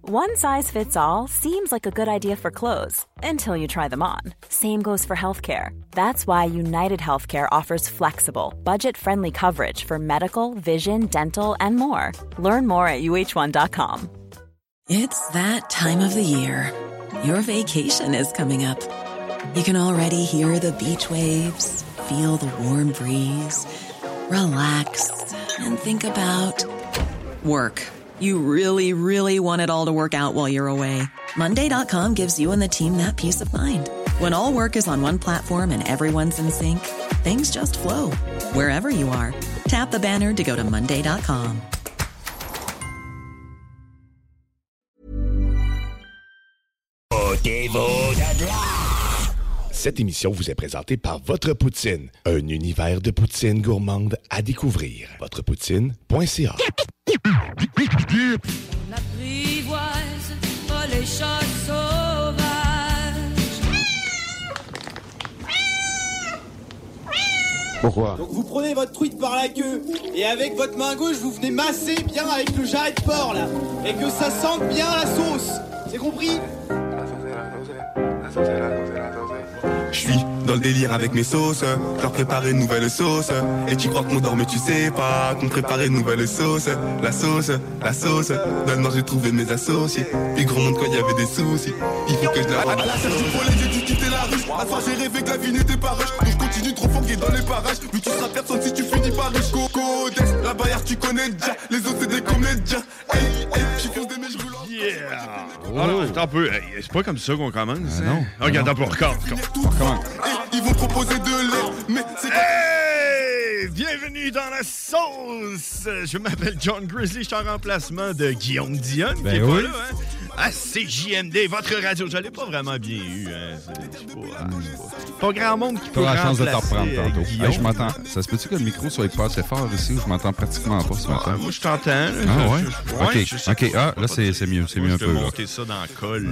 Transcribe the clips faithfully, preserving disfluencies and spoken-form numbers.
One size fits all seems like a good idea for clothes until you try them on. Same goes for healthcare. That's why United Healthcare offers flexible, budget-friendly coverage for medical, vision, dental, and more. Learn more at U H one dot com. It's that time of the year. Your vacation is coming up. You can already hear the beach waves, feel the warm breeze, relax, and think about work. You really, really want it all to work out while you're away. Monday dot com gives you and the team that peace of mind. When all work is on one platform and everyone's in sync, things just flow. Wherever you are, tap the banner to go to Monday dot com. Cette émission vous est présentée par Votre Poutine, un univers de poutine gourmande à découvrir. votre poutine point c a. On apprivoise pas les chats sauvages. Pourquoi? Donc vous prenez votre truite par la queue et avec votre main gauche vous venez masser bien avec le jarret de porc là et que ça sente bien la sauce. C'est compris? Je suis dans le délire avec mes sauces, leur préparer une nouvelle sauce. Et tu crois qu'on dort mais tu sais pas qu'on préparait une nouvelle sauce. La sauce, la sauce, dans le nord j'ai trouvé mes associés. Puis gros monde quand il y avait des soucis, il faut que je la rende. À la serre du pollen j'ai dû quitter la ruche. À fois j'ai rêvé que la vie n'était pas rush. Donc je continue trop fort dans les parages. Mais tu seras personne si tu finis par riche. Coco, Dex, la barrière tu connais déjà. Les autres c'est des comédiens. Hey, hey, j'suis fonce des mèches roulantes. Yeah! Oh. Alors, attends un peu. Hey, c'est pas comme ça qu'on commence. Ah, hein? Non. Regarde, attends, regarde. Ils vont proposer de l'air, mais c'est pas... Hey! Bienvenue dans la sauce! Je m'appelle John Grizzly, je suis en remplacement de Guillaume Dion, ben qui est oui. pas là, hein? À C J M D, votre radio. Je l'ai pas vraiment bien eu, hein? C'est pas, ah, pas, pas grand monde qui peut remplacer. T'auras la chance de t'en reprendre tantôt. Hey, je m'entends. Ça se peut-tu que le micro soit pas assez fort ici ou je m'entends pratiquement pas ce matin? Ah, moi, je t'entends. Là. Ah ouais? Je, je, OK. ouais, je OK. Ah, là, c'est, c'est mieux. C'est mieux un peu. Je vais monter ça dans le col.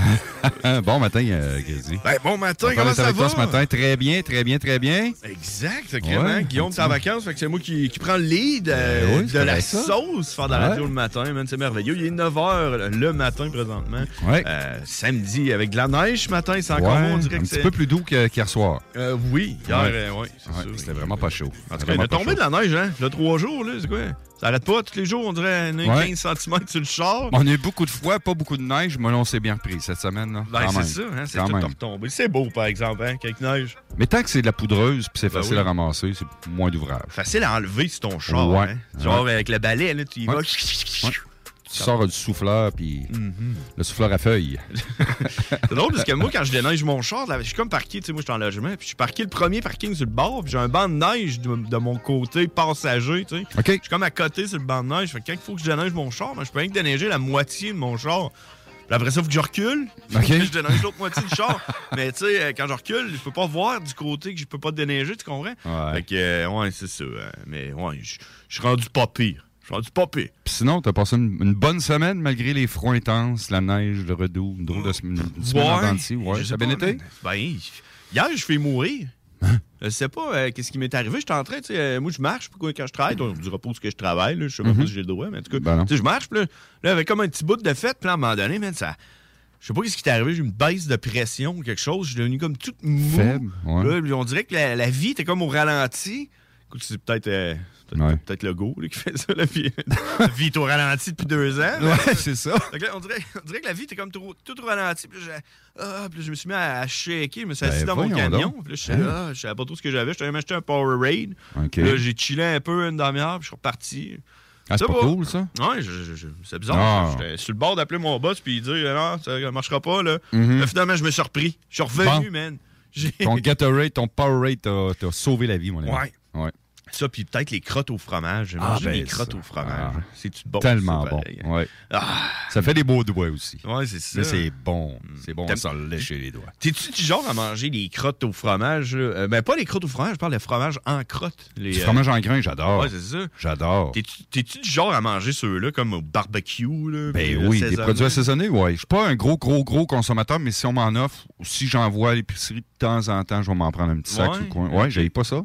Ah. Bon matin, euh, Grizzly. Ben, bon matin, comment ça avec va? Toi ce matin, très bien, très bien, très bien. Exact. OK, ouais, Guillaume, t'es en vacances, fait que c'est moi qui, qui prends le lead euh, ben oui, de la ça. sauce faire de la radio ouais. le matin. Man, c'est merveilleux. Il est neuf heures le matin présentement. Ouais. Euh, samedi, avec de la neige ce matin, c'est encore ouais, bon, on dirait un que petit c'est... peu plus doux qu'hier soir. Euh, oui, hier, ouais, euh, ouais, c'est ouais, ça. C'était vraiment pas chaud. En tout cas, il a tombé de la neige, hein? Là, trois jours, là, c'est quoi? Ça arrête pas, tous les jours, on dirait un ouais. quinze centimètres sur le char. On a eu beaucoup de fois, pas beaucoup de neige, mais là, on s'est bien repris cette semaine. Là. Ben, quand c'est même. ça, hein? C'est quand tout même. retombé. C'est beau, par exemple, hein? Quelques neiges. Mais tant que c'est de la poudreuse puis c'est ben facile oui. à ramasser, c'est moins d'ouvrage. Facile à enlever sur ton char, ouais. hein? Genre, ouais. avec le balai, là, tu y vas... Ouais. Ouais. Tu sors du souffleur, puis mm-hmm. le souffleur à feuilles. C'est drôle, parce que moi, quand je déneige mon char, là, je suis comme parqué, tu sais, moi, je suis en logement, puis je suis parqué le premier parking sur le bord, puis j'ai un banc de neige de, de mon côté passager, tu sais. Okay. Je suis comme à côté sur le banc de neige, fait que quand il faut que je déneige mon char, ben, je peux rien que déneiger la moitié de mon char. Puis après ça, il faut que je recule. Okay. Je déneige l'autre moitié du char. Mais tu sais, quand je recule, je peux pas voir du côté que je peux pas déneiger, tu comprends? Ouais. Fait que, euh, ouais, c'est ça. Hein. Mais ouais, je suis rendu pas pire. Je suis rendu pas pire. Puis sinon, t'as passé une, une bonne semaine malgré les froids intenses, la neige, le redoux, une drôle de semaine, une semaine ouais, en dents de scie. Ouais, ça a bien été? Ben, hier, je fais mourir. Hein? Je sais pas euh, qu'est-ce qui m'est arrivé. J'étais en train, tu sais, euh, moi je marche quand je travaille. On ne dira pas où que je travaille, là, je sais même mm-hmm. pas si j'ai le droit, mais en tout cas, ben tu sais, je marche, puis là, là, avec comme un petit bout de fête, puis à un moment donné, man, ça. Je sais pas ce qui t'est arrivé, j'ai eu une baisse de pression ou quelque chose, je suis devenu comme toute mou. Faible, ouais. Là, on dirait que la, la vie était comme au ralenti. Écoute, c'est peut-être, euh, peut-être, ouais. peut-être le go là, qui fait ça, la vie. La vie est au ralenti depuis deux ans. Ouais, mais... c'est ça. Donc là, on, dirait, on dirait que la vie était comme tout, tout au ralenti. Puis là, ah, puis là, je me suis mis à, à shaker, je me suis assis ben, dans mon camion. Puis là, je savais hein? ah, pas trop ce que j'avais. Je t'avais acheté un Powerade. Okay. Là, j'ai chillé un peu une demi-heure, puis je suis reparti. Ah, c'est, c'est pas, pas cool, ça? Ouais, je, je, je, c'est bizarre. Ah. J'étais sur le bord d'appeler mon boss puis il dit non, ça ne marchera pas, là. Mm-hmm. Là, finalement, je me suis repris. Je suis revenu, bon. man. J'ai... Ton Gatorade, ton Powerade t'a, t'a sauvé la vie, mon ami. Ouais. Ouais. Ça, puis peut-être les crottes au fromage. J'ai ah, mangé ben les crottes ça. au fromage. Ah. C'est-tu bon? Tellement ça, bon. Pareil, hein? Ouais. Ah. Ça fait des beaux doigts aussi. Ouais, c'est ça. Mais c'est bon. C'est bon, T'aimes... ça lécher les doigts. T'es-tu du genre à manger les crottes au fromage? Euh, ben, pas les crottes au fromage, je parle de fromage en crotte. Les, du fromage en grains, j'adore. Ouais, c'est ça. J'adore. T'es-tu, t'es-tu du genre à manger ceux-là, comme au barbecue? Là, ben oui, des produits assaisonnés, ouais. Je suis pas un gros, gros, gros consommateur, mais si on m'en offre, ou si j'en vois à l'épicerie de temps en temps, je vais m'en prendre un petit sac ouais. sur le coin. Ouais, j'aille pas ça.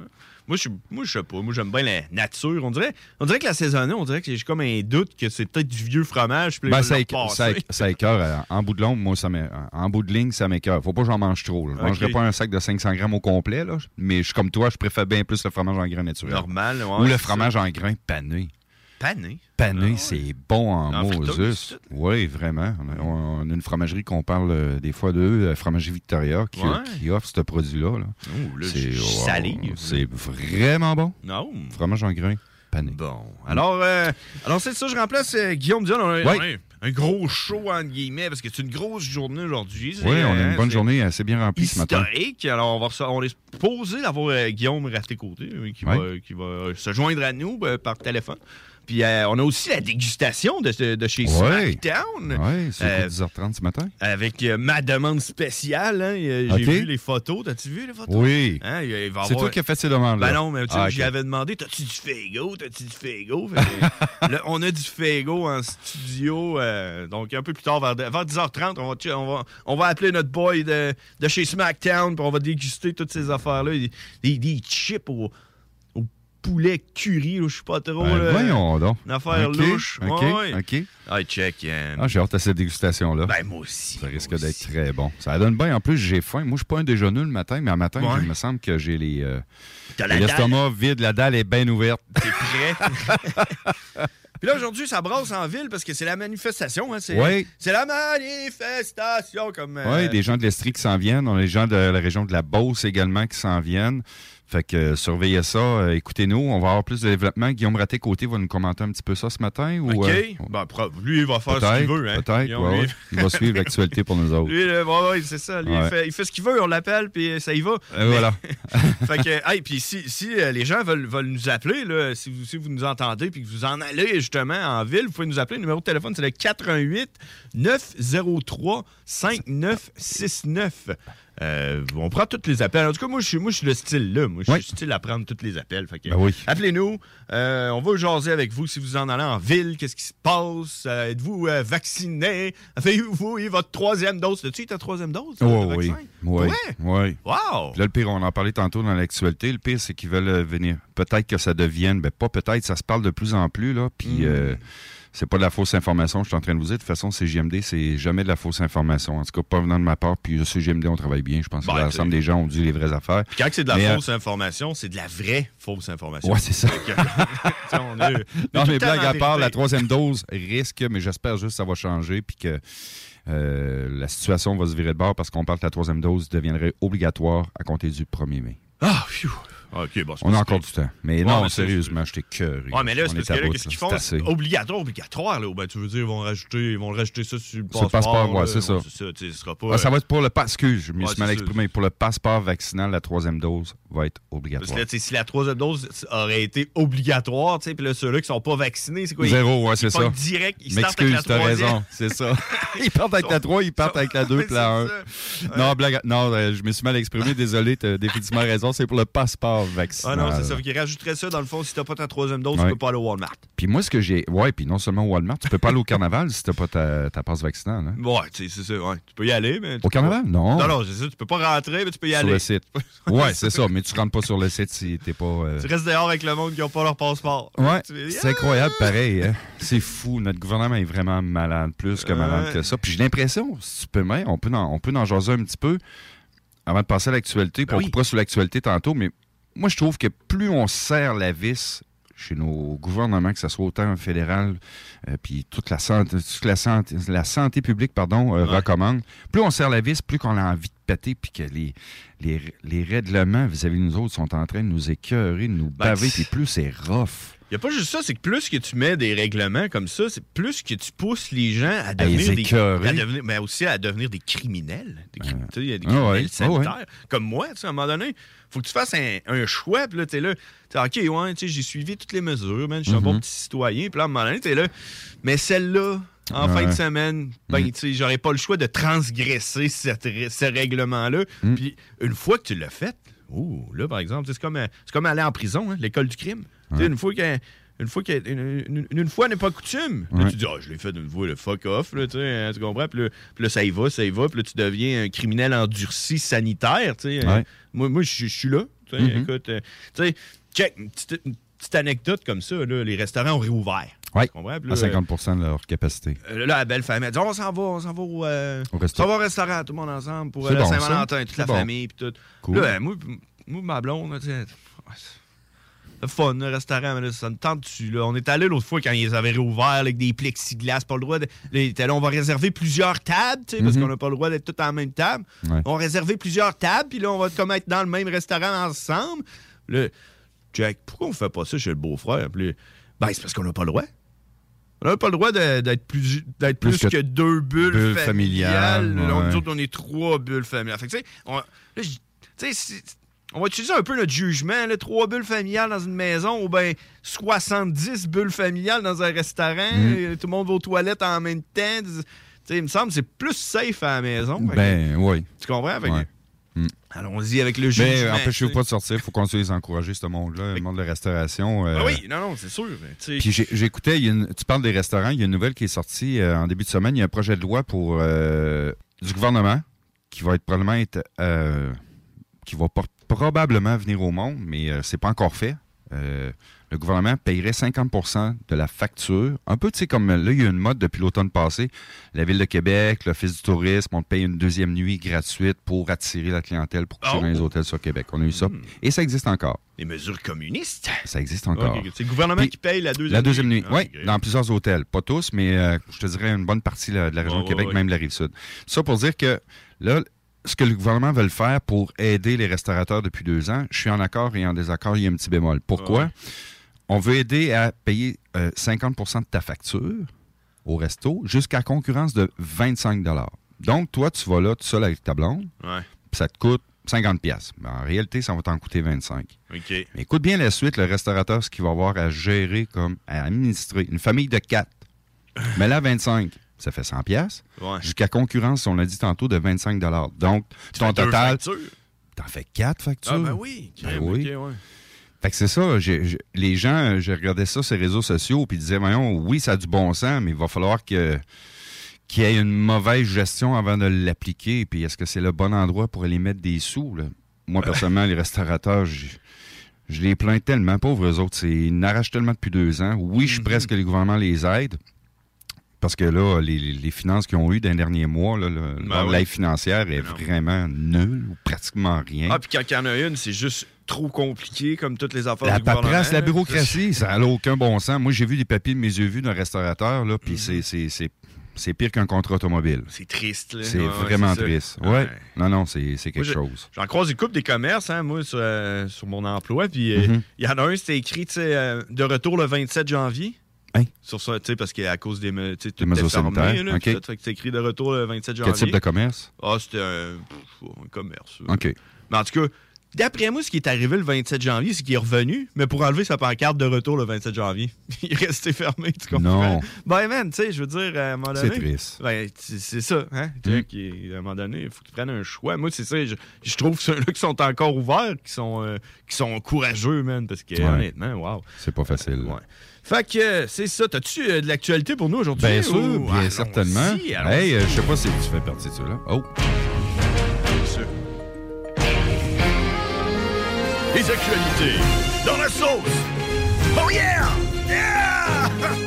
Moi, je moi, je sais pas. Moi, j'aime bien la nature. On dirait, on dirait que la saisonnée, on dirait que j'ai comme un doute que c'est peut-être du vieux fromage. Puis ben, là, ça, éc- ça, éc- ça écœure. En bout de long, moi, ça m'é- en bout de ligne, ça m'écœure. Faut pas que j'en mange trop. Là. Je Okay. mangerais pas un sac de cinq cents grammes au complet, là. Mais je suis comme toi, je préfère bien plus le fromage en grains naturel. Normal, ouais, Ou le c'est fromage ça. en grains pané. Pané? Pané, Ah ouais. c'est bon en En friteuse, Moses. Oui, vraiment. On a, on a une fromagerie qu'on parle euh, des fois d'eux, la fromagerie Victoria, qui, Ouais. qui offre ce produit-là. Là. Oh, là, C'est je- je wow, salive. c'est vraiment bon. Non. Fromage en grains pané. Bon. Alors, euh, alors c'est ça, je remplace euh, Guillaume Dion. On a, Oui. on a un gros show, entre guillemets, parce que c'est une grosse journée aujourd'hui. Oui, on a hein, une bonne c'est journée assez bien remplie ce matin. historique. Alors, on, va rece- on est posé d'avoir euh, Guillaume Raté-Côté euh, qui, Ouais. va, qui va euh, se joindre à nous euh, par téléphone. Puis, euh, on a aussi la dégustation de, de chez Ouais. SmackDown. Oui, c'est Euh, au dix heures trente ce matin. Avec euh, ma demande spéciale. Hein. Euh, J'ai Ok. vu les photos. T'as-tu vu les photos? Oui. Hein, il- il va C'est avoir- toi qui as fait ces demandes-là. Ben non, mais tu sais, Ah, ok. j'y avais demandé, t'as-tu du Faygo? T'as-tu du Faygo? Fait que, là, on a du Faygo en studio. euh, donc, un peu plus tard, vers, vers dix heures trente, on va, on va, on va appeler notre boy de, de chez SmackDown, puis on va déguster toutes ces affaires-là. Des, des, des chips au, au poulet curry, là, je sais pas trop. Ben, là, voyons donc. Une affaire Ok, louche. OK, Ouais, ouais. OK. Ah, check. euh, Ah, j'ai hâte à cette dégustation-là. ben, moi aussi. Ça risque moi d'être aussi. très bon. Ça donne bien. En plus, j'ai faim. Moi, je suis pas un déjeuneux le matin, mais un matin, Ouais. il me semble que j'ai les, euh, T'as la j'ai dalle. l'estomac vide. La dalle est bien ouverte. T'es prêt? Puis là, aujourd'hui, ça brasse en ville parce que c'est la manifestation. Hein, c'est, Oui. c'est la manifestation, comme... euh, Oui, des gens de l'Estrie qui s'en viennent. On a des gens de la région de la Beauce également qui s'en viennent. Fait que euh, surveillez ça. Euh, écoutez-nous. On va avoir plus de développement. Guillaume Raté-Côté va nous commenter un petit peu ça ce matin. Ou, OK. euh, Ben, pro- lui, il va faire ce peut-être, qu'il veut. Hein. peut-être. Guillaume, ouais, lui, ouais. Il va suivre l'actualité pour nous autres. lui, là, ouais, ouais, c'est ça. Lui, Ouais. il, fait, il fait ce qu'il veut. On l'appelle, puis ça y va. Et voilà. Fait que, hey, puis si, si euh, les gens veulent, veulent nous appeler, là, si, vous, si vous nous entendez puis que vous en allez justement en ville, vous pouvez nous appeler. Le numéro de téléphone, c'est le quatre un huit neuf zéro trois cinq neuf six neuf. Euh, on prend tous les appels. En tout cas, moi, je suis, moi, je suis le style là. Moi, je Oui. suis le style à prendre tous les appels. Fait que, Ben oui. appelez-nous. Euh, on va jaser avec vous si vous en allez en ville. Qu'est-ce qui se passe? Euh, êtes-vous euh, vacciné? Avez-vous eu votre troisième dose? As-tu eu ta troisième dose? Oh, de oui. vaccin? Oui. Ouais. Oui. Wow! Puis là, le pire, on en parlait tantôt dans l'actualité. Le pire, c'est qu'ils veulent euh, venir. Peut-être que ça devienne, ben pas peut-être, ça se parle de plus en plus, là. Puis Mm. euh, c'est pas de la fausse information, je suis en train de vous dire. De toute façon, C J M D, c'est jamais de la fausse information. En tout cas, pas venant de ma part. Puis le C J M D, on travaille bien. Je pense Ben, que l'ensemble t'es- des gens ont dit les vraies affaires. Puis quand c'est de la Mais, euh, fausse information, c'est de la vraie fausse information. Ouais, c'est ça. Fait que, tu sais, on est- on est Non, tout mais le temps blague dans à part, vérité. la troisième dose risque, mais j'espère juste que ça va changer. Puis que euh, la situation va se virer de bord parce qu'on parle que la troisième dose deviendrait obligatoire à compter du premier mai. Ah, phew. OK, bon, c'est On pas a si encore pire. du temps. Mais Ouais, non, mais c'est- sérieusement, j'étais cœur. Ouais, mais là, c'est parce que là, qu'est-ce qu'ils font? C'est C'est assez. obligatoire, obligatoire, là. Ben, tu veux dire, ils vont rajouter, ils vont rajouter ça sur le Sur le passeport. passeport, ouais, là. c'est ça. C'est ça, tu sais, ce sera pas. Ah, ça euh, va être pour le pass, excuse, je me Ouais, suis c'est mal ça. exprimé. Pour le passeport vaccinal, la troisième dose va être Parce que obligatoire. là, tu sais, si la troisième dose aurait été obligatoire, tu sais, puis là, ceux-là qui sont pas vaccinés, c'est quoi? Zéro, ouais, c'est ils ça. pognent direct, ils startent avec M'excuse, la t'as troisième. raison, c'est ça. Ils partent avec la trois, ils partent avec la deux, Ouais, puis la un. c'est ça. Non, blague, non, euh, je me suis mal exprimé, désolé, t'as définitivement raison, c'est pour le passeport Ah vaccinal. non, c'est ça. Fait qu'ils rajouteraient ça, dans le fond, si t'as pas ta troisième dose, Ouais. tu peux pas aller au Walmart. Puis moi, ce que j'ai. Ouais, puis non seulement au Walmart, tu peux pas aller au carnaval si t'as pas ta, ta passe vaccinale. Hein? Ouais, tu sais, c'est ça. Ouais. Tu peux y aller, mais. tu Au peux carnaval? pas- Non. Non, non, c'est ça. Tu peux pas rentrer, mais tu peux y Sur aller. le site. Ouais, c'est ça, mais tu rentres pas sur le site si t'es pas. euh, Tu restes dehors avec le monde qui n'a pas leur passeport. Ouais, Tu fais, c'est incroyable, pareil. Hein? C'est fou. Notre gouvernement est vraiment malade, plus que malade Ouais. que ça. Puis j'ai l'impression, si tu peux même, on peut en, on peut en jaser un petit peu avant de passer à l'actualité. Puis Ben on oui. coupera sur l'actualité tantôt, mais moi, je trouve que plus on serre la vis chez nos gouvernements, que ce soit autant fédéral, euh, puis toute la santé, toute la santé, la santé publique, pardon, euh, Ouais. recommande, plus on serre la vis, plus qu'on a envie de péter, puis que les, les, les règlements vis-à-vis de nous autres sont en train de nous écœurer, de nous Ben, baver, c'est- puis plus c'est rough. Il n'y a pas juste ça, c'est que plus que tu mets des règlements comme ça, c'est plus que tu pousses les gens à devenir les des écœurer. à devenir, mais aussi à devenir des criminels. Des crim- Euh, tu sais, il y a des ah criminels ouais, sanitaires. ah ouais. Comme moi, tu sais, à un moment donné, faut que tu fasses un, un choix, puis là, tu es là, tu sais, OK, ouais, tu sais, j'ai suivi toutes les mesures, man, je suis un Mhm. bon petit citoyen, puis là, à un moment donné, tu es là, mais celle-là, en Ouais. fin de semaine, ben, Mhm. tu sais, j'aurais pas le choix de transgresser cette ré- ce règlement-là. Mhm. Puis une fois que tu l'as fait, ouh, là, par exemple, tu sais, c'est comme, euh, c'est comme aller en prison, hein, l'école du crime. Tu sais, Ouais. une fois que Une fois, qu'il y a- une, une- une fois n'est pas coutume. Là, Ouais. tu dis, ah, je l'ai fait d'une fois, le fuck off, là, tu sais, hein, tu comprends? Puis là, puis là, ça y va, ça y va, puis là, tu deviens un criminel endurci sanitaire, tu sais. Ouais. Moi, moi je je suis là. Tu Mm-hmm. Écoute, euh, tu sais, check, une petite, une petite anecdote comme ça, là, les restaurants ont réouvert. Oui, là, à cinquante pour cent de leur capacité. Euh, là, la belle famille, elle dit, on s'en va, on s'en va au, euh, au, on va au restaurant, tout le monde ensemble, pour euh, bon, Saint-Valentin, toute la bon. famille, puis tout. Cool. Là, moi, moi, ma blonde, tu sais, c'est fun, le restaurant, mais là, ça me tente dessus. Là. On est allé l'autre fois quand ils avaient réouvert avec des plexiglas, pas le droit de. Là, là, on va réserver plusieurs tables, tu sais, mm-hmm. parce qu'on n'a pas le droit d'être tous en même table. Ouais. On va réserver plusieurs tables, puis là, on va comme être dans le même restaurant ensemble. Là, Jack, pourquoi on fait pas ça chez le beau-frère? Puis, ben, c'est parce qu'on n'a pas le droit. On n'a pas le droit de, d'être plus, d'être plus, plus que, que deux bulles, bulles familiales. familiales. Là, ouais. Nous autres, on est trois bulles familiales. Fait que, tu sais, on, là, tu sais, on va utiliser un peu notre jugement. Là, trois bulles familiales dans une maison ou bien soixante-dix bulles familiales dans un restaurant. Mm. Tout le monde va aux toilettes en même temps. Tu sais, il me semble que c'est plus safe à la maison. Ben, oui. Tu comprends? Fait ouais. que, mm. Allons-y avec le jugement. Mais empêchez-vous pas de sortir. Il faut continuer à encourager ce monde-là, le monde de la restauration. Euh... Ah oui, non, non, c'est sûr. Puis j'ai, j'écoutais, il y a une, tu parles des restaurants, il y a une nouvelle qui est sortie euh, en début de semaine. Il y a un projet de loi pour euh, du gouvernement qui va être probablement être, euh, qui va por- probablement venir au monde, mais euh, c'est pas encore fait. Euh, le gouvernement payerait cinquante pour cent de la facture. Un peu, tu sais, comme là, il y a une mode depuis l'automne passé. La Ville de Québec, l'Office du tourisme, on paye une deuxième nuit gratuite pour attirer la clientèle pour coucher oh. dans les hôtels sur Québec. On a eu ça. Mm. Et ça existe encore. Les mesures communistes? Ça existe encore. Okay. C'est le gouvernement Puis, qui paye la deuxième nuit? La deuxième nuit, nuit. Ah, oui, okay. Dans plusieurs hôtels. Pas tous, mais euh, je te dirais une bonne partie là, de la région oh, de Québec, oui. même de la Rive-Sud. Ça pour dire que là, ce que le gouvernement veut le faire pour aider les restaurateurs depuis deux ans, je suis en accord et en désaccord, il y a un petit bémol. Pourquoi? Oh. On veut aider à payer euh, cinquante pour cent de ta facture au resto jusqu'à concurrence de vingt-cinq dollars. Donc, toi, tu vas là tout seul avec ta blonde, ouais. puis ça te coûte cinquante dollars. Mais en réalité, ça va t'en coûter vingt-cinq. Okay. Mais écoute bien la suite, le restaurateur, ce qu'il va avoir à gérer comme à administrer. Une famille de quatre. Mais là, vingt-cinq, ça fait cent dollars. Ouais. Jusqu'à concurrence, on l'a dit tantôt, de vingt-cinq dollars. Donc, tu ton total... T'en fais quatre factures. Ah, ben oui. Ben oui. Okay, ouais. Fait que c'est ça, j'ai, j'ai, les gens, j'ai regardé ça sur les réseaux sociaux, puis ils disaient, voyons, oui, ça a du bon sens, mais il va falloir que, qu'il y ait une mauvaise gestion avant de l'appliquer, puis est-ce que c'est le bon endroit pour aller mettre des sous, là? Moi, personnellement, les restaurateurs, je, je les plains tellement, pauvres eux autres, c'est, ils n'arrachent tellement depuis deux ans. Oui, je suis mm-hmm. presque que les gouvernements les aident, parce que là, les, les finances qu'ils ont eues dans les derniers mois, là, le, ben l'aide oui. financière est non. vraiment nulle, ou pratiquement rien. Ah, puis quand il y en a une, c'est juste trop compliqué, comme toutes les affaires la du gouvernement. La paperasse, la bureaucratie, ça n'a aucun bon sens. Moi, j'ai vu des papiers de mes yeux vus d'un restaurateur, là, puis mm-hmm. c'est, c'est, c'est, c'est pire qu'un contrat automobile. C'est triste, là. C'est ouais, vraiment c'est triste. Ouais. ouais. Non, non, c'est, c'est quelque moi, chose. J'en croise une couple des commerces, hein, moi, sur, euh, sur mon emploi, puis il mm-hmm. y en a un, c'était écrit, tu sais, euh, de retour le vingt-sept janvier. Hein? Sur ça, tu sais, parce qu'à cause des me- tout mesures sanitaires. Là, okay. tout, fait que c'est écrit de retour le vingt-sept janvier. Quel type de commerce? Ah, c'était un, pff, un commerce. OK. Mais en tout cas, d'après moi, ce qui est arrivé le vingt-sept janvier, c'est qu'il est revenu, mais pour enlever sa pancarte de retour le vingt-sept janvier. Il est resté fermé, tu comprends? Non. Ben, man, tu sais, je veux dire, à un moment donné... C'est triste. Ben, c'est, c'est ça, hein? Mm. Qui, à un moment donné, il faut que tu prennes un choix. Moi, c'est ça, je, je trouve ceux-là qui sont encore ouverts, qui sont, euh, qui sont courageux, man, parce que, ouais. honnêtement, wow. C'est pas facile. Ouais. Fait que, euh, c'est ça. T'as-tu euh, de l'actualité pour nous aujourd'hui? Bien sûr, ou... bien allons-y, certainement. Allons-y. Hey, euh, je sais pas si tu fais partie de ça, là. Oh! Bien sûr. Les actualités dans la sauce! Oh yeah! Yeah!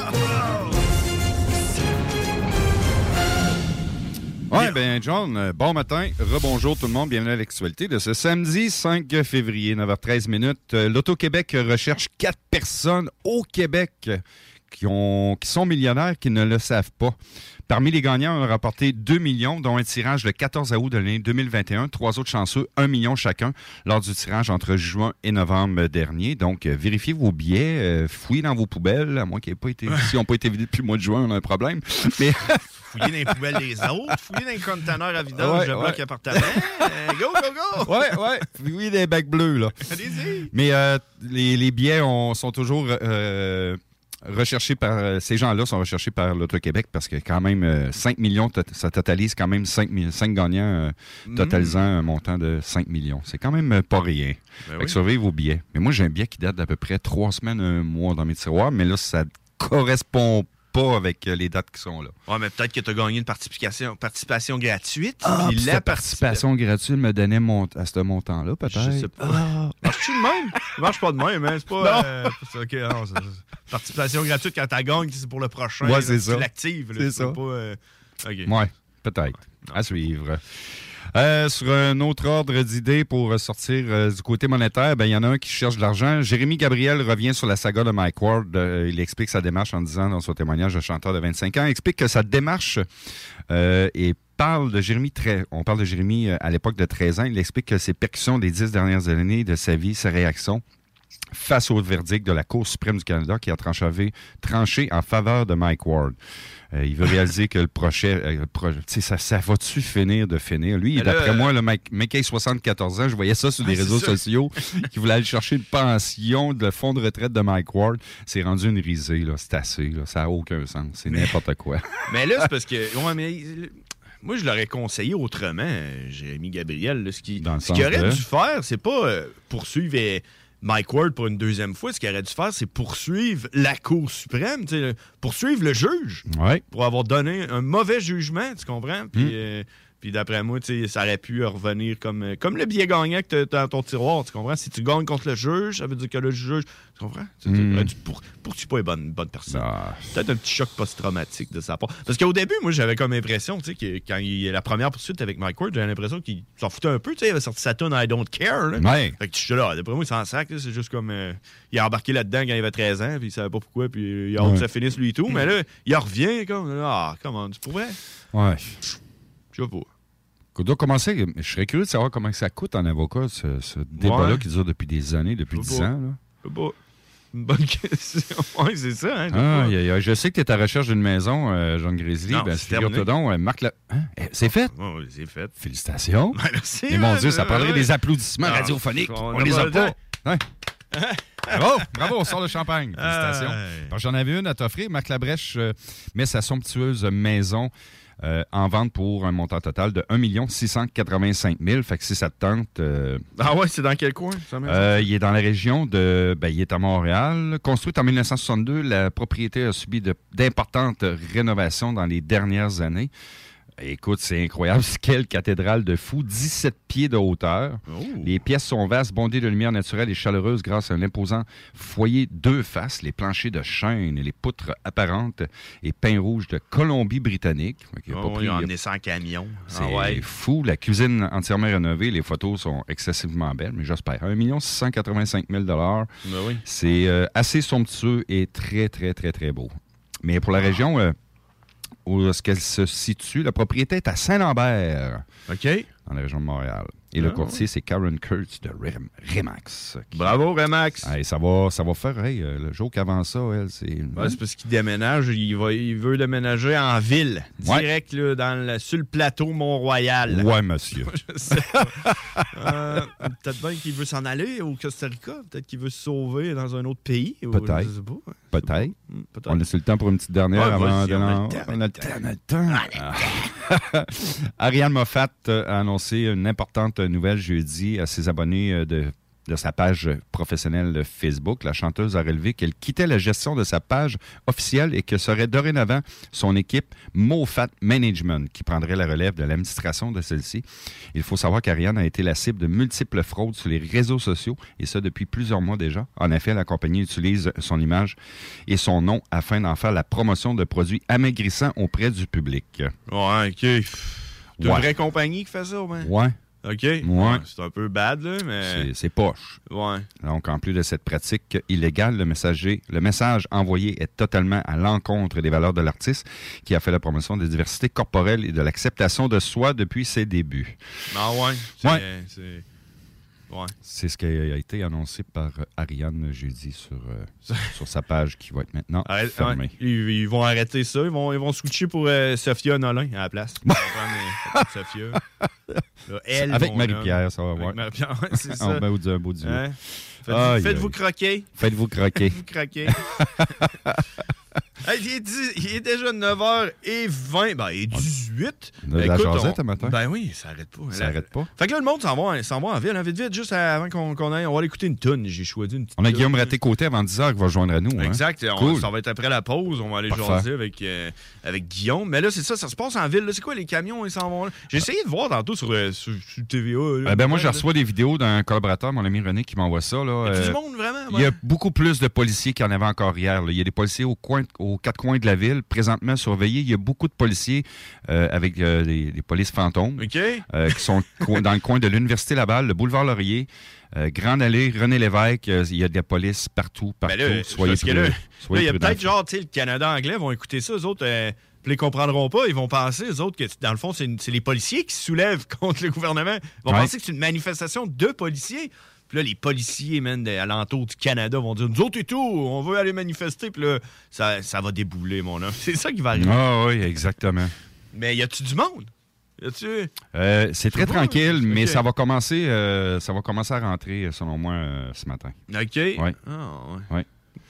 Ouais, ben John, euh, bon matin, rebonjour tout le monde, bienvenue à l'actualité de ce samedi cinq février, neuf heures treize minutes. Euh, L'Auto-Québec recherche quatre personnes au Québec qui, ont, qui sont millionnaires, qui ne le savent pas. Parmi les gagnants, on a rapporté deux millions, dont un tirage le quatorze août de l'année deux mille vingt et un. Trois autres chanceux, un million chacun, lors du tirage entre juin et novembre dernier. Donc, euh, vérifiez vos billets, euh, fouillez dans vos poubelles, à moins qu'ils n'aient pas été, s'ils n'ont pas été vidés depuis le mois de juin, on a un problème. Mais fouillez dans les poubelles des autres, fouillez dans les conteneurs à vidange ouais, de ouais. bloc appartement. Euh, go, go, go! Ouais, ouais, fouillez des bacs bleus, là. Allez-y! Mais euh, les, les billets on, sont toujours... Euh, recherchés par euh, ces gens-là sont recherchés par l'Auto-Québec parce que quand même euh, cinq millions, to- ça totalise quand même cinq, cinq gagnants euh, totalisant mmh. un montant de cinq millions. C'est quand même euh, pas rien. Ben fait oui. que surveillez vos billets. Mais moi, j'ai un billet qui date d'à peu près trois semaines, un mois dans mes tiroirs, mais là, ça correspond pas avec les dates qui sont là. Ouais, mais peut-être que tu as gagné une participation, participation gratuite. Ah, puis la participation participa- gratuite me donnait mon, à ce montant-là, peut-être. Je sais pas. Ah. Marche-tu de même? Ça marche pas de même, hein? C'est pas... Euh, c'est, okay, non, c'est, c'est, participation gratuite quand tu gagnes, c'est pour le prochain. Ouais, c'est là, ça. Tu l'actives. Là, c'est tu ça. Pas, euh... okay. Ouais, peut-être. Non. À suivre. Euh, sur un autre ordre d'idées pour sortir euh, du côté monétaire, ben, il y en a un qui cherche de l'argent. Jérémy Gabriel revient sur la saga de Mike Ward. Euh, il explique sa démarche en disant dans son témoignage de chanteur de vingt-cinq ans, il explique que sa démarche euh, et parle de Jérémy très, on parle de Jérémy euh, à l'époque de treize ans. Il explique que ses percussions des dix dernières années de sa vie, ses réactions face au verdict de la Cour suprême du Canada qui a tranché, tranché en faveur de Mike Ward. Euh, il veut réaliser que le projet, euh, pro, ça, ça va-tu finir de finir? Lui, là, d'après euh... moi, le mec, mec a soixante-quatorze ans, je voyais ça sur ah, les réseaux ça. sociaux, qui voulait aller chercher une pension de fonds de retraite de Mike Ward. C'est rendu une risée, là. C'est assez, là. Ça n'a aucun sens. C'est mais... n'importe quoi. Mais là, c'est parce que... Ouais, mais... Moi, je l'aurais conseillé autrement, Jérémy Gabriel. Là, ce qu'il aurait de... dû faire, c'est pas euh, poursuivre... Et... Mike Ward pour une deuxième fois, ce qu'il aurait dû faire, c'est poursuivre la Cour suprême, le, poursuivre le juge ouais. pour avoir donné un mauvais jugement, tu comprends? Puis, mm. euh, puis d'après moi, ça aurait pu revenir comme, comme le billet gagnant que tu as dans ton tiroir, tu comprends? Si tu gagnes contre le juge, ça veut dire que le juge, tu comprends? Mm. Tu pour, poursuis pas une bonne, bonne personne. Ah. Peut-être un petit choc post-traumatique de sa part. Parce qu'au début, moi, j'avais comme impression, tu sais, que quand il y a la première poursuite avec Mike Ward, j'avais l'impression qu'il s'en foutait un peu, tu sais, il avait sorti sa tune I Don't Care, là. Ouais. Fait que je suis là, d'après moi, il s'en sac, là, c'est juste comme, euh, il a embarqué là-dedans quand il avait treize ans, puis il savait pas pourquoi, puis il a hâte que ça finisse lui et tout, mais là, il revient, comme, ah, comment, tu pourrais? Ouais. Je sais pas. On doit commencer, je serais curieux de savoir comment ça coûte en avocat, ce, ce débat-là ouais. qui dure depuis des années, depuis dix ans. Là. Je sais pas. Une bonne question. Oui, c'est ça. Hein, ah, y a, y a, je sais que tu es à la recherche d'une maison, euh, John Grizzly. Non, ben, c'est terminé. Donc, euh, Marc la... hein? C'est fait? Oui, c'est fait. Félicitations. Ben, merci. Et mon Dieu, ça prendrait des applaudissements non, radiophoniques. On, on les a pas. Hein? Bravo, bravo, on sort le champagne. Félicitations. Euh... J'en avais une à t'offrir. Marc Labrèche euh, met sa somptueuse maison Euh, en vente pour un montant total de un million six cent quatre-vingt-cinq mille. Fait que si ça te tente... Euh, ah ouais, c'est dans quel coin? Ça euh, il est dans la région de... Ben, il est à Montréal. Construite en dix-neuf cent soixante-deux, la propriété a subi de, d'importantes rénovations dans les dernières années. Écoute, c'est incroyable. Quelle cathédrale de fou. dix-sept pieds de hauteur. Oh. Les pièces sont vastes, bondées de lumière naturelle et chaleureuse grâce à un imposant foyer deux faces, les planchers de chêne et les poutres apparentes et peints rouges de Colombie-Britannique. Il oh, pris, en est sans camion. C'est ah ouais. fou. La cuisine entièrement rénovée. Les photos sont excessivement belles, mais j'espère. un million six cent quatre-vingt-cinq mille dollars. Ben oui. C'est euh, assez somptueux et très, très, très, très beau. Mais pour la région... Euh, où est-ce qu'elle se situe? La propriété est à Saint-Lambert. OK. Dans la région de Montréal. Et ah, le courtier, ouais. c'est Karen Kurtz de Rem- Remax. Qui... Bravo, Remax. Hey, ça, va, ça va faire... Hey, le jour qu'avant ça, elle, c'est... Ouais, c'est parce qu'il déménage. Il, va, il veut déménager en ville. Direct ouais. là, dans le, sur le plateau Mont-Royal. Ouais, monsieur. Je sais pas. euh, peut-être bien qu'il veut s'en aller au Costa Rica. Peut-être qu'il veut se sauver dans un autre pays. Peut-être. Je sais pas. Ouais. Peut-être. Peut-être. On a sur le temps pour une petite dernière ouais, avant de on, on, on a le temps. On a le temps. Ah. Ariane Moffat a annoncé une importante nouvelle jeudi à ses abonnés de, de sa page professionnelle Facebook. La chanteuse a relevé qu'elle quittait la gestion de sa page officielle et que serait dorénavant son équipe Moffat Management qui prendrait la relève de l'administration de celle-ci. Il faut savoir qu'Ariane a été la cible de multiples fraudes sur les réseaux sociaux et ça depuis plusieurs mois déjà. En effet, la compagnie utilise son image et son nom afin d'en faire la promotion de produits amaigrissants auprès du public. Ouais, OK. C'est une ouais. vraie compagnie qui fait ça, ouais? Ouais. OK. Ouais. Ouais, c'est un peu bad, là, mais... C'est, c'est poche. Ouais. Donc, en plus de cette pratique illégale, le, messager, le message envoyé est totalement à l'encontre des valeurs de l'artiste qui a fait la promotion des diversités corporelles et de l'acceptation de soi depuis ses débuts. Ah ouais? C'est, ouais. C'est... Ouais. C'est ce qui a été annoncé par Ariane jeudi sur, euh, sur sa page qui va être maintenant Arrête, fermée. Ouais. Ils, ils vont arrêter ça. Ils vont, ils vont switcher pour euh, Sophia Nolin à la place. Ils vont prendre euh, Sophia. Là, elle, avec Marie-Pierre, ça va voir. Avec Marie-Pierre, ouais, c'est ça. On met au un beau duo. Hein? Faites-vous, ah, faites-vous croquer. Faites-vous croquer. Faites-vous croquer. Hey, il, est dix, il est déjà neuf heures vingt, ben, il est dix-huit. De la jasette, matin. Ben oui, ça arrête pas. Ça arrête pas. Fait que là, le monde s'en va, s'en va en ville, hein, vite, vite, juste avant qu'on, qu'on aille. On va aller écouter une toune. J'ai choisi une petite On a toune. Guillaume Raté-Côté avant dix heures qui va joindre à nous. Exact. Hein? On, Cool. ça va être après la pause. On va aller Parfait. jaser avec, euh, avec Guillaume. Mais là, c'est ça, ça se passe en ville. Là. C'est quoi, les camions, ils s'en vont là? J'ai essayé de voir tantôt sur, euh, sur, sur T V A. Là, Euh, ben moi, je là. reçois des vidéos d'un collaborateur, mon ami René, qui m'envoie ça. Là. Y a-tu Euh, du monde, vraiment? Il y a beaucoup plus de policiers qu'il y en avait encore hier. Là. Il y a des policiers au coin, aux quatre coins de la ville, présentement surveillés. Il y a beaucoup de policiers euh, avec euh, des, des polices fantômes OK. euh, qui sont co- dans le coin de l'Université Laval, le boulevard Laurier, euh, Grande Allée, René Lévesque. Euh, il y a des polices partout, partout. Ben là, soyez parce que là, prudents. là, Soyez il y a prudents. peut-être genre, tu sais, le Canada anglais vont écouter ça, eux autres, euh, puis ils comprendront pas, ils vont penser, eux autres, que dans le fond, c'est, une- c'est les policiers qui se soulèvent contre le gouvernement. Ils vont Ouais. penser que c'est une manifestation de policiers. Puis là, les policiers, man, de- alentour du Canada vont dire, nous autres et tout, on veut aller manifester, puis là, ça, ça va débouler, mon homme. C'est ça qui va arriver. Ah oui, exactement. Mais y a-tu du monde? Y a-tu... Euh, c'est très pas. tranquille, mais Ok. ça va commencer, euh, ça va commencer à rentrer, selon moi, euh, ce matin. OK. Ouais. Ah, ouais. Ouais.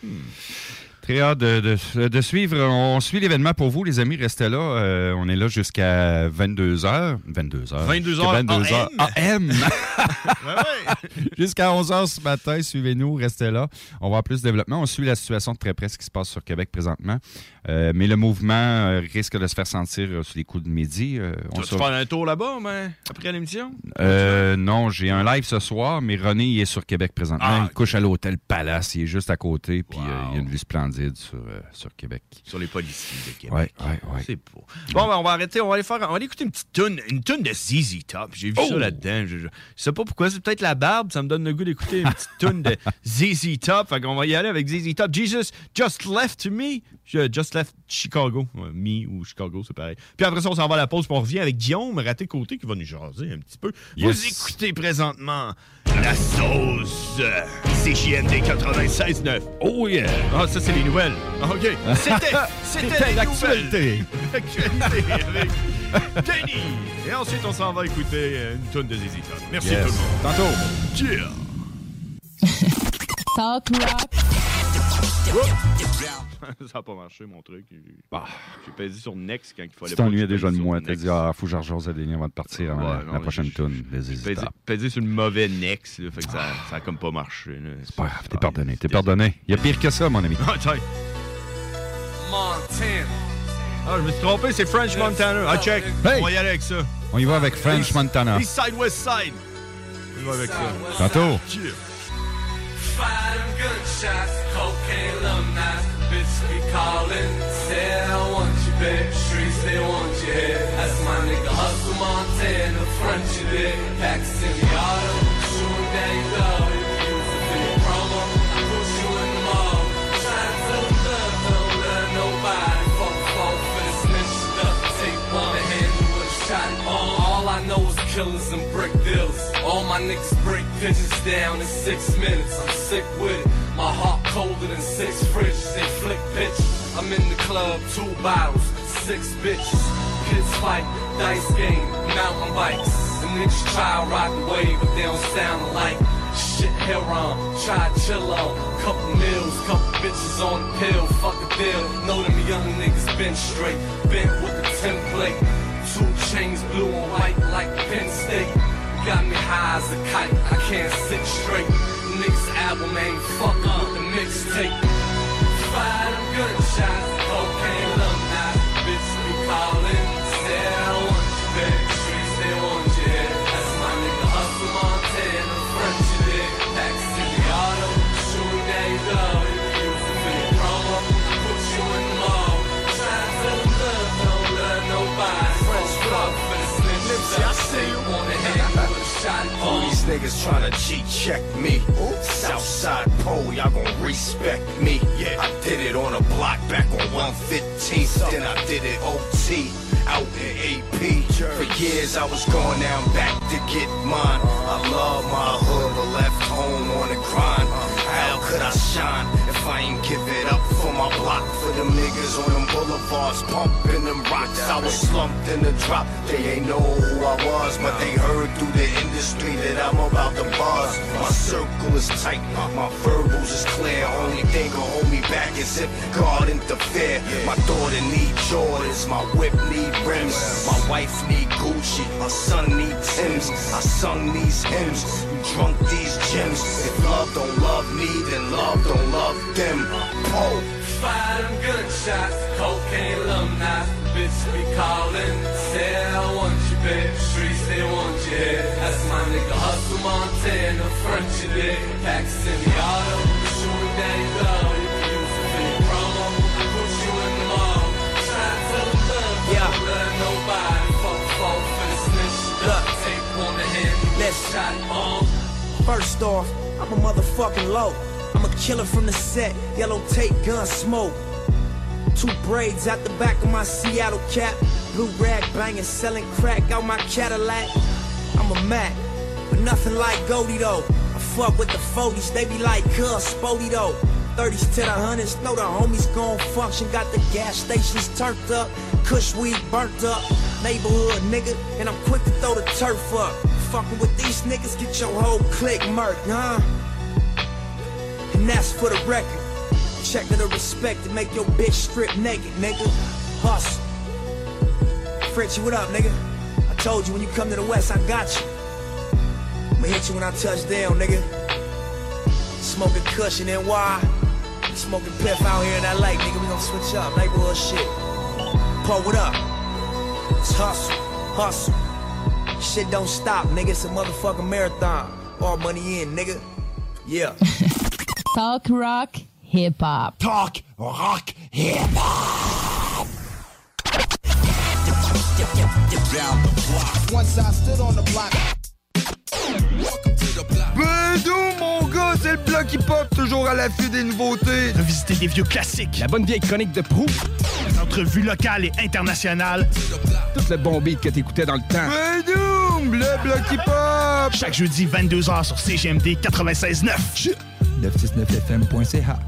Très hâte de, de- de suivre. On suit l'événement pour vous, les amis. Restez là. Euh, on est là jusqu'à vingt-deux heures. vingt-deux heures. vingt-deux Jusqu'à heures vingt-deux heures A M. A M. Ouais, ouais. Jusqu'à onze heures ce matin. Suivez-nous. Restez là. On va avoir plus de développement. On suit la situation de très près, ce qui se passe sur Québec présentement. Euh, mais le mouvement euh, risque de se faire sentir euh, sur les coups de midi. Euh, on Tu vas-tu sur- faire un tour là-bas, mais après l'émission? Euh, non, j'ai un live ce soir, mais René il est sur Québec présentement. Ah, il couche à l'hôtel Palace. Il est juste à côté. Puis Wow. euh, il y a une vue splendide sur, euh, sur Québec. Sur les policiers de Québec. Ouais, ouais, ouais. C'est beau. Bon, ben, on va arrêter. On va aller faire. On va aller écouter une petite toune. Une toune de Z Z Top. J'ai vu Oh! ça là-dedans. Je, je, je sais pas pourquoi. C'est peut-être la barbe. Ça me donne le goût d'écouter une petite toune de Z Z Top. Fait qu'on va y aller avec Z Z Top. Jesus Just Left to Me. Je, just Left Chicago. Ouais, me ou Chicago, c'est pareil. Puis après ça, on s'en va à la pause. Puis on revient avec Guillaume Raté-Côté qui va nous jaser un petit peu. Yes. Vous écoutez présentement La Sauce. C J M D quatre-vingt-seize neuf. Oh yeah! Ah, ça, c'est les nouvelles. Ah, OK. C'était, c'était les l'actualité. nouvelles. L'actualité avec Denis. Et ensuite, on s'en va écouter euh, une tonne de Z Z Top. Merci Yes. tout le monde. Tantôt. Yeah. Talk rock. Ça n'a pas marché, mon truc. J'ai, Ah. j'ai pesé sur Next quand il fallait Tu pas. t'ennuyais que je déjà de pèse moi. sur T'as Next. dit, ah, faut que je rejase à Denis avant de partir avant Ouais, la, non, la prochaine j'ai- tune. des J'ai Easy pesé, Top. pesé sur le mauvais Next. Là, fait que ça, ça a comme pas marché. Là. C'est pas grave, t'es pardonné. T'es pardonné. Il y a pire que ça, mon ami. Ah, tiens. Montana. Ah, je me suis trompé, c'est French Montana. Ah, check. Hey. On va y aller avec ça. On y va avec French Montana. East Side, West Side. On y va avec ça. Tantôt. Yeah. Fire them gunshots, cocaine alumni, bitch be calling. Say I want you back, streets they want you here. That's my nigga Hustle Montana, front you there. Packs in the auto, shooting down your dog. Use it for your promo, I put you in the mall. Trying to love, don't love nobody. Fuck, fuck for this snitch stuff. Take one to handle with a shot. All, all I know is killers and brick deals. All my niggas break bitches down in six minutes. I'm sick with it. My heart colder than six fridges. They flick pitch. I'm in the club, two bottles, six bitches. Kids fight, dice game, mountain bikes. The niggas try to ride the wave, but they don't sound alike. Shit, hair on, try to chill on. Couple meals, couple bitches on the pill. Fuck a deal. Know them young niggas been straight, bent with the template. Two chains, blue and white like Penn State. Got me high as a kite, I can't sit straight. Niggas album ain't fucking with the mixtape. Fire them gunshots, cocaine alumni, bitch be calling. Say I want you back, streets they want you here. That's my nigga Hustle Montana, front you there. Packs in the auto, shooting down your dog. Use it for your promo, put you in the mall. Trying to love, don't love nobody. French fuck for the snitch. I see you wanna hit with a shot. All these niggas tryna G-check me. Southside pole, y'all gon' respect me. Yeah, I did it on a block back on one fifteenth. Then I did it O T out in A P. For years I was going down back to get mine. I love my hood, but left home on the grind. How could could I shine if I ain't give it up for my block? For them niggas on them boulevards, pumping them rocks. I was slumped in the drop. They ain't know who I was, but they heard through the industry that I'm about to buzz. My circle is tight, my verbals is clear. Only thing gon' hold me back is if God interfere. My daughter need Jordans, my whip need rims. My wife need Gucci, her son need Timbs. I sung these hymns, you drunk these gems. If love don't love me, then love don't love them. Oh. Fire them gunshots, cocaine alumni. Bitch be calling, say I want you, bitch. Streets they want you here. That's my nigga Hustle Montana, front you there. Packs in the auto, shooting down your blow. You can use it for your promo, put you in the mall. Try to tell them love, yeah. Don't let nobody fuck fall for the snitch. Look, tape on the hand, let's shot on. First off, I'm a motherfucking low. I'm a killer from the set, yellow tape, gun smoke. Two braids out the back of my Seattle cap. Blue rag banging, selling crack out my Cadillac. I'm a Mac, but nothing like Goldie though. I fuck with the forties, they be like, cuz, Spody though. thirties to the hundreds, know the homies gon' function. Got the gas stations turned up, kush weed burnt up. Neighborhood nigga, and I'm quick to throw the turf up. Fucking with these niggas, get your whole clique murked, huh? And that's for the record. Check to the respect to make your bitch strip naked, nigga. Hustle. Frenchie, what up, nigga? I told you when you come to the West, I got you. I'ma hit you when I touch down, nigga. Smoking Kush in N Y. Smoking Piff out here in L A, nigga. We gon' switch up, neighborhood shit. Paul, what up? It's hustle, hustle. Shit don't stop, nigga. It's a motherfucking marathon. All money in, nigga. Yeah. Talk rock, hip hop. Talk rock, hip hop. Down the block. Once I stood on the block. Ben d'où, mon gars, c'est le bloc hip-hop, toujours à l'affût des nouveautés. Revisiter des vieux classiques. La bonne vieille chronique de Proulx. Les entrevues locales et internationales. Tout le bon beat que t'écoutais dans le temps. Ben d'où, le bloc hip-hop. Chaque jeudi, vingt-deux heures sur C G M D quatre-vingt-seize neuf. neuf cent soixante-neuf F M point C A.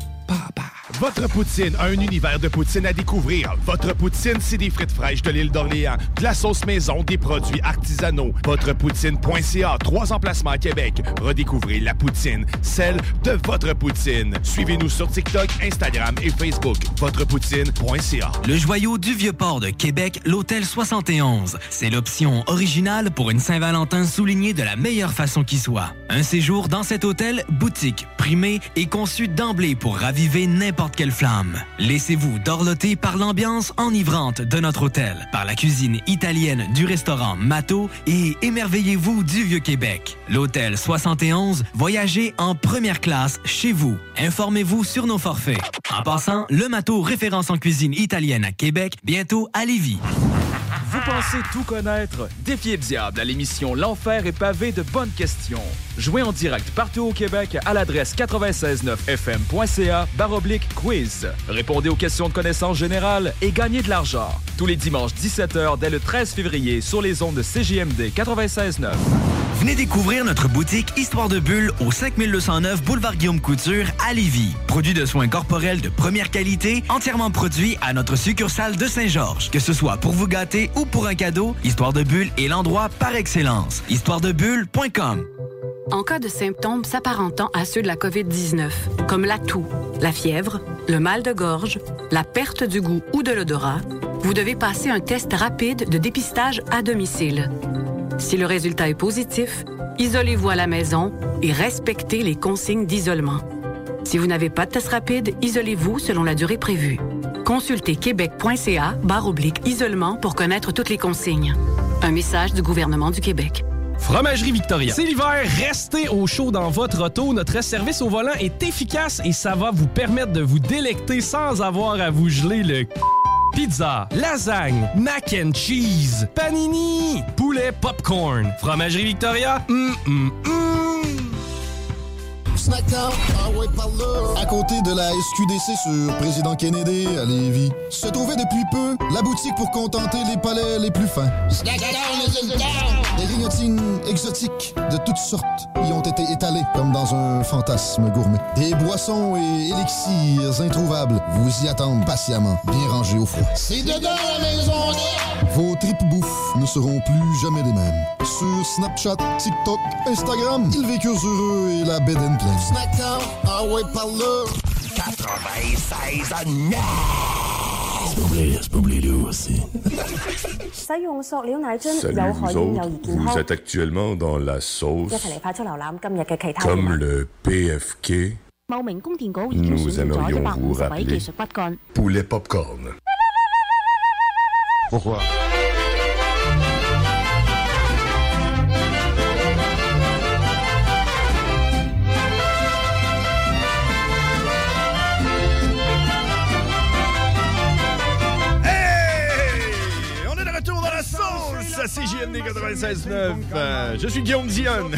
Votre poutine, un univers de poutine à découvrir. Votre poutine, c'est des frites fraîches de l'île d'Orléans, de la sauce maison, des produits artisanaux. Votrepoutine point C A, trois emplacements à Québec. Redécouvrez la poutine, celle de votre poutine. Suivez-nous sur TikTok, Instagram et Facebook. Votrepoutine point C A. Le joyau du Vieux-Port de Québec, l'Hôtel soixante et onze. C'est l'option originale pour une Saint-Valentin soulignée de la meilleure façon qui soit. Un séjour dans cet hôtel boutique, primé et conçu d'emblée pour raviver n'importe quelle flamme. Laissez-vous dorloter par l'ambiance enivrante de notre hôtel, par la cuisine italienne du restaurant Mato et émerveillez-vous du Vieux-Québec. L'Hôtel soixante et onze, voyagez en première classe chez vous. Informez-vous sur nos forfaits. En passant, le Mato, référence en cuisine italienne à Québec, bientôt à Lévis. Vous pensez tout connaître? Défiez le diable à l'émission L'Enfer est pavé de bonnes questions. Jouez en direct partout au Québec à l'adresse quatre-vingt-seize neuf F M point C A barre oblique quiz. Répondez aux questions de connaissance générale et gagnez de l'argent. Tous les dimanches dix-sept heures dès le treize février sur les ondes de C J M D quatre-vingt-seize neuf. Venez découvrir notre boutique Histoire de Bulle au cinq mille deux cent neuf boulevard Guillaume Couture à Lévis. Produit de soins corporels de première qualité, entièrement produit à notre succursale de Saint-Georges. Que ce soit pour vous gâter ou pour un cadeau, Histoire de Bulle est l'endroit par excellence. histoire de bulle point com. En cas de symptômes s'apparentant à ceux de la covid dix-neuf, comme la toux, la fièvre, le mal de gorge, la perte du goût ou de l'odorat, vous devez passer un test rapide de dépistage à domicile. Si le résultat est positif, isolez-vous à la maison et respectez les consignes d'isolement. Si vous n'avez pas de test rapide, isolez-vous selon la durée prévue. Consultez québec point C A barre oblique isolement pour connaître toutes les consignes. Un message du gouvernement du Québec. Fromagerie Victoria. C'est l'hiver, restez au chaud dans votre auto. Notre service au volant est efficace et ça va vous permettre de vous délecter sans avoir à vous geler le... Pizza, lasagne, mac and cheese, panini, poulet popcorn. Fromagerie Victoria, hum, hum, hum. Snackdown, ah ouais, par là. À côté de la S Q D C sur Président Kennedy à Lévis, se trouvait depuis peu la boutique pour contenter les palais les plus fins. Snackdown is in town. Des grignotines exotiques de toutes sortes y ont été étalées comme dans un fantasme gourmet. Des boissons et élixirs introuvables vous y attendent patiemment, bien rangés au froid. C'est dedans la maison! Vos tripes bouffe ne seront plus jamais les mêmes. Sur Snapchat, TikTok, Instagram, ils vécurent heureux et la bed and pleine. Snackdown, ah ouais, par là! quatre-vingt-seize à neuf! C'est pas oublié aussi. Salut vous autres, vous êtes actuellement dans la sauce comme le P F K. Nous aimerions vous rappeler poulet popcorn. Pourquoi? À C J M D quatre-vingt-seize neuf. Euh, je suis Guillaume Dionne.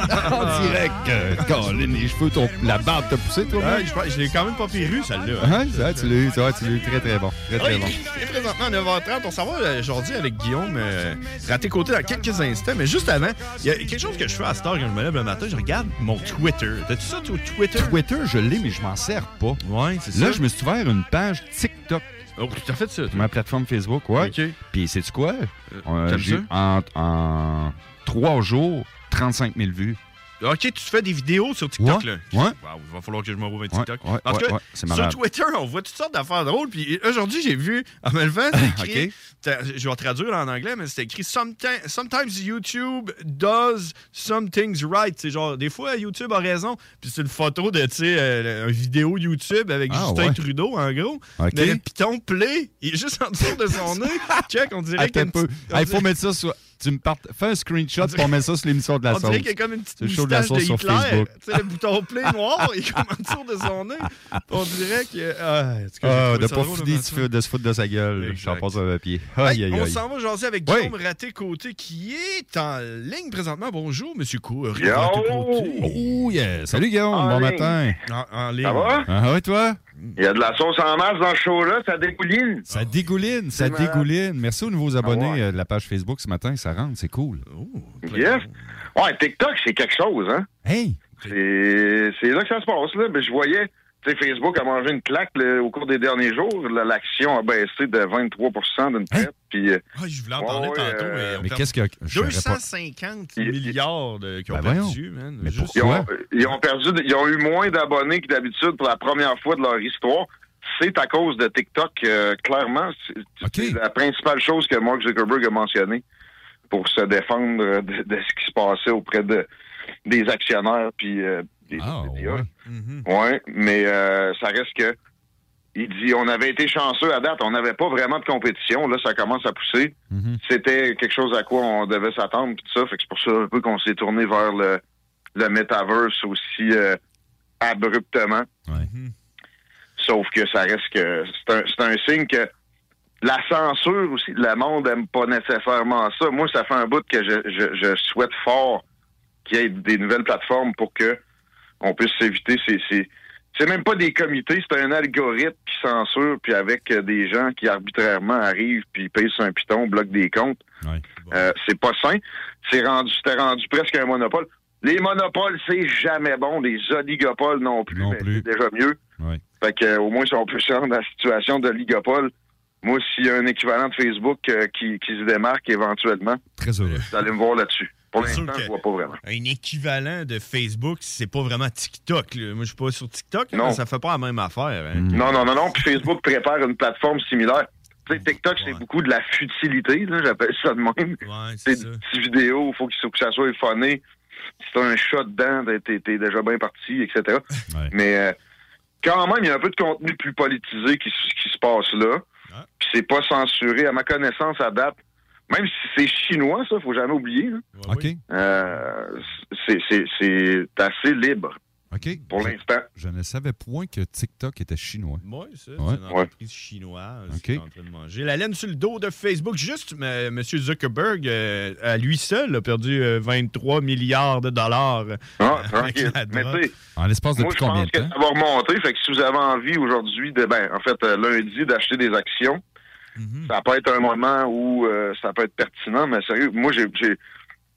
En direct. Euh, Colin, les cheveux, ton, la barbe t'a poussé, toi? Ouais, je, je l'ai quand même pas perru, celle-là. Hein? Ah, tu l'as eu, tu l'as eu. Très, très bon. Très, très oui, bon. Et présentement, à neuf heures trente, on s'en va aujourd'hui avec Guillaume euh, raté côté dans quelques instants. Mais juste avant, il y a quelque chose que je fais à cette heure quand je me lève le matin. Je regarde mon Twitter. T'as-tu ça, toi, Twitter? Twitter, je l'ai, mais je m'en sers pas. Ouais, c'est ça. Là, je me suis ouvert une page TikTok. Oh, tu as fait ça? Ma plateforme Facebook, ouais. OK. Puis, sais-tu quoi? Euh, j'ai en, en trois jours, trente-cinq mille vues. OK, tu fais des vidéos sur TikTok, ouais, là. Ouais. Wow, il va falloir que je m'envoie un TikTok. Ouais, ouais, en tout cas, ouais, ouais, c'est sur Twitter, on voit toutes sortes d'affaires drôles. Puis aujourd'hui, j'ai vu, en me levant, c'est écrit, okay. Je vais traduire en anglais, mais c'est écrit Sometimes, Sometimes YouTube does some things right. C'est genre, des fois, YouTube a raison. Puis c'est une photo de, tu sais, euh, une vidéo YouTube avec ah, Justin ouais. Trudeau, en gros. Okay. Mais le piton play, il est juste en dessous de son nez. Check, on dirait qu'il y a une petite... Il faut mettre ça sur... Tu me partes... Fais un screenshot pour mettre ça sur l'émission de la sauce. On dirait qu'il y a comme une petite moustache de, la sauce de Hitler. Sur Facebook. Tu sais, le bouton play noir, il est comme en dessous de son nez. On dirait que... Ah, ah de pas foutre, de, de se foutre de sa gueule. Je t'en passe un papier. Aïe, aïe, aïe. On s'en va jaser avec Guillaume oui. Raté-Côté qui est en ligne présentement. Bonjour, M. Raté-Côté. Oh, yeah. Salut, Guillaume. En bon ligne. Matin. En, en ligne. Ça va? Ah oui, toi? Il y a de la sauce en masse dans ce show-là, ça dégouline. Ça dégouline, ça dégouline. Merci aux nouveaux abonnés ah ouais. de la page Facebook ce matin, ça rentre, c'est cool. Oh, yes. Ouais, TikTok, c'est quelque chose, hein? Hey! C'est, c'est là que ça se passe, là. Ben, je voyais, tu sais, Facebook a mangé une claque là, au cours des derniers jours. Là, l'action a baissé de vingt-trois pour cent d'une traite. Hein? Puis, euh, ah, je voulais en parler ouais, tantôt. Euh, mais mais qu'est-ce que... deux cent cinquante milliards de, qui ont ben perdu, man. Mais juste... ils, ont, ils ont perdu, ils ont eu moins d'abonnés que d'habitude pour la première fois de leur histoire. C'est à cause de TikTok, euh, clairement. C'est, okay. c'est la principale chose que Mark Zuckerberg a mentionné pour se défendre de, de ce qui se passait auprès de, des actionnaires puis euh, des ah, médias. Ouais, mm-hmm. ouais mais euh, ça reste que il dit on avait été chanceux à date, on n'avait pas vraiment de compétition. Là, ça commence à pousser. Mm-hmm. C'était quelque chose à quoi on devait s'attendre puis tout ça. Fait que c'est pour ça un peu qu'on s'est tourné vers le, le metaverse aussi euh, abruptement. Ouais. Sauf que ça reste que c'est un, c'est un signe que la censure aussi, le monde n'aime pas nécessairement ça. Moi, ça fait un bout que je, je, je souhaite fort qu'il y ait des nouvelles plateformes pour que on puisse s'éviter ces, ces... C'est même pas des comités, c'est un algorithme qui censure, puis avec des gens qui arbitrairement arrivent, puis payent sur un piton, bloquent des comptes. Ouais, bon. euh, c'est pas sain. C'est rendu, c'était rendu presque un monopole. Les monopoles, c'est jamais bon. Les oligopoles non plus, non mais plus. c'est déjà mieux. Ouais. Fait que, euh, au moins, si on peut se rendre dans la situation d'oligopole, moi, s'il y a un équivalent de Facebook euh, qui, qui se démarque éventuellement, très heureux. Vous allez me voir là-dessus. Pour l'instant, je vois pas vraiment. Un équivalent de Facebook, c'est pas vraiment TikTok. Là. Moi, je suis pas sur TikTok, non. Là, ça fait pas la même affaire. Hein. Mm. Non, non, non, non. Puis Facebook prépare une plateforme similaire. Tu sais, TikTok, ouais. c'est beaucoup de la futilité, là, j'appelle ça de même. Ouais, c'est, c'est des petites vidéos, il faut que ça soit funné. Si t'as un chat dedans, t'es, t'es déjà bien parti, et cetera. Ouais. Mais euh, quand même, il y a un peu de contenu plus politisé qui, qui se passe là. Ouais. Puis c'est pas censuré. À ma connaissance, à date, même si c'est chinois, ça, faut jamais oublier. Hein. OK. Euh, c'est, c'est, c'est assez libre. OK. Pour je, l'instant. Je ne savais point que TikTok était chinois. Oui, ça. Ouais. C'est une entreprise ouais. chinoise okay. qui est en train de manger la laine sur le dos de Facebook. Juste, M. Zuckerberg, euh, à lui seul, a perdu euh, vingt-trois milliards de dollars. Ah, tranquille. Mais tu sais, en l'espace de moi, combien de temps? Je pense que ça va remonter. Fait que si vous avez envie aujourd'hui, de, ben, en fait, euh, lundi, d'acheter des actions, mm-hmm. ça peut être un moment où euh, ça peut être pertinent. Mais sérieux, moi, j'ai... j'ai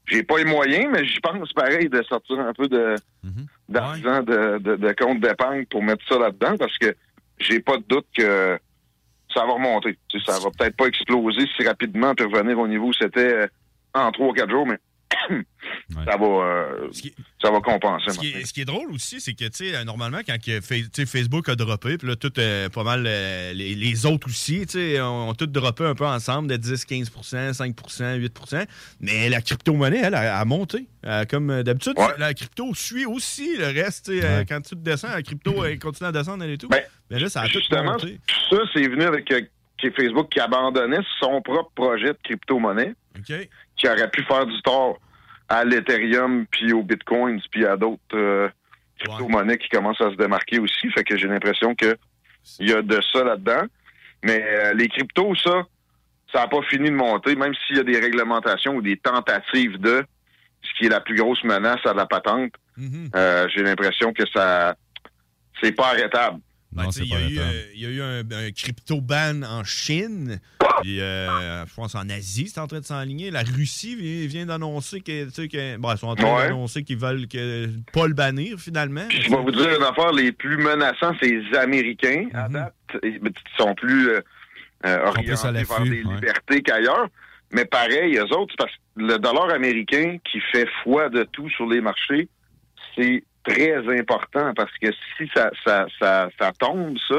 j'ai pas les moyens, mais j'y pense pareil de sortir un peu de mm-hmm. d'argent ouais. de, de, de compte d'épargne pour mettre ça là-dedans, parce que j'ai pas de doute que ça va remonter. Tu sais, ça va peut-être pas exploser si rapidement puis revenir au niveau où c'était en trois ou quatre jours, mais ouais. ça va euh, qui, ça va compenser. Ce qui, est, ce qui est drôle aussi, c'est que, tu sais, normalement, quand que, Facebook a droppé, puis là, tout, euh, pas mal, euh, les, les autres aussi, tu sais, ont, ont tout droppé un peu ensemble de dix, quinze pour cent, cinq pour cent, huit pour cent. Mais la crypto-monnaie, elle, a, a monté. Euh, comme d'habitude, ouais. la crypto suit aussi le reste. Ouais. Euh, quand tu te descends, la crypto elle continue à descendre elle et tout. Ben, mais là, ça a tout monté. Ça, c'est venu avec euh, Facebook qui abandonnait son propre projet de crypto-monnaie. Okay. Qui aurait pu faire du tort à l'Ethereum, puis au Bitcoin, puis à d'autres euh, crypto-monnaies ouais. qui commencent à se démarquer aussi. Fait que j'ai l'impression que il y a de ça là-dedans. Mais euh, les cryptos, ça, ça n'a pas fini de monter, même s'il y a des réglementations ou des tentatives de ce qui est la plus grosse menace à la patente. Mm-hmm. Euh, j'ai l'impression que ça c'est pas arrêtable. Ben, il y, euh, y a eu un, un crypto-ban en Chine, puis euh, je pense en Asie, c'est en train de s'enligner. La Russie vient, vient d'annoncer que, que bon, ils sont en train ouais. d'annoncer qu'ils veulent que, pas le bannir finalement. Je vais vous dire une affaire, les plus menaçants, c'est les Américains. Mm-hmm. À date, ils sont plus euh, euh, orientés vers des ouais. libertés qu'ailleurs. Mais pareil, eux autres, parce que le dollar américain qui fait foi de tout sur les marchés, c'est très important, parce que si ça ça ça, ça tombe, ça,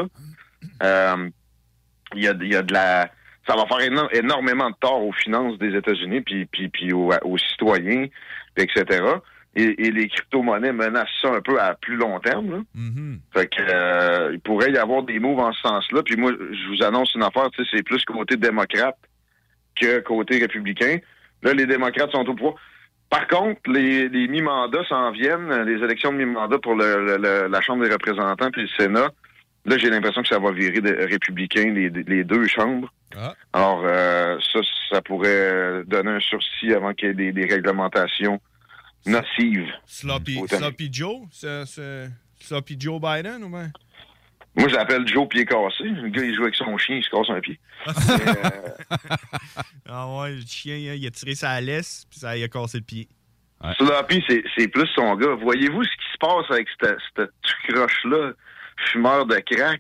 euh, il y a, y a de la... Ça va faire éno- énormément de tort aux finances des États-Unis, puis, puis, puis aux, aux citoyens, et cetera. Et, et les crypto-monnaies menacent ça un peu à plus long terme. Là. Mm-hmm. Fait que euh, il pourrait y avoir des moves en ce sens-là. Puis moi, je vous annonce une affaire, tu sais, c'est plus côté démocrate que côté républicain. Là, les démocrates sont au pouvoir. Par contre, les, les mi-mandats s'en viennent, les élections de mi-mandat pour le, le, le, la Chambre des représentants puis le Sénat. Là, j'ai l'impression que ça va virer de républicain, les, les deux chambres. Ah. Alors, euh, ça, ça pourrait donner un sursis avant qu'il y ait des, des réglementations nocives. Sloppy, Sloppy Joe? C'est, c'est Sloppy Joe Biden ou bien? Moi, je l'appelle Joe Pied Cassé. Le gars, il joue avec son chien, il se casse un pied. Mais, euh... ah ouais, le chien, il a tiré sa laisse, puis ça il a cassé le pied. Ouais. Sloppy, c'est, c'est plus son gars. Voyez-vous ce qui se passe avec cette, cette croche-là, fumeur de crack?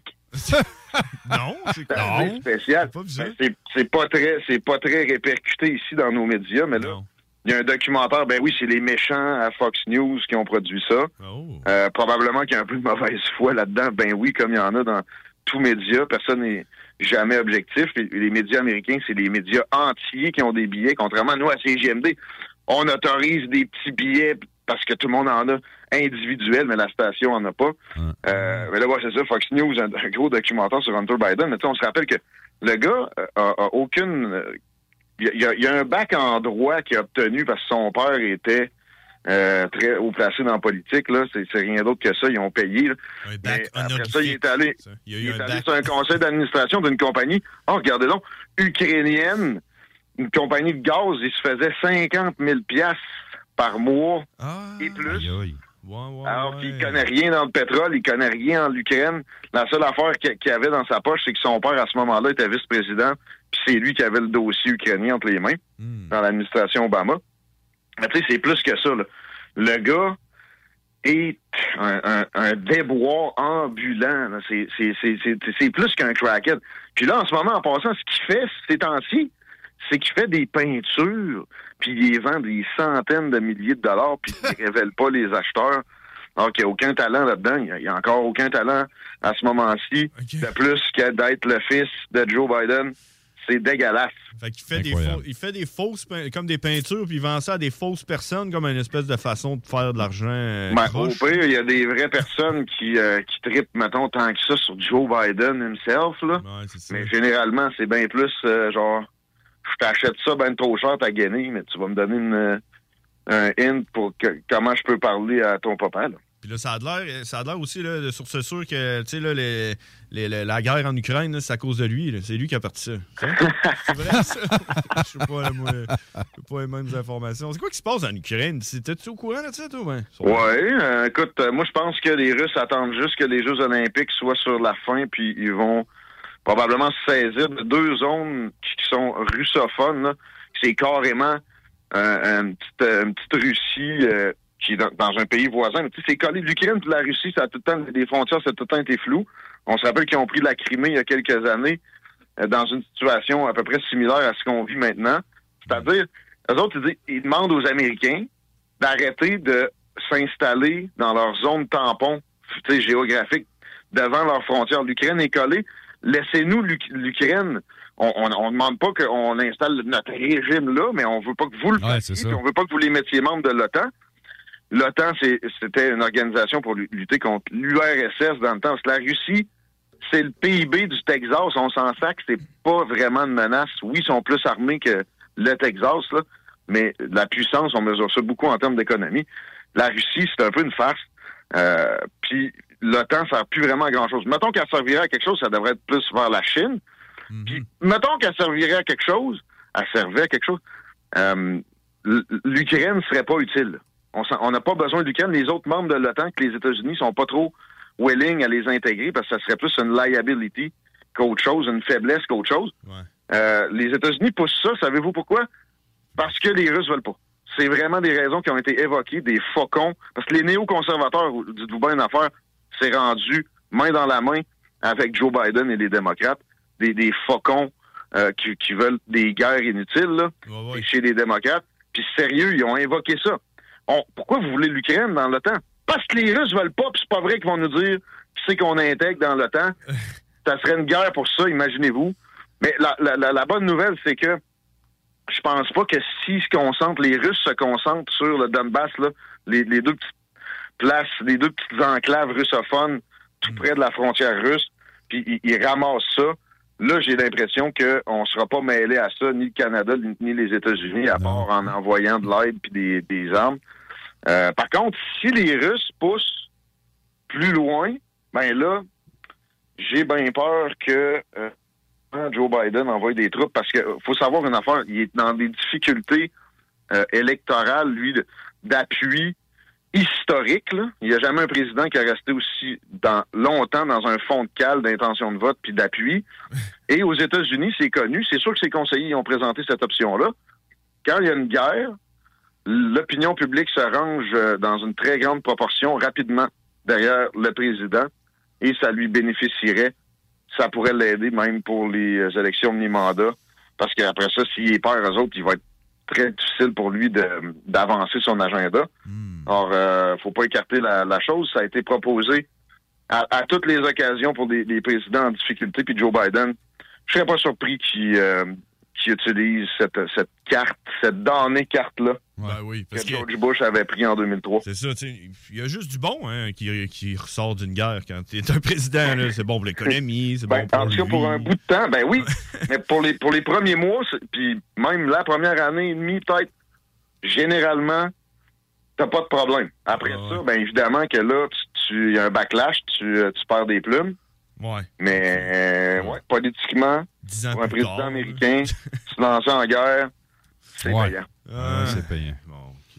Non, c'est, c'est non. spécial. C'est pas, c'est, c'est, pas très, c'est pas très répercuté ici dans nos médias, mais là... Non. Il y a un documentaire, ben oui, c'est les méchants à Fox News qui ont produit ça. Oh. Euh, probablement qu'il y a un peu de mauvaise foi là-dedans. Ben oui, comme il y en a dans tous médias, personne n'est jamais objectif. Les, les médias américains, c'est les médias entiers qui ont des billets, contrairement à nous, à C G M D. On autorise des petits billets parce que tout le monde en a individuel, mais la station en a pas. Hum. Euh, mais là, ouais, c'est ça, Fox News, un, un gros documentaire sur Hunter Biden. Mais tu sais, on se rappelle que le gars a, a aucune... Il y, a, il y a un bac en droit qu'il a obtenu parce que son père était euh, très haut placé dans la politique. Là. C'est, c'est rien d'autre que ça. Ils ont payé. Là. Un bac Mais après ça, il est allé, il il est allé sur un conseil d'administration d'une compagnie. Oh, regardez donc, ukrainienne, une compagnie de gaz, il se faisait cinquante mille piastres par mois ah, et plus. Aïe, aïe. Ouais, ouais, Alors, ouais. il connaît rien dans le pétrole, il connaît rien en l'Ukraine. La seule affaire qu'il, qu'il avait dans sa poche, c'est que son père, à ce moment-là, était vice-président, puis c'est lui qui avait le dossier ukrainien entre les mains, mm. dans l'administration Obama. Mais tu sais, c'est plus que ça, là. Le gars est un, un, un déboire ambulant. Là. C'est, c'est, c'est, c'est, c'est plus qu'un crackhead. Puis là, en ce moment, en passant, ce qu'il fait ces temps-ci, c'est qu'il fait des peintures, puis il les vend des centaines de milliers de dollars, puis il ne révèle pas les acheteurs. Alors qu'il n'y a aucun talent là-dedans. Il n'y a, a encore aucun talent à ce moment-ci. Okay. De plus que d'être le fils de Joe Biden. C'est dégueulasse. Fait qu'il fait des, faux, il fait des fausses, comme des peintures, puis il vend ça à des fausses personnes comme une espèce de façon de faire de l'argent. Euh, ben, au pire, il y a des vraies personnes qui, euh, qui trippent, mettons, tant que ça sur Joe Biden himself. Là. Ouais, mais généralement, c'est bien plus euh, genre, je t'achète ça ben trop cher, t'as gagné, mais tu vas me donner une, un hint pour que, comment je peux parler à ton papa. Là. Puis là, ça a l'air, ça a l'air aussi, là, de source sûre que, tu sais, là, les, les, les, la guerre en Ukraine, là, c'est à cause de lui. Là. C'est lui qui a parti ça. C'est vrai, ça? Je sais pas, là, moi, je pas les mêmes informations. C'est quoi qui se passe en Ukraine? T'es-tu au courant de ça, toi? Ouais, ouais euh, écoute, euh, moi, je pense que les Russes attendent juste que les Jeux olympiques soient sur la fin, puis ils vont probablement se saisir de deux zones qui sont russophones, là. C'est carrément euh, une, petite, une petite Russie euh, qui est dans, dans un pays voisin. Mais tu sais, c'est collé. L'Ukraine et la Russie, ça a tout le temps, les frontières, ça a tout le temps été flou. On se rappelle qu'ils ont pris la Crimée il y a quelques années euh, dans une situation à peu près similaire à ce qu'on vit maintenant. C'est-à-dire, eux autres, ils, disent, ils demandent aux Américains d'arrêter de s'installer dans leur zone tampon géographique devant leurs frontières. L'Ukraine est collée. Laissez-nous l'Ukraine. On ne demande pas qu'on installe notre régime là, mais on veut pas que vous le fassiez, puis on veut pas que vous les mettiez membres de l'OTAN. L'OTAN, c'était une organisation pour lutter contre l'U R S S dans le temps. Parce que la Russie, c'est le P I B du Texas. On s'en sac, c'est pas vraiment une menace. Oui, ils sont plus armés que le Texas, là, mais la puissance, on mesure ça beaucoup en termes d'économie. La Russie, c'est un peu une farce. Euh, puis l'OTAN ne sert plus vraiment à grand-chose. Mettons qu'elle servirait à quelque chose, ça devrait être plus vers la Chine. Mm-hmm. Puis mettons qu'elle servirait à quelque chose, elle servait à quelque chose, euh, l'Ukraine ne serait pas utile. On n'a pas besoin de l'Ukraine. Les autres membres de l'OTAN, que les États-Unis sont pas trop willing à les intégrer parce que ça serait plus une liability qu'autre chose, une faiblesse qu'autre chose. Ouais. Euh, les États-Unis poussent ça, savez-vous pourquoi? Parce que les Russes veulent pas. C'est vraiment des raisons qui ont été évoquées, des faucons. Parce que les néoconservateurs, dites-vous bien une affaire, c'est rendu main dans la main avec Joe Biden et les démocrates, des, des faucons euh, qui, qui veulent des guerres inutiles là, ouais, ouais. chez les démocrates. Puis sérieux, ils ont invoqué ça. On, pourquoi vous voulez l'Ukraine dans l'OTAN? Parce que les Russes veulent pas, puis c'est pas vrai qu'ils vont nous dire qui c'est qu'on intègre dans l'OTAN. Ça serait une guerre pour ça, imaginez-vous. Mais la, la, la, la bonne nouvelle, c'est que je pense pas que si se concentrent, les Russes se concentrent sur le Donbass, là, les, les deux petites places, les deux petites enclaves russophones tout près de la frontière russe, puis ils, ils ramassent ça. Là, j'ai l'impression qu'on ne sera pas mêlé à ça, ni le Canada, ni les États-Unis, à part en envoyant de l'aide puis des, des armes. Euh, par contre, si les Russes poussent plus loin, ben là, j'ai bien peur que euh, Joe Biden envoie des troupes, parce qu'il faut savoir une affaire, il est dans des difficultés euh, électorales, lui, de, d'appui historique. Là. Il n'y a jamais un président qui a resté aussi dans, longtemps dans un fond de cale d'intention de vote puis d'appui. Et aux États-Unis, c'est connu. C'est sûr que ses conseillers ont présenté cette option-là. Quand il y a une guerre, l'opinion publique se range dans une très grande proportion rapidement derrière le président et ça lui bénéficierait. Ça pourrait l'aider même pour les élections mi-mandat parce qu'après ça, s'il est peur aux autres, il va être très difficile pour lui de, d'avancer son agenda. Mm. Or, euh, faut pas écarter la, la chose. Ça a été proposé à, à toutes les occasions pour des, des présidents en difficulté. Puis Joe Biden, je serais pas surpris qu'il, euh, qu'il utilise cette, cette carte, cette damnée carte-là. Ouais, oui, parce que George Bush avait pris en deux mille trois. C'est ça, tu sais. Il y a juste du bon hein, qui, qui ressort d'une guerre quand tu es un président. Là, c'est bon pour l'économie, c'est ben, bon pour en tout cas, lui. pour un bout de temps, ben oui. Mais pour les pour les premiers mois, puis même la première année et demie, peut-être, généralement, t'as pas de problème. Après ah, ça, ben évidemment que là, tu y a un backlash, tu, tu perds des plumes. Ouais. Mais, ouais, ouais politiquement, pour un président tard, américain, se lancer en guerre, c'est ouais. payant. Euh, ouais, c'est payant. Bon, OK.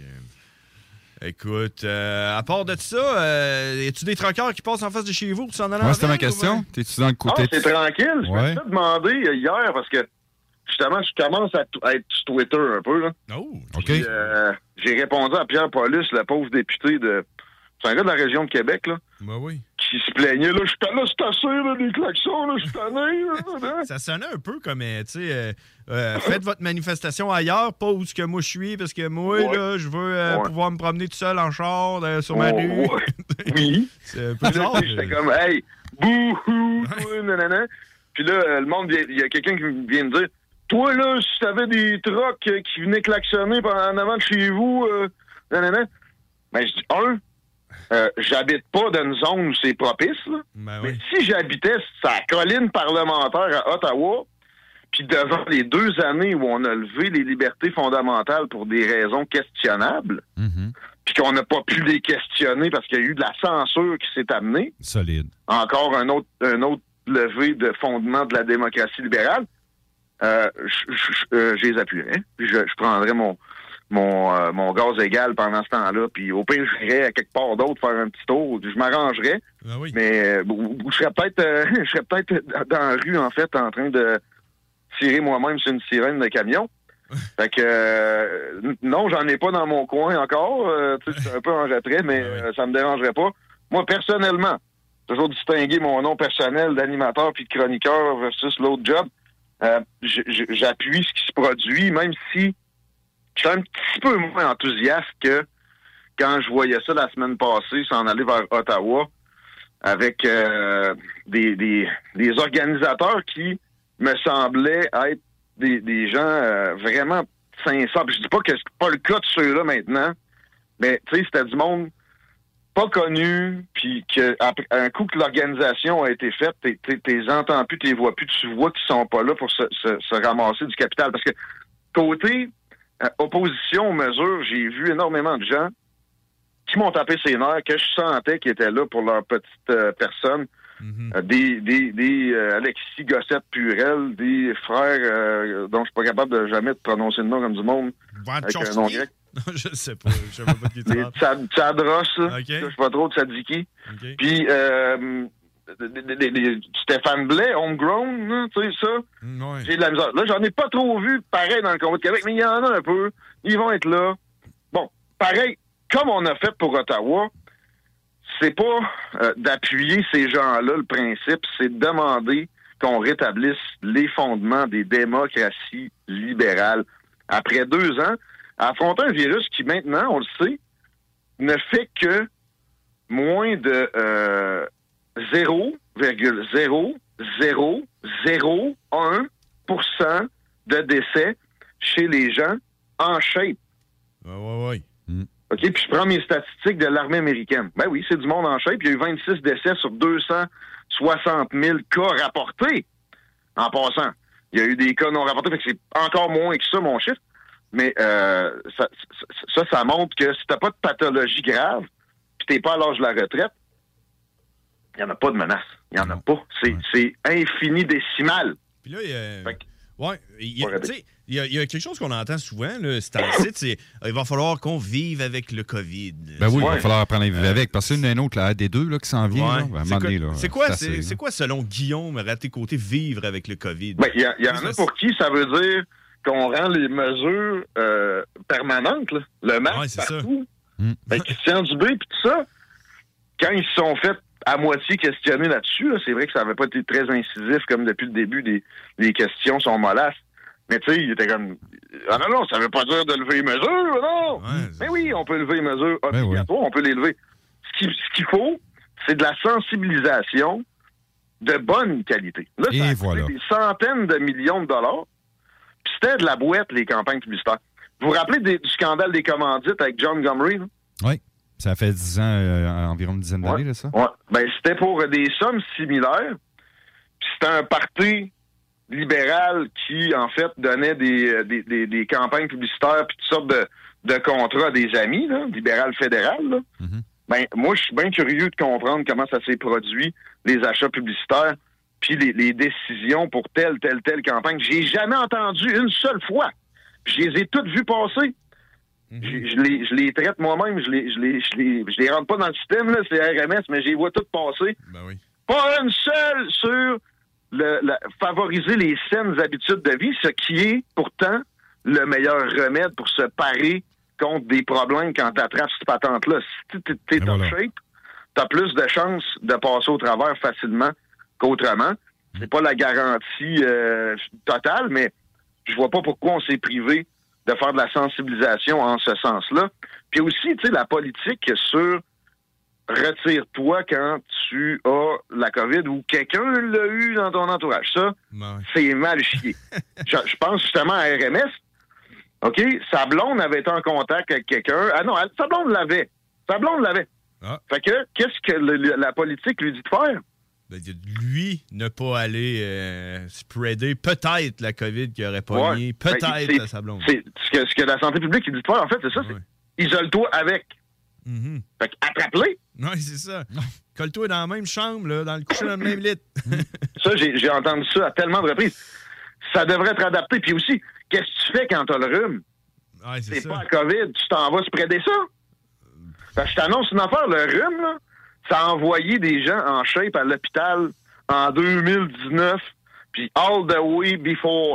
Écoute, euh, à part de ça, euh, y a-tu des troqueurs qui passent en face de chez vous pour s'en aller? Ouais, c'était ma question. Ben? T'es-tu dans le côté? Ah, c'est tranquille. Je ouais. me suis demandé hier parce que, justement, je commence à, t- à être sur Twitter un peu, là. Oh, OK. Puis, euh, j'ai répondu à Pierre Paulus, le pauvre député de... C'est un gars de la région de Québec, là. Ben oui. Qui se plaignait, là, je suis là, c'est assez, là, des klaxons, là, je suis tanné, ça sonnait un peu comme, tu sais, euh, euh, faites votre manifestation ailleurs, pas où ce que moi je suis, parce que moi, ouais. là, je veux euh, ouais. pouvoir me promener tout seul en char euh, sur ma oh, rue. Ouais. Oui. C'est un peu bizarre. J'étais comme, hey, bouhou, nanana. Puis là, le monde, il y a quelqu'un qui vient me dire, toi, là, si t'avais des trocs qui venaient klaxonner en avant de chez vous, euh, nanana. Ben, je dis, un, Euh, j'habite pas dans une zone où c'est propice, là. Ben oui. Mais si j'habitais sur la colline parlementaire à Ottawa, puis devant les deux années où on a levé les libertés fondamentales pour des raisons questionnables, mm-hmm. puis qu'on n'a pas pu les questionner parce qu'il y a eu de la censure qui s'est amenée. Solide. Encore un autre, un autre levé de fondement de la démocratie libérale. Euh, je, je, euh, je les appuierais. Puis je, je prendrais mon... mon euh, mon gaz égal pendant ce temps-là, puis au pire, j'irais à quelque part d'autre faire un petit tour, je m'arrangerais, ah oui. mais euh, je serais peut-être euh, je serais peut-être dans la rue, en fait, en train de tirer moi-même sur une sirène de camion. Fait que, euh, non, j'en ai pas dans mon coin encore. Euh, tu sais, je suis un peu en retrait, mais euh, ça me dérangerait pas. Moi, personnellement, toujours distinguer mon nom personnel d'animateur puis de chroniqueur versus l'autre job. Euh, j'appuie ce qui se produit, même si je suis un petit peu moins enthousiaste que quand je voyais ça la semaine passée, s'en aller vers Ottawa, avec euh, des, des, des organisateurs qui me semblaient être des, des gens euh, vraiment sincères. Puis je dis pas que c'est pas le cas de ceux-là maintenant, mais tu sais, c'était du monde pas connu, puis qu'un coup que l'organisation a été faite, t'es, t'es, t'es entends plus, t'es vois plus, tu vois qu'ils sont pas là pour se, se, se ramasser du capital. Parce que côté euh, opposition aux mesures, j'ai vu énormément de gens qui m'ont tapé ses nerfs, que je sentais qu'ils étaient là pour leur petite euh, personne. Mm-hmm. Euh, des des, des euh, Alexis Gossette-Purel, des frères euh, dont je suis pas capable de jamais de prononcer le nom comme du monde. Avec un nom grec. Je sais pas, je sais pas qui tu parles. Tsad, Tsadros, là. Okay. Je sais pas trop, Tsadiki. Okay. Puis, euh, Stéphane Blais, homegrown, là, tu sais, ça. Mm, ouais. J'ai de la misère. Là, j'en ai pas trop vu, pareil, dans le combat de Québec, mais il y en a un peu. Ils vont être là. Bon, pareil, comme on a fait pour Ottawa, c'est pas euh, d'appuyer ces gens-là, le principe, c'est de demander qu'on rétablisse les fondements des démocraties libérales. Après deux ans, affronter un virus qui, maintenant, on le sait, ne fait que moins de euh, zéro virgule zéro zéro zéro un pour cent de décès chez les gens en shape. Oui, oui, oui. Mm. OK, puis je prends mes statistiques de l'armée américaine. Ben oui, c'est du monde en shape. Il y a eu vingt-six décès sur deux cent soixante mille cas rapportés. En passant, il y a eu des cas non rapportés, fait que c'est encore moins que ça, mon chiffre. Mais euh, ça, ça, ça montre que si t'as pas de pathologie grave, puis t'es pas à l'âge de la retraite, il y en a pas de menace. Il y en a pas. C'est, ouais. c'est infini décimal. Puis là, il y a... Fait que, ouais, il y a, tu sais, il y, a, il y a quelque chose qu'on entend souvent, là, c'est en site, c'est il va falloir qu'on vive avec le COVID. Ben oui, ouais. il va falloir apprendre à vivre euh, avec. Parce qu'il y en a un autre, la A D deux, là, qui s'en vient. Ouais. Là, ben, c'est, quoi, donné, là, c'est, quoi, c'est, c'est, assez, c'est quoi, selon Guillaume, à tes côtés, vivre avec le COVID? Ben, il y, y en a pour qui ça veut dire qu'on rend les mesures euh, permanentes, là. Le masque ouais, partout. Mm. Ben, Christian Dubé et tout ça, quand ils se sont fait à moitié questionner là-dessus, là, c'est vrai que ça n'avait pas été très incisif comme depuis le début, des, les questions sont mollasses. Mais tu sais, il était comme... Ah non, non, ça veut pas dire de lever les mesures, non! Ouais, mais oui, on peut lever les mesures obligatoires, ben oui. on peut les lever. Ce, qui, ce qu'il faut, c'est de la sensibilisation de bonne qualité. Là, ça a coûté des centaines de millions de dollars. Puis c'était de la boîte, les campagnes publicitaires. Vous vous rappelez des, du scandale des commandites avec John Montgomery? Là? Oui. Ça fait dix ans, euh, environ une dizaine d'années, ouais. là, ça? Oui. Ben, c'était pour des sommes similaires. Puis c'était un parti libéral qui, en fait, donnait des, des, des, des campagnes publicitaires puis toutes sortes de, de contrats à des amis, là, libéral fédéral. Là. Mm-hmm. Ben, moi, je suis bien curieux de comprendre comment ça s'est produit, les achats publicitaires, puis les, les décisions pour telle, telle, telle campagne. J'ai jamais entendu une seule fois. Je les ai toutes vues passer. Mm-hmm. Je, je, les, je les traite moi-même, je les, je les, je les, je les rentre pas dans le système, là, c'est R M S, mais je les vois toutes passer. Ben oui. Pas une seule sur le, la, favoriser les saines habitudes de vie, ce qui est pourtant le meilleur remède pour se parer contre des problèmes quand tu attrapes cette patente-là. Si tu es top voilà. shape, tu as plus de chances de passer au travers facilement qu'autrement. C'est pas la garantie euh, totale, mais je vois pas pourquoi on s'est privé de faire de la sensibilisation en ce sens-là. Puis aussi, tu sais, la politique sur retire-toi quand tu as la COVID ou quelqu'un l'a eu dans ton entourage. Ça, ouais. c'est mal chié. je, je pense justement à R M S. OK? Sa blonde avait été en contact avec quelqu'un. Ah non, sa blonde l'avait. Sa blonde l'avait. Ah. Fait que, qu'est-ce que le, la politique lui dit de faire? Ben, lui, ne pas aller euh, spreader peut-être la COVID qu'il aurait pogné, ouais. peut-être ben, à sa blonde. C'est, ce, que, ce que la santé publique dit de faire, en fait, c'est ça. Ouais. C'est isole-toi avec. Mm-hmm. Fait qu'attrape-les. Oui, c'est ça. Colle-toi dans la même chambre, là, dans le coucher dans le même lit. Ça, j'ai, j'ai entendu ça à tellement de reprises. Ça devrait être adapté. Puis aussi, qu'est-ce que tu fais quand t'as le rhume? Ouais, c'est, c'est ça. pas la COVID, tu t'en vas spreader ça. Parce que je t'annonce une affaire, le rhume, là, ça a envoyé des gens en shape à l'hôpital en deux mille dix-neuf, puis all the way before.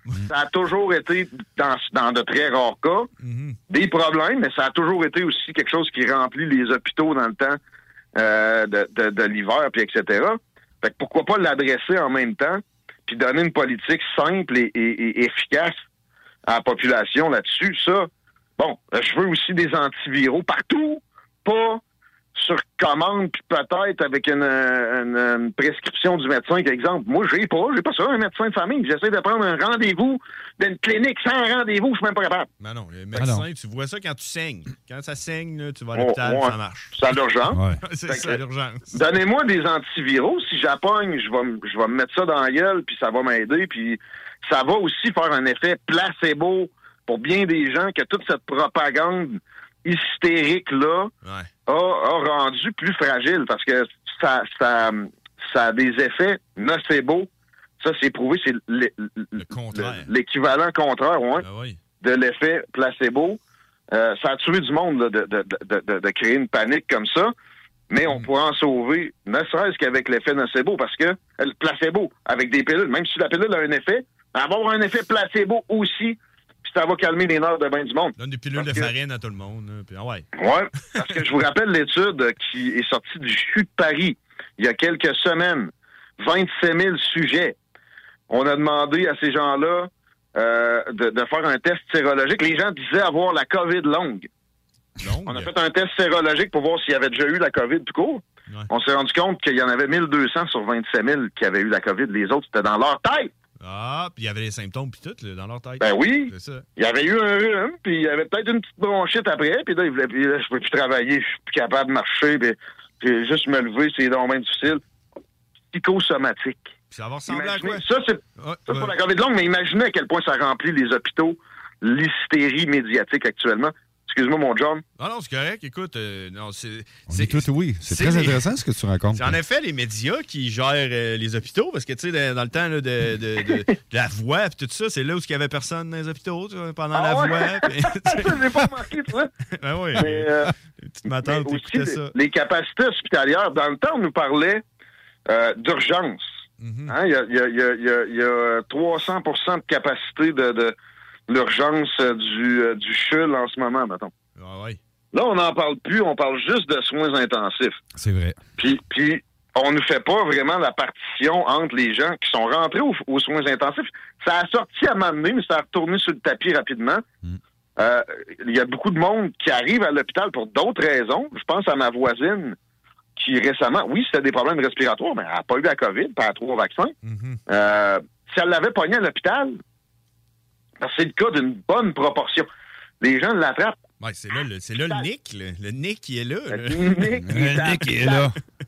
Ça a toujours été, dans, dans de très rares cas, mm-hmm. des problèmes, mais ça a toujours été aussi quelque chose qui remplit les hôpitaux dans le temps euh, de, de, de l'hiver, puis et cetera. Fait que pourquoi pas l'adresser en même temps, puis donner une politique simple et, et, et efficace à la population là-dessus. Ça, bon, je veux aussi des antiviraux partout, pas sur commande, puis peut-être avec une, une, une prescription du médecin, par exemple. Moi, j'ai pas, j'ai pas ça, un médecin de famille. J'essaie de prendre un rendez-vous d'une clinique sans rendez-vous, je suis même pas capable. Ben non, le médecin, ah non. Tu vois ça quand tu saignes. Quand ça saigne, là, tu vas à l'hôpital, oh, ouais. ça marche. C'est à l'urgence. Ouais. C'est ça, à l'urgence. Donnez-moi des antiviraux. Si j'appogne, je vais, je vais me mettre ça dans la gueule, puis ça va m'aider, puis ça va aussi faire un effet placebo pour bien des gens que toute cette propagande hystérique-là ouais. a, a rendu plus fragile parce que ça, ça, ça a des effets nocebo. Ça, c'est prouvé, c'est le, le, le, l'équivalent contraire ouais, ben oui. de l'effet placebo. Euh, ça a tué du monde là, de, de, de, de, de créer une panique comme ça, mais on mm. pourrait en sauver, ne serait-ce qu'avec l'effet nocebo, parce que le placebo, avec des pilules, même si la pilule a un effet, elle va avoir un effet placebo aussi. Puis ça va calmer les nerfs de bain du monde. Donne des pilules parce de que... farine à tout le monde. Hein, puis, ah ouais. ouais, parce que je vous rappelle l'étude qui est sortie du C H U de Paris il y a quelques semaines. vingt-sept mille sujets. On a demandé à ces gens-là euh, de, de faire un test sérologique. Les gens disaient avoir la COVID longue. longue. On a fait un test sérologique pour voir s'il y avait déjà eu la COVID tout court. Ouais. On s'est rendu compte qu'il y en avait mille deux cents sur vingt-sept mille qui avaient eu la COVID. Les autres, c'était dans leur tête. Ah, puis il y avait les symptômes puis tout là, dans leur tête. Ben oui. C'est ça. Il y avait eu un rhume, puis il y avait peut-être une petite bronchite après, puis là, il voulait, puis là, je peux plus travailler, je suis plus capable de marcher, puis, puis juste me lever, c'est donc bien difficile. Psychosomatique. Puis ça va ressembler imaginez, à quoi? Ça, c'est, ouais, ça, c'est ouais. pas la COVID longue, mais imaginez à quel point ça remplit les hôpitaux, l'hystérie médiatique actuellement. Excuse-moi, mon John. Non, non, c'est correct. Écoute, euh, non, c'est... c'est tout, oui. C'est, c'est très les... intéressant ce que tu racontes. C'est en effet les médias qui gèrent euh, les hôpitaux, parce que, tu sais, dans le temps là, de, de, de, de la voix et tout ça, c'est là où il n'y avait personne dans les hôpitaux, tu vois, pendant ah, la ouais. voix. Pis, je n'ai pas remarqué, tu vois. Ben oui. Mais, euh, les petites matantes écoutaient ça. Les capacités hospitalières, dans le temps, on nous parlait euh, d'urgence. Mm-hmm. Hein, il y a, y a, y a, y a, y a trois cents pour cent de capacité de, de l'urgence euh, du, euh, du C H U L en ce moment, mettons. Ah ouais. Là, on n'en parle plus, on parle juste de soins intensifs. C'est vrai. Puis, puis on ne fait pas vraiment la partition entre les gens qui sont rentrés aux, aux soins intensifs. Ça a sorti à m'amener, mais ça a retourné sur le tapis rapidement. Mm. Euh, il y a beaucoup de monde qui arrive à l'hôpital pour d'autres raisons. Je pense à ma voisine qui récemment, oui, c'était des problèmes respiratoires, mais elle n'a pas eu la COVID, pas trois vaccins. Mm-hmm. Euh, si elle l'avait pogné à l'hôpital, c'est le cas d'une bonne proportion. Les gens l'attrapent. Ouais, c'est là le, c'est là le Nick, le, le Nick qui est là. là. Le Nick, le Nick qui est là.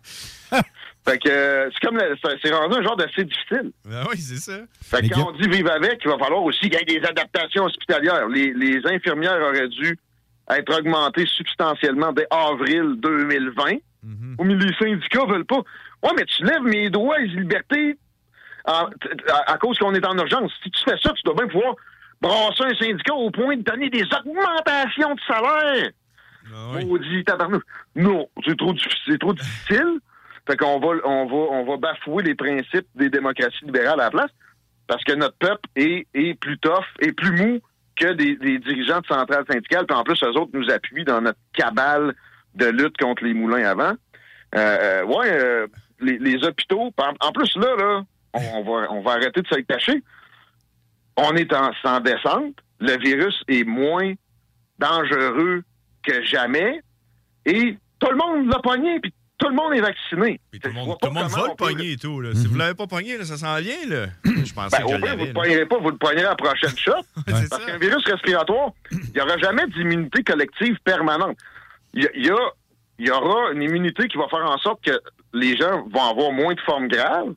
Fait que euh, c'est comme le, c'est, c'est rendu un genre d'assez difficile. Ben oui, c'est ça. Fait que quand on dit vivre avec, il va falloir aussi qu'il y ait des adaptations hospitalières. Les, les infirmières auraient dû être augmentées substantiellement dès avril deux mille vingt. Mm-hmm. Oh, mais les syndicats veulent pas. Ouais, mais tu lèves mes droits et libertés en, à, à cause qu'on est en urgence. Si tu fais ça, tu dois bien pouvoir brasser un syndicat au point de donner des augmentations de salaire. Ah oui. Maudit tabarnak. Non, c'est trop difficile. C'est trop difficile. Fait qu'on va, on va, on va bafouer les principes des démocraties libérales à la place parce que notre peuple est, est plus tough et plus mou que des, des dirigeants de centrales syndicales. Puis en plus, eux autres nous appuient dans notre cabale de lutte contre les moulins avant. Euh, ouais, euh, les, les hôpitaux. En plus, là, là, on va, on va arrêter de se cacher. On est en, en descente. Le virus est moins dangereux que jamais. Et tout le monde l'a pogné, puis tout le monde est vacciné. Puis tout le monde, tout le monde va le pogner et tout. Là. Mm-hmm. Si vous l'avez pas pogné, là, ça s'en vient. Là. Je pensais ben, que je au pire, l'avais. Vous ne le pognerez pas, vous le pognerez à la prochaine shot. Parce ça. Qu'un virus respiratoire, il n'y aura jamais d'immunité collective permanente. Il y, y, a, y aura une immunité qui va faire en sorte que les gens vont avoir moins de formes graves.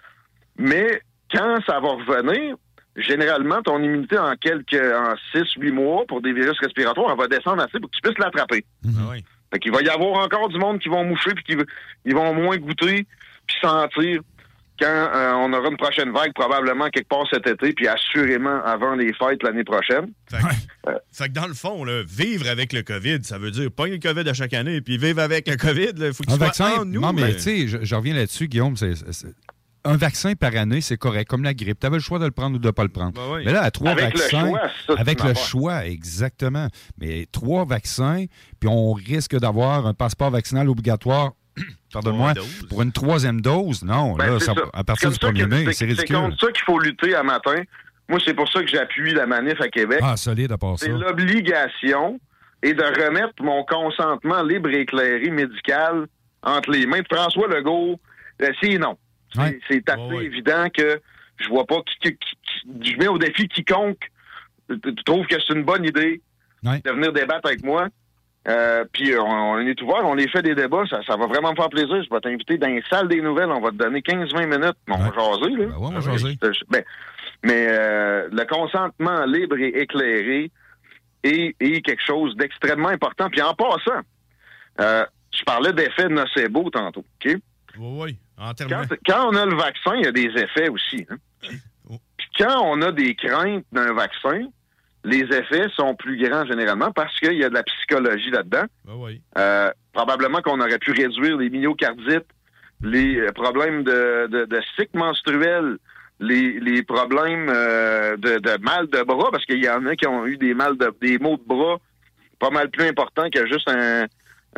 Mais quand ça va revenir, généralement, ton immunité en quelques en six huit mois pour des virus respiratoires, elle va descendre assez pour que tu puisses l'attraper. Mm-hmm. Ah oui. Fait qu'il va y avoir encore du monde qui vont moucher puis qui ils vont moins goûter puis sentir quand euh, on aura une prochaine vague, probablement quelque part cet été, puis assurément avant les fêtes l'année prochaine. Fait que, euh, fait que dans le fond, là, vivre avec le COVID, ça veut dire pogner le COVID à chaque année, puis vivre avec le COVID, il faut que tu sois entre nous. Non, mais, mais... tu sais, je, je reviens là-dessus, Guillaume, c'est, c'est, un vaccin par année, c'est correct, comme la grippe. Tu avais le choix de le prendre ou de ne pas le prendre. Ben oui. Mais là, à trois avec vaccins... Le choix, ça, avec le affaire. choix, exactement. Mais trois vaccins, puis on risque d'avoir un passeport vaccinal obligatoire, pardonne-moi, pour une troisième dose. Non, Ben, là, c'est ça, ça. à partir du C'est comme ça premier que- mai, c'est- c'est ridicule. C'est contre ça qu'il faut lutter à matin. Moi, c'est pour ça que j'appuie la manif à Québec. Ah, solide à part ça. C'est l'obligation et de remettre mon consentement libre et éclairé médical entre les mains de François Legault. Euh, c'est non. C'est, Ouais. c'est assez Ouais, ouais. évident que je vois pas qui, qui- qui- je mets au défi quiconque euh, trouve que c'est une bonne idée Ouais. de venir débattre avec moi. Euh, puis on, on est ouvert, on les fait des débats, ça, ça va vraiment me faire plaisir. Je vais t'inviter dans les salles des nouvelles, on va te donner quinze vingt minutes. On va jaser, là. Ben ouais, on va jaser. Je- je- ben, mais euh, le consentement libre et éclairé est, est quelque chose d'extrêmement important. Puis en passant, euh, je parlais d'effets nocebo tantôt, OK? Oui, oui. En termes Quand, quand on a le vaccin, il y a des effets aussi. Hein? Puis quand on a des craintes d'un vaccin, les effets sont plus grands généralement parce qu'il y a de la psychologie là-dedans. Ben oui. Euh, probablement qu'on aurait pu réduire les myocardites, les euh, problèmes de, de, de cycle menstruel, les, les problèmes euh, de, de mal de bras, parce qu'il y en a qui ont eu des mal de, des maux de bras pas mal plus importants que juste un, un,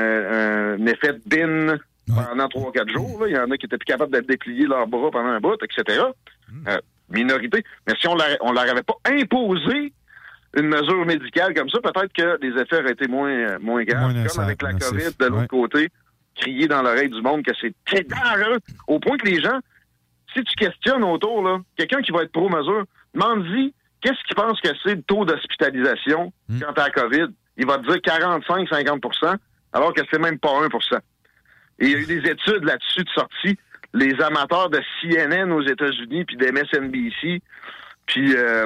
un, un effet de bin pendant trois ou quatre jours. Là. Il y en a qui étaient plus capables de déplier leurs bras pendant un bout, et cetera. Euh, minorité. Mais si on leur, on leur avait pas imposé une mesure médicale comme ça, peut-être que les effets auraient été moins, moins graves. Moins comme avec la nocifs, COVID, de l'autre ouais. côté, crier dans l'oreille du monde que c'est très dangereux, au point que les gens, si tu questionnes autour, là, quelqu'un qui va être pro-mesure, demande-y qu'est-ce qu'il pense que c'est le taux d'hospitalisation Mm. quand t'as la COVID. Il va te dire quarante-cinq à cinquante pour cent, alors que c'est même pas un pour cent. Et il y a eu des études là-dessus de sortie. Les amateurs de C N N aux États-Unis, puis d'M S N B C, puis euh,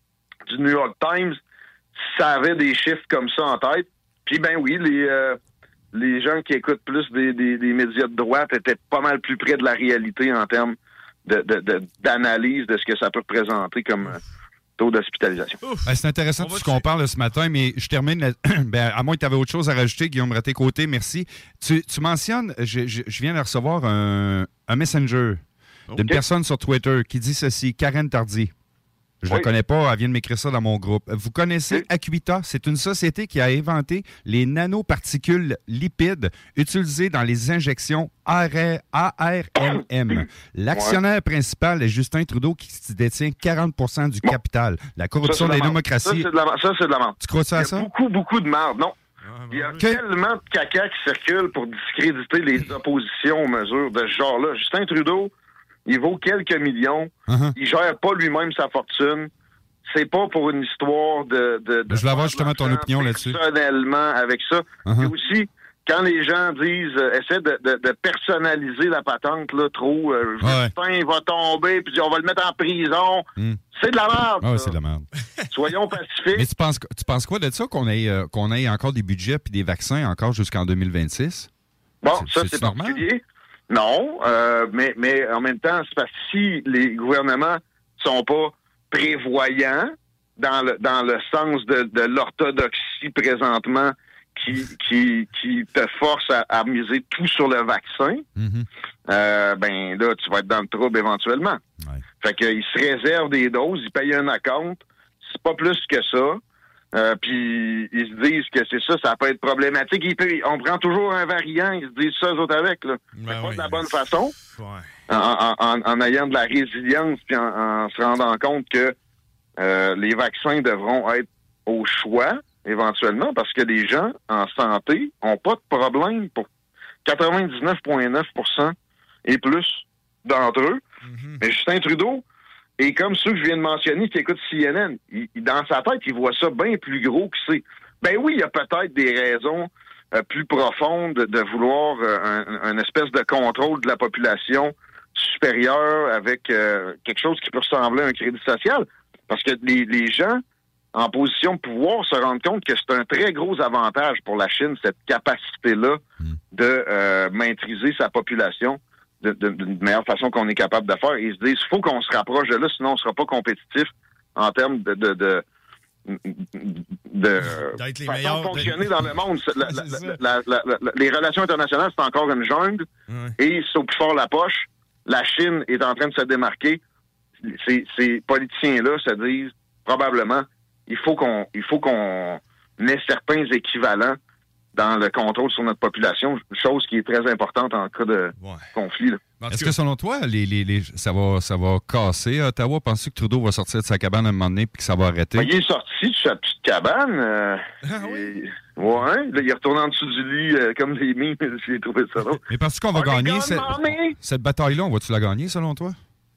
du New York Times, savaient des chiffres comme ça en tête. Puis ben oui, les euh, les gens qui écoutent plus des, des, des médias de droite étaient pas mal plus près de la réalité en termes de, de, de- d'analyse de ce que ça peut représenter comme euh, taux d'hospitalisation. Ben, c'est intéressant tout ce qu'on parle ce matin, mais je termine, la- ben, à moins que tu avais autre chose à rajouter, Guillaume Raté-Côté, merci. Tu, tu mentionnes, je, je- je viens de recevoir un, un messenger d'une Ok. personne sur Twitter qui dit ceci, Karen Tardy. Je ne Oui. la connais pas, elle vient de m'écrire ça dans mon groupe. Vous connaissez Acuita? C'est une société qui a inventé les nanoparticules lipides utilisées dans les injections A R N M. L'actionnaire principal est Justin Trudeau qui détient quarante pour cent du capital. La corruption Ça, c'est des de la merde. démocraties. Ça, c'est de la, ça, c'est de la merde. Tu crois ça à Il y a ça? beaucoup, beaucoup de merde. Non. Il y a tellement de caca qui circule pour discréditer les oppositions aux mesures de ce genre-là. Justin Trudeau, il vaut quelques millions. Uh-huh. Il gère pas lui-même sa fortune. C'est pas pour une histoire de... de, de Je voulais avoir justement ton opinion là-dessus. personnellement avec ça. Uh-huh. Et aussi, quand les gens disent, euh, essaient de, de, de personnaliser la patente, là, trop, euh, Ouais. Justin va tomber, puis on va le mettre en prison. Hmm. C'est de la merde. Ah, ouais, ça. c'est de la merde. Soyons pacifiques. Mais tu penses, tu penses quoi de ça, qu'on ait, euh, qu'on ait encore des budgets puis des vaccins encore jusqu'en deux mille vingt-six? Bon, C'est- ça, c'est c'est normal? particulier. Non, euh, mais, mais en même temps, c'est parce que si les gouvernements sont pas prévoyants dans le, dans le sens de, de l'orthodoxie présentement qui, qui, qui te force à, à miser tout sur le vaccin, Mm-hmm. euh, ben là, tu vas être dans le trouble éventuellement. Fait qu'ils se réservent des doses, ils payent un acompte, c'est pas plus que ça. Euh, puis ils se disent que c'est ça, ça peut être problématique. Ils peut- on prend toujours un variant, ils se disent ça eux autres avec. Là. C'est pas de la bonne façon. En, en- en- en ayant de la résilience puis en, en se rendant compte que euh, les vaccins devront être au choix éventuellement parce que les gens en santé ont pas de problème pour quatre-vingt-dix-neuf virgule neuf pour cent et plus d'entre eux. Mais Justin Trudeau est comme ceux que je viens de mentionner qui écoutent C N N. Il- il- dans sa tête, il voit ça bien plus gros que c'est. Ben oui, il y a peut-être des raisons euh, plus profondes de, de vouloir euh, un, un espèce de contrôle de la population supérieur avec euh, quelque chose qui peut ressembler à un crédit social. Parce que les, les gens en position de pouvoir se rendent compte que c'est un très gros avantage pour la Chine, cette capacité-là de euh, maîtriser sa population de, de, d'une meilleure façon qu'on est capable de faire. Ils se disent, il faut qu'on se rapproche de là, sinon on ne sera pas compétitif en termes de... de, de de D'être les façon meilleurs, de fonctionner de- dans le monde. La- la- C'est ça. la- la- la- la- les relations internationales, c'est encore une jungle et c'est au plus fort la poche. la Chine est en train de se démarquer, ces, ces politiciens-là se disent probablement il faut qu'on il faut qu'on ait certains équivalents dans le contrôle sur notre population, chose qui est très importante en cas de ouais. conflit. Là. Est-ce que, selon toi, les, les, les, ça, va, ça va casser à Ottawa? Penses-tu que Trudeau va sortir de sa cabane à un moment donné et que ça va arrêter? Ben, il est sorti de sa petite cabane. Euh, ah oui? Et, ouais, là, il est retourné en dessous du lit euh, comme des mimes. J'ai trouvé ça drôle. Mais penses-tu qu'on va on gagner cette, cette bataille-là? On va-tu la gagner, selon toi?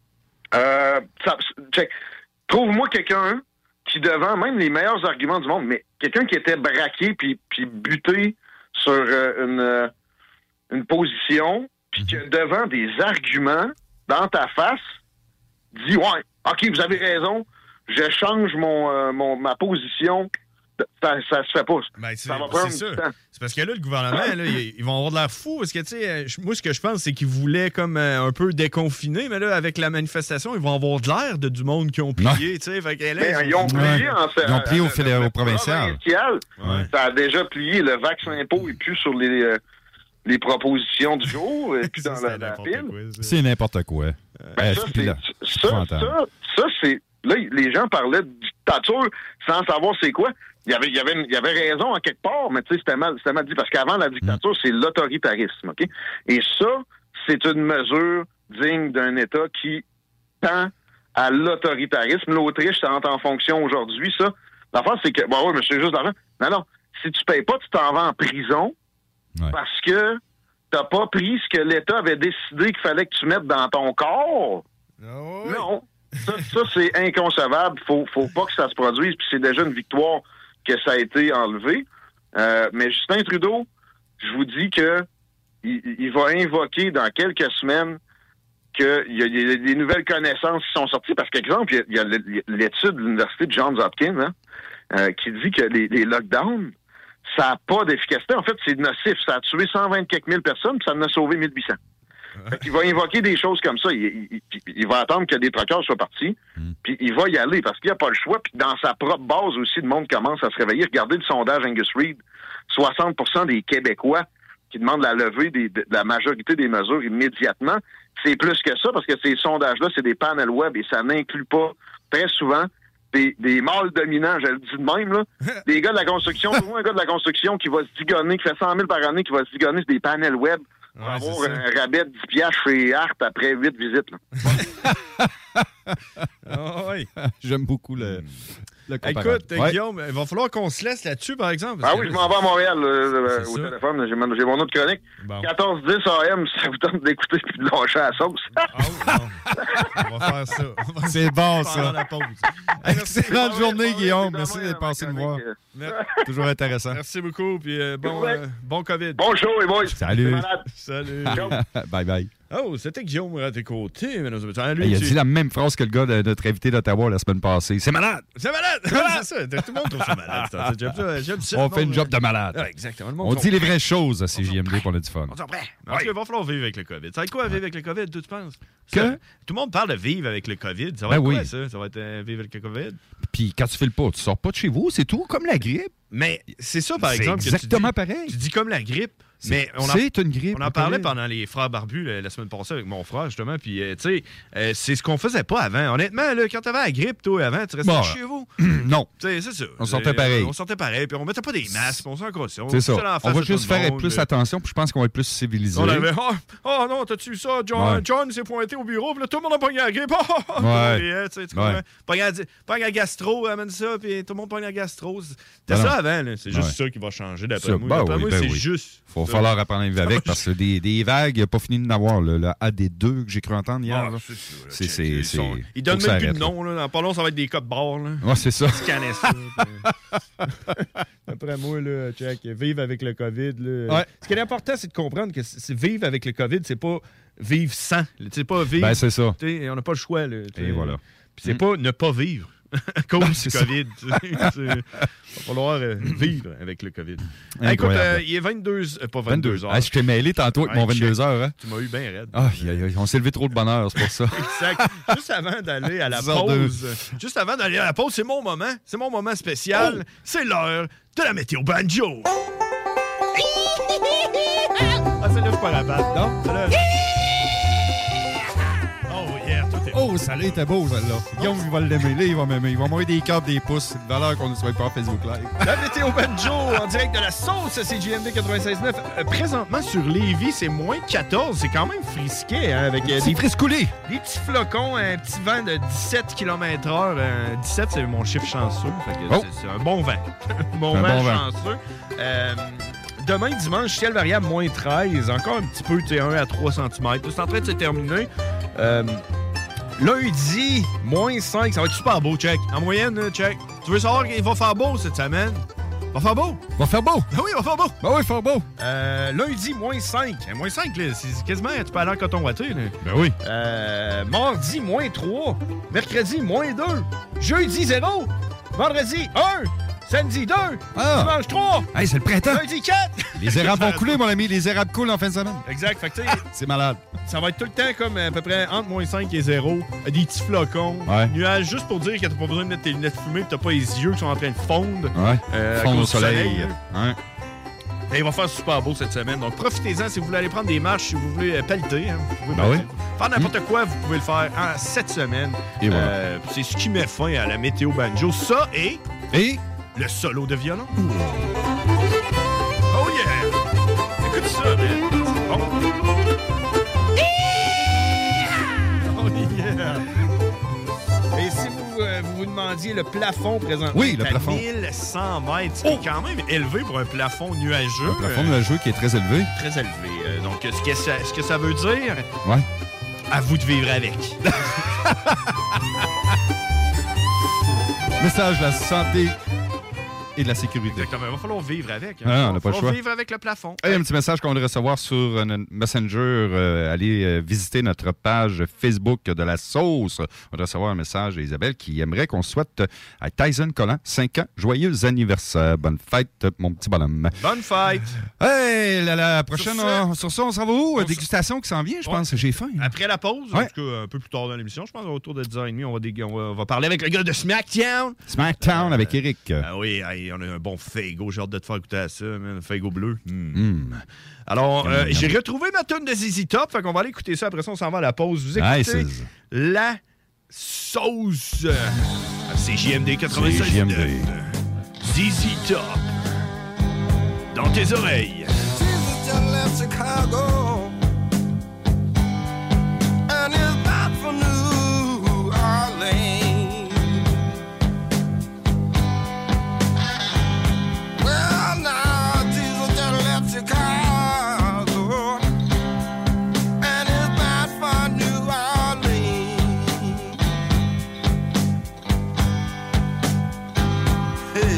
Euh, ça, check. Trouve-moi quelqu'un qui, devant même les meilleurs arguments du monde, mais quelqu'un qui était braqué puis, puis buté sur euh, une, euh, une position, puis mm-hmm. que devant des arguments dans ta face, dit « Ouais, OK, vous avez raison, je change mon, euh, mon ma position. » Ça, ça se fait pas. Ben, c'est, ça va prendre c'est du ça. temps. C'est parce que là, le gouvernement, là, ils, ils vont avoir de l'air fou. Parce que, tu sais, moi, ce que je pense, c'est qu'ils voulaient comme euh, un peu déconfiner. Mais là, avec la manifestation, ils vont avoir de l'air de du monde qui ont plié. Tu sais, fait que là, ben, ils ont plié ouais. en fait. Ils ont plié euh, au, fédéral, au provincial. Ouais. Ça a déjà plié. Le vax impôt et plus sur les, euh, les propositions du jour. Et puis dans ça, la, la pile. Quoi, c'est n'importe quoi. Ben, euh, ça, c'est, là, ça, ça, ça, c'est. Là, les gens parlaient de dictature sans savoir c'est quoi. Il y avait, il y avait, il y avait raison en quelque part, mais tu sais, c'était mal, c'était mal dit. Parce qu'avant la dictature, c'est l'autoritarisme, OK? Et ça, c'est une mesure digne d'un État qui tend à l'autoritarisme. L'Autriche, ça entre en fonction aujourd'hui, ça. L'affaire, c'est que, bon, oui, mais c'est juste l'argent. Non, non. Si tu payes pas, tu t'en vas en prison ouais. parce que t'as pas pris ce que l'État avait décidé qu'il fallait que tu mettes dans ton corps. Oh oui. Non. Ça, ça, c'est inconcevable. Faut, faut pas que ça se produise. Puis c'est déjà une victoire que ça a été enlevé. Euh, mais Justin Trudeau, je vous dis que il, il va invoquer dans quelques semaines qu'il y, y a des nouvelles connaissances qui sont sorties. Parce qu'exemple, il y a, il y a l'étude de l'Université de Johns Hopkins hein, euh, qui dit que les, les lockdowns, ça n'a pas d'efficacité. En fait, c'est nocif. Ça a tué cent vingt-quatre mille personnes, puis ça en a sauvé mille huit cents. Fait qu'il va invoquer des choses comme ça. Il, il, il, il va attendre que des truckers soient partis, mm. puis il va y aller parce qu'il n'y a pas le choix. Puis dans sa propre base aussi, le monde commence à se réveiller. Regardez le sondage Angus Reid. soixante pour cent des Québécois qui demandent la levée des, de la majorité des mesures immédiatement. C'est plus que ça parce que ces sondages-là, c'est des panels web et ça n'inclut pas très souvent des, des mâles dominants, je le dis de même, là. Des gars de la construction, toujours un gars de la construction qui va se digonner, qui fait cent mille par année, qui va se digonner sur des panels web. On va ouais, avoir un rabais de dix piastres chez Art après huit visites. oh, oui. J'aime beaucoup le, le Écoute, ouais. Guillaume, il va falloir qu'on se laisse là-dessus, par exemple. Ah oui, je m'en vais à Montréal là, au ça. téléphone. J'ai mon, j'ai mon autre chronique. Bon. quatorze dix A M, ça vous tente d'écouter et de lâcher la sauce. Ah oui, on va faire ça. On va C'est bon, ça. La pause. Excellente hey, journée, Guillaume. Merci d'être passé me voir. Toujours intéressant. Merci beaucoup. Puis euh, bon, euh, bon COVID. Bon show, les boys. Salut. Salut. Bye bye. Oh, c'était Guillaume à tes côtés. Mais non, lui, il a tu... dit la même phrase que le gars de notre invité d'Ottawa la semaine passée. C'est malade! C'est malade! C'est ça. Tout le monde trouve ça malade. J'aime ça. J'aime ça. On fait une job de malade. Ouais, exactement. On dit les vraies choses à C J M D pour le du fun. On s'en prêt. Parce qu'il va falloir vivre avec le COVID. Ça va être quoi, vivre avec le COVID, tu penses? Que? Ça, tout le monde parle de vivre avec le COVID. Ça va être ben quoi, oui. ça? Ça va être euh, vivre avec le COVID? Puis quand tu fais le pas, tu sors pas de chez vous, c'est tout, comme la grippe. Mais c'est ça, par c'est exemple. exactement que tu dis, pareil. Tu dis comme la grippe. C'est, mais on en, c'est une grippe. On en parlait pendant les Frères Barbus la, la semaine passée avec mon frère, justement. Puis, euh, tu sais, euh, c'est ce qu'on faisait pas avant. Honnêtement, là, quand t'avais la grippe, toi, avant, tu restais bon, chez vous. Non. Tu sais, c'est ça. On sortait pareil. On sortait pareil. Puis, on mettait pas des masques. On s'en crossait. C'est ça. On va juste faire monde, plus attention. Puis, je pense qu'on va être plus civilisé. On avait, oh, oh non, t'as-tu vu ça? John, ouais. John s'est pointé au bureau. Puis là, tout le monde a pogné la grippe. Oh, oh, ouais. Et, tu sais, ouais. Pogné la gastro, amène ça. Puis, tout le monde pogne la gastro. C'était ça avant. Là. C'est juste ouais. ça qui va changer, d'après ça, moi. Ben d'après oui, moi, ben c'est oui. juste. Faut falloir apprendre à vivre avec parce que des, des vagues, il n'a pas fini de n'avoir. Le, le A D deux que j'ai cru entendre hier. Ah, là. c'est sûr, là, c'est, c'est, c'est, c'est, c'est, ils donnent même plus de nom. Là. Dans pas long, ça va être des codes barres. Ouais, c'est ça. Scanner ça. Après moi, là, check, vivre avec le COVID. Là. Ouais. Ce qui est important, c'est de comprendre que c'est vivre avec le COVID, c'est pas vivre sans. C'est pas vivre. Ben, c'est ça. On n'a pas le choix. Là, et voilà. Puis c'est hum. pas ne pas vivre. À cause non, du COVID. Il va falloir euh, vivre avec le COVID. Hey, écoute, euh, il est vingt-deux, euh, pas vingt-deux heures. Ah, je t'ai mêlé tantôt avec ouais, mon vingt-deux heures. Hein? Tu m'as eu bien raide. Ah, y a, y a, on s'est levé trop de bonheur, c'est pour ça. Exact. Juste avant d'aller à la pause, juste avant d'aller à la pause, c'est mon moment. C'est mon moment spécial. Oh. C'est l'heure de la météo banjo. Ah, c'est là, je suis pas rapide. Non? C'est là. Oh, ça là était beau, celle-là. Guillaume, il va l'aimer. Là, il va m'aimer. Il va m'envoyer des cartes, des pouces. C'est une valeur qu'on ne soit pas en Facebook Live. La météo banjo en direct de la sauce, c'est J M D quatre-vingt-seize neuf. Euh, présentement, sur Lévis, c'est moins quatorze. C'est quand même frisqué, hein, avec euh, C'est des, friscoulé. des petits flocons, un petit vent de dix-sept kilomètres heure. Euh, dix-sept, c'est mon chiffre chanceux. Fait que Oh. c'est, c'est un bon vent. bon Un vent bon vent. chanceux. Euh, Demain, dimanche, ciel variable, moins treize. Encore un petit peu, tu sais, un à trois centimètres. C'est en train de se terminer. Euh, lundi, moins cinq. Ça va être super beau, check. En moyenne, là, check. Tu veux savoir qu'il va faire beau cette semaine? Va faire beau? Va faire beau? Ah oui, va faire beau. Ben oui, faire beau. Euh, lundi, moins cinq. Moins cinq, là, c'est quasiment, tu peux aller en coton ouaté, là. Ben oui. Euh, mardi, moins trois. Mercredi, moins deux. Jeudi, zéro. Vendredi, un. Samedi, deux. Ah. Dimanche, trois. Hey, c'est le printemps. Lundi, quatre. Les érables vont couler, mon ami. Les érables coulent en fin de semaine. Exact. Fait que, tu sais, C'est malade. ça va être tout le temps comme à peu près entre moins cinq et zéro. Des petits flocons. Ouais. Nuages, juste pour dire que t'as pas besoin de mettre tes lunettes fumées, t'as pas les yeux qui sont en train de fondre. Ouais. Euh, à Fondre cause au du soleil. là. Ouais. Et il va faire super beau cette semaine. Donc, profitez-en si vous voulez aller prendre des marches, si vous voulez euh, pelleter. Hein, vous pouvez Ben pelleter. oui. Faire n'importe quoi, vous pouvez le faire en cette semaine. Et voilà. Euh, c'est ce qui met fin à la météo banjo. Ça et... Et... le solo de violon. Oh yeah! Écoute ça, man. C'est bon. Oh yeah! Et si vous, euh, vous vous demandiez le plafond présentement, Oui, le c'est à plafond. mille cent mètres, ce qui est quand même élevé pour un plafond nuageux. Un plafond euh, nuageux qui est très élevé. Très élevé. Euh, donc, ce que ça, ce que ça veut dire, Ouais. à vous de vivre avec. Message de la santé et de la sécurité. Exactement. Il va falloir vivre avec. Hein. Ah, on n'a pas Il le va choix. falloir vivre avec le plafond. Hey, un petit message qu'on veut recevoir sur euh, notre Messenger. Euh, allez euh, visiter notre page Facebook de la sauce. On va recevoir un message d'Isabelle qui aimerait qu'on souhaite euh, à Tyson Collant cinq ans. Joyeux anniversaire. Bonne fête, mon petit bonhomme. Bonne fête! Hey, la, la prochaine, Sur ça, on- sur ça, on s'en va où? on Dégustation qui s'en vient, je Ouais. pense. J'ai faim. Après la pause, Ouais. en tout cas un peu plus tard dans l'émission, je pense autour de dix heures trente, on va, dég- on va, on va parler avec le gars de SmackDown. SmackDown avec Eric. Ah oui, hey, on a un bon Faygo. J'ai hâte de te faire goûter à ça, man. Faygo bleu. Mm. Mm. Alors, euh, Mm. j'ai retrouvé ma tonne de Z Z Top. Fait qu'on va aller écouter ça. Après ça, on s'en va à la pause. Vous écoutez Nice. la sauce. C'est J M D quatre-vingt-seize. C'est J M D. Z Z Top. Dans tes oreilles. Chicago, and it's not for New Orleans. Well, now Jesus just left Chicago, and it's not for New Orleans.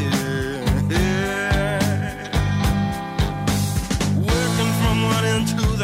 Hey, hey. Working from one end to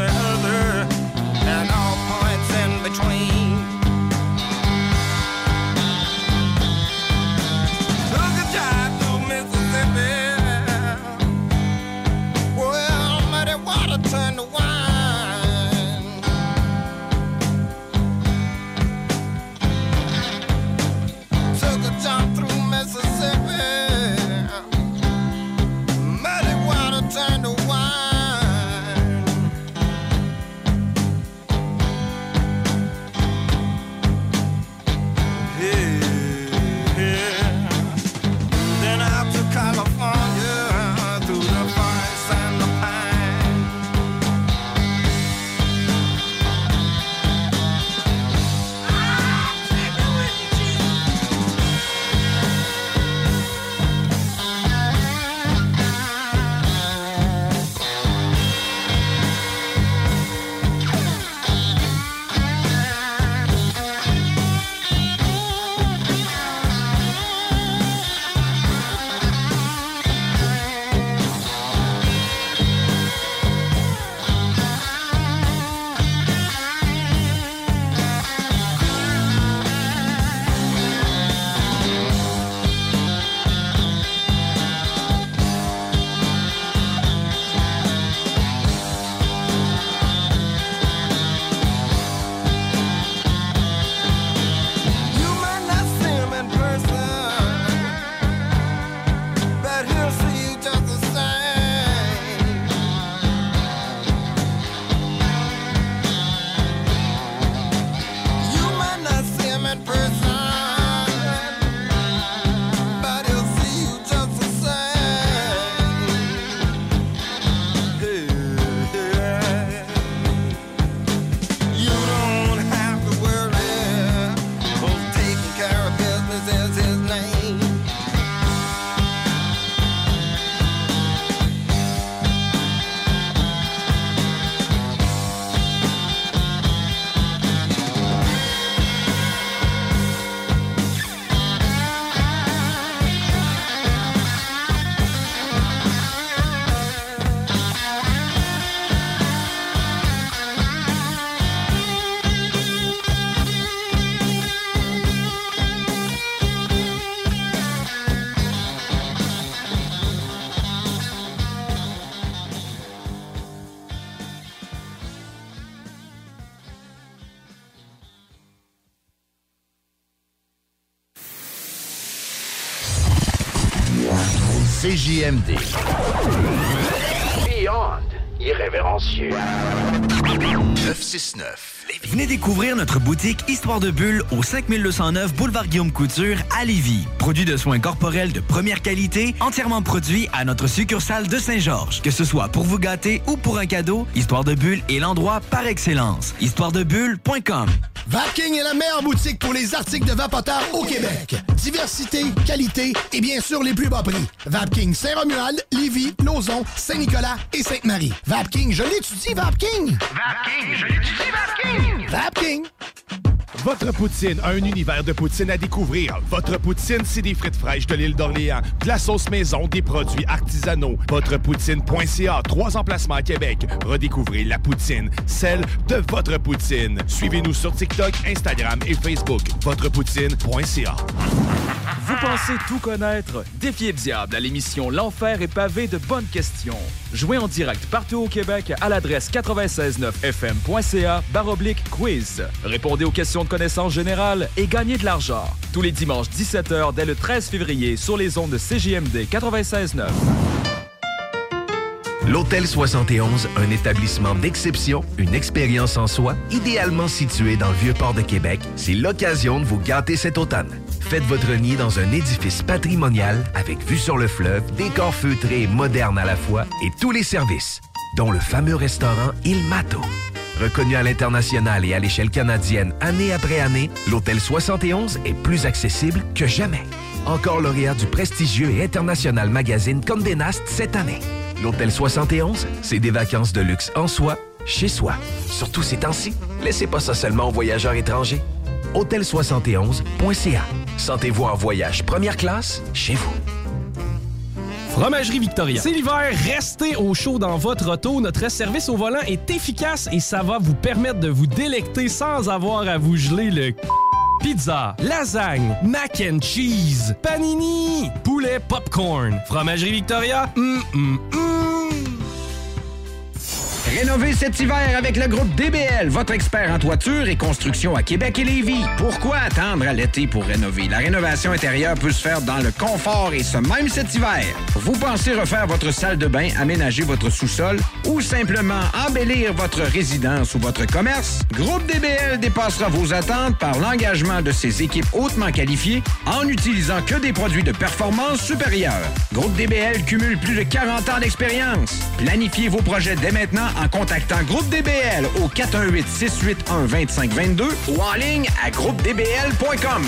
C J M D. Beyond irrévérencieux. neuf cent soixante-neuf. Venez découvrir notre boutique Histoire de Bulle au cinq mille deux cent neuf boulevard Guillaume Couture à Lévis. Produit de soins corporels de première qualité, entièrement produit à notre succursale de Saint-Georges. Que ce soit pour vous gâter ou pour un cadeau, Histoire de Bulle est l'endroit par excellence. histoire de bulle point com. Vapking est la meilleure boutique pour les articles de vapoteurs au Québec. Diversité, qualité et bien sûr les plus bas prix. Vapking Saint-Romuald, Lévis, Lauson, Saint-Nicolas et Sainte-Marie. Vapking, je l'étudie, Vapking! Vapking, je l'étudie, Vapking! Vapking! Votre poutine, un univers de poutine à découvrir. Votre poutine, c'est des frites fraîches de l'île d'Orléans, de la sauce maison, des produits artisanaux. Votrepoutine point c a, trois emplacements à Québec. Redécouvrez la poutine, celle de votre poutine. Suivez-nous sur TikTok, Instagram et Facebook. Votrepoutine point c a. Vous pensez tout connaître? Défiez le diable à l'émission L'Enfer est pavé de bonnes questions. Jouez en direct partout au Québec à l'adresse quatre-vingt-seize neuf f m point c a barre oblique quiz. Répondez aux questions de connaissances générales et gagnez de l'argent. Tous les dimanches dix-sept heures dès le treize février sur les ondes de C J M D quatre-vingt-seize neuf. L'Hôtel soixante et onze, un établissement d'exception, une expérience en soi, idéalement situé dans le Vieux-Port de Québec, c'est l'occasion de vous gâter cet automne. Faites votre nid dans un édifice patrimonial avec vue sur le fleuve, décor feutré et moderne à la fois et tous les services, dont le fameux restaurant Il Mato. Reconnu à l'international et à l'échelle canadienne année après année, l'Hôtel soixante et onze est plus accessible que jamais. Encore lauréat du prestigieux et international magazine Condé Nast cette année. L'Hôtel soixante et onze, c'est des vacances de luxe en soi, chez soi. Surtout ces temps-ci, laissez pas ça seulement aux voyageurs étrangers. hôtel soixante et onze point c a. Sentez-vous en voyage première classe chez vous. Fromagerie Victoria. C'est l'hiver, restez au chaud dans votre auto. Notre service au volant est efficace et ça va vous permettre de vous délecter sans avoir à vous geler le... Pizza, lasagne, mac and cheese, panini, poulet popcorn. Fromagerie Victoria, hum, hum, hum. Rénovez cet hiver avec le groupe D B L, votre expert en toiture et construction à Québec et Lévis. Pourquoi attendre à l'été pour rénover? La rénovation intérieure peut se faire dans le confort et ce même cet hiver. Vous pensez refaire votre salle de bain, aménager votre sous-sol ou simplement embellir votre résidence ou votre commerce? Groupe D B L dépassera vos attentes par l'engagement de ses équipes hautement qualifiées en n'utilisant que des produits de performance supérieure. Groupe D B L cumule plus de quarante ans d'expérience. Planifiez vos projets dès maintenant en contactant Groupe D B L au quatre un huit, six huit un, deux cinq deux deux ou en ligne à groupe d b l point com.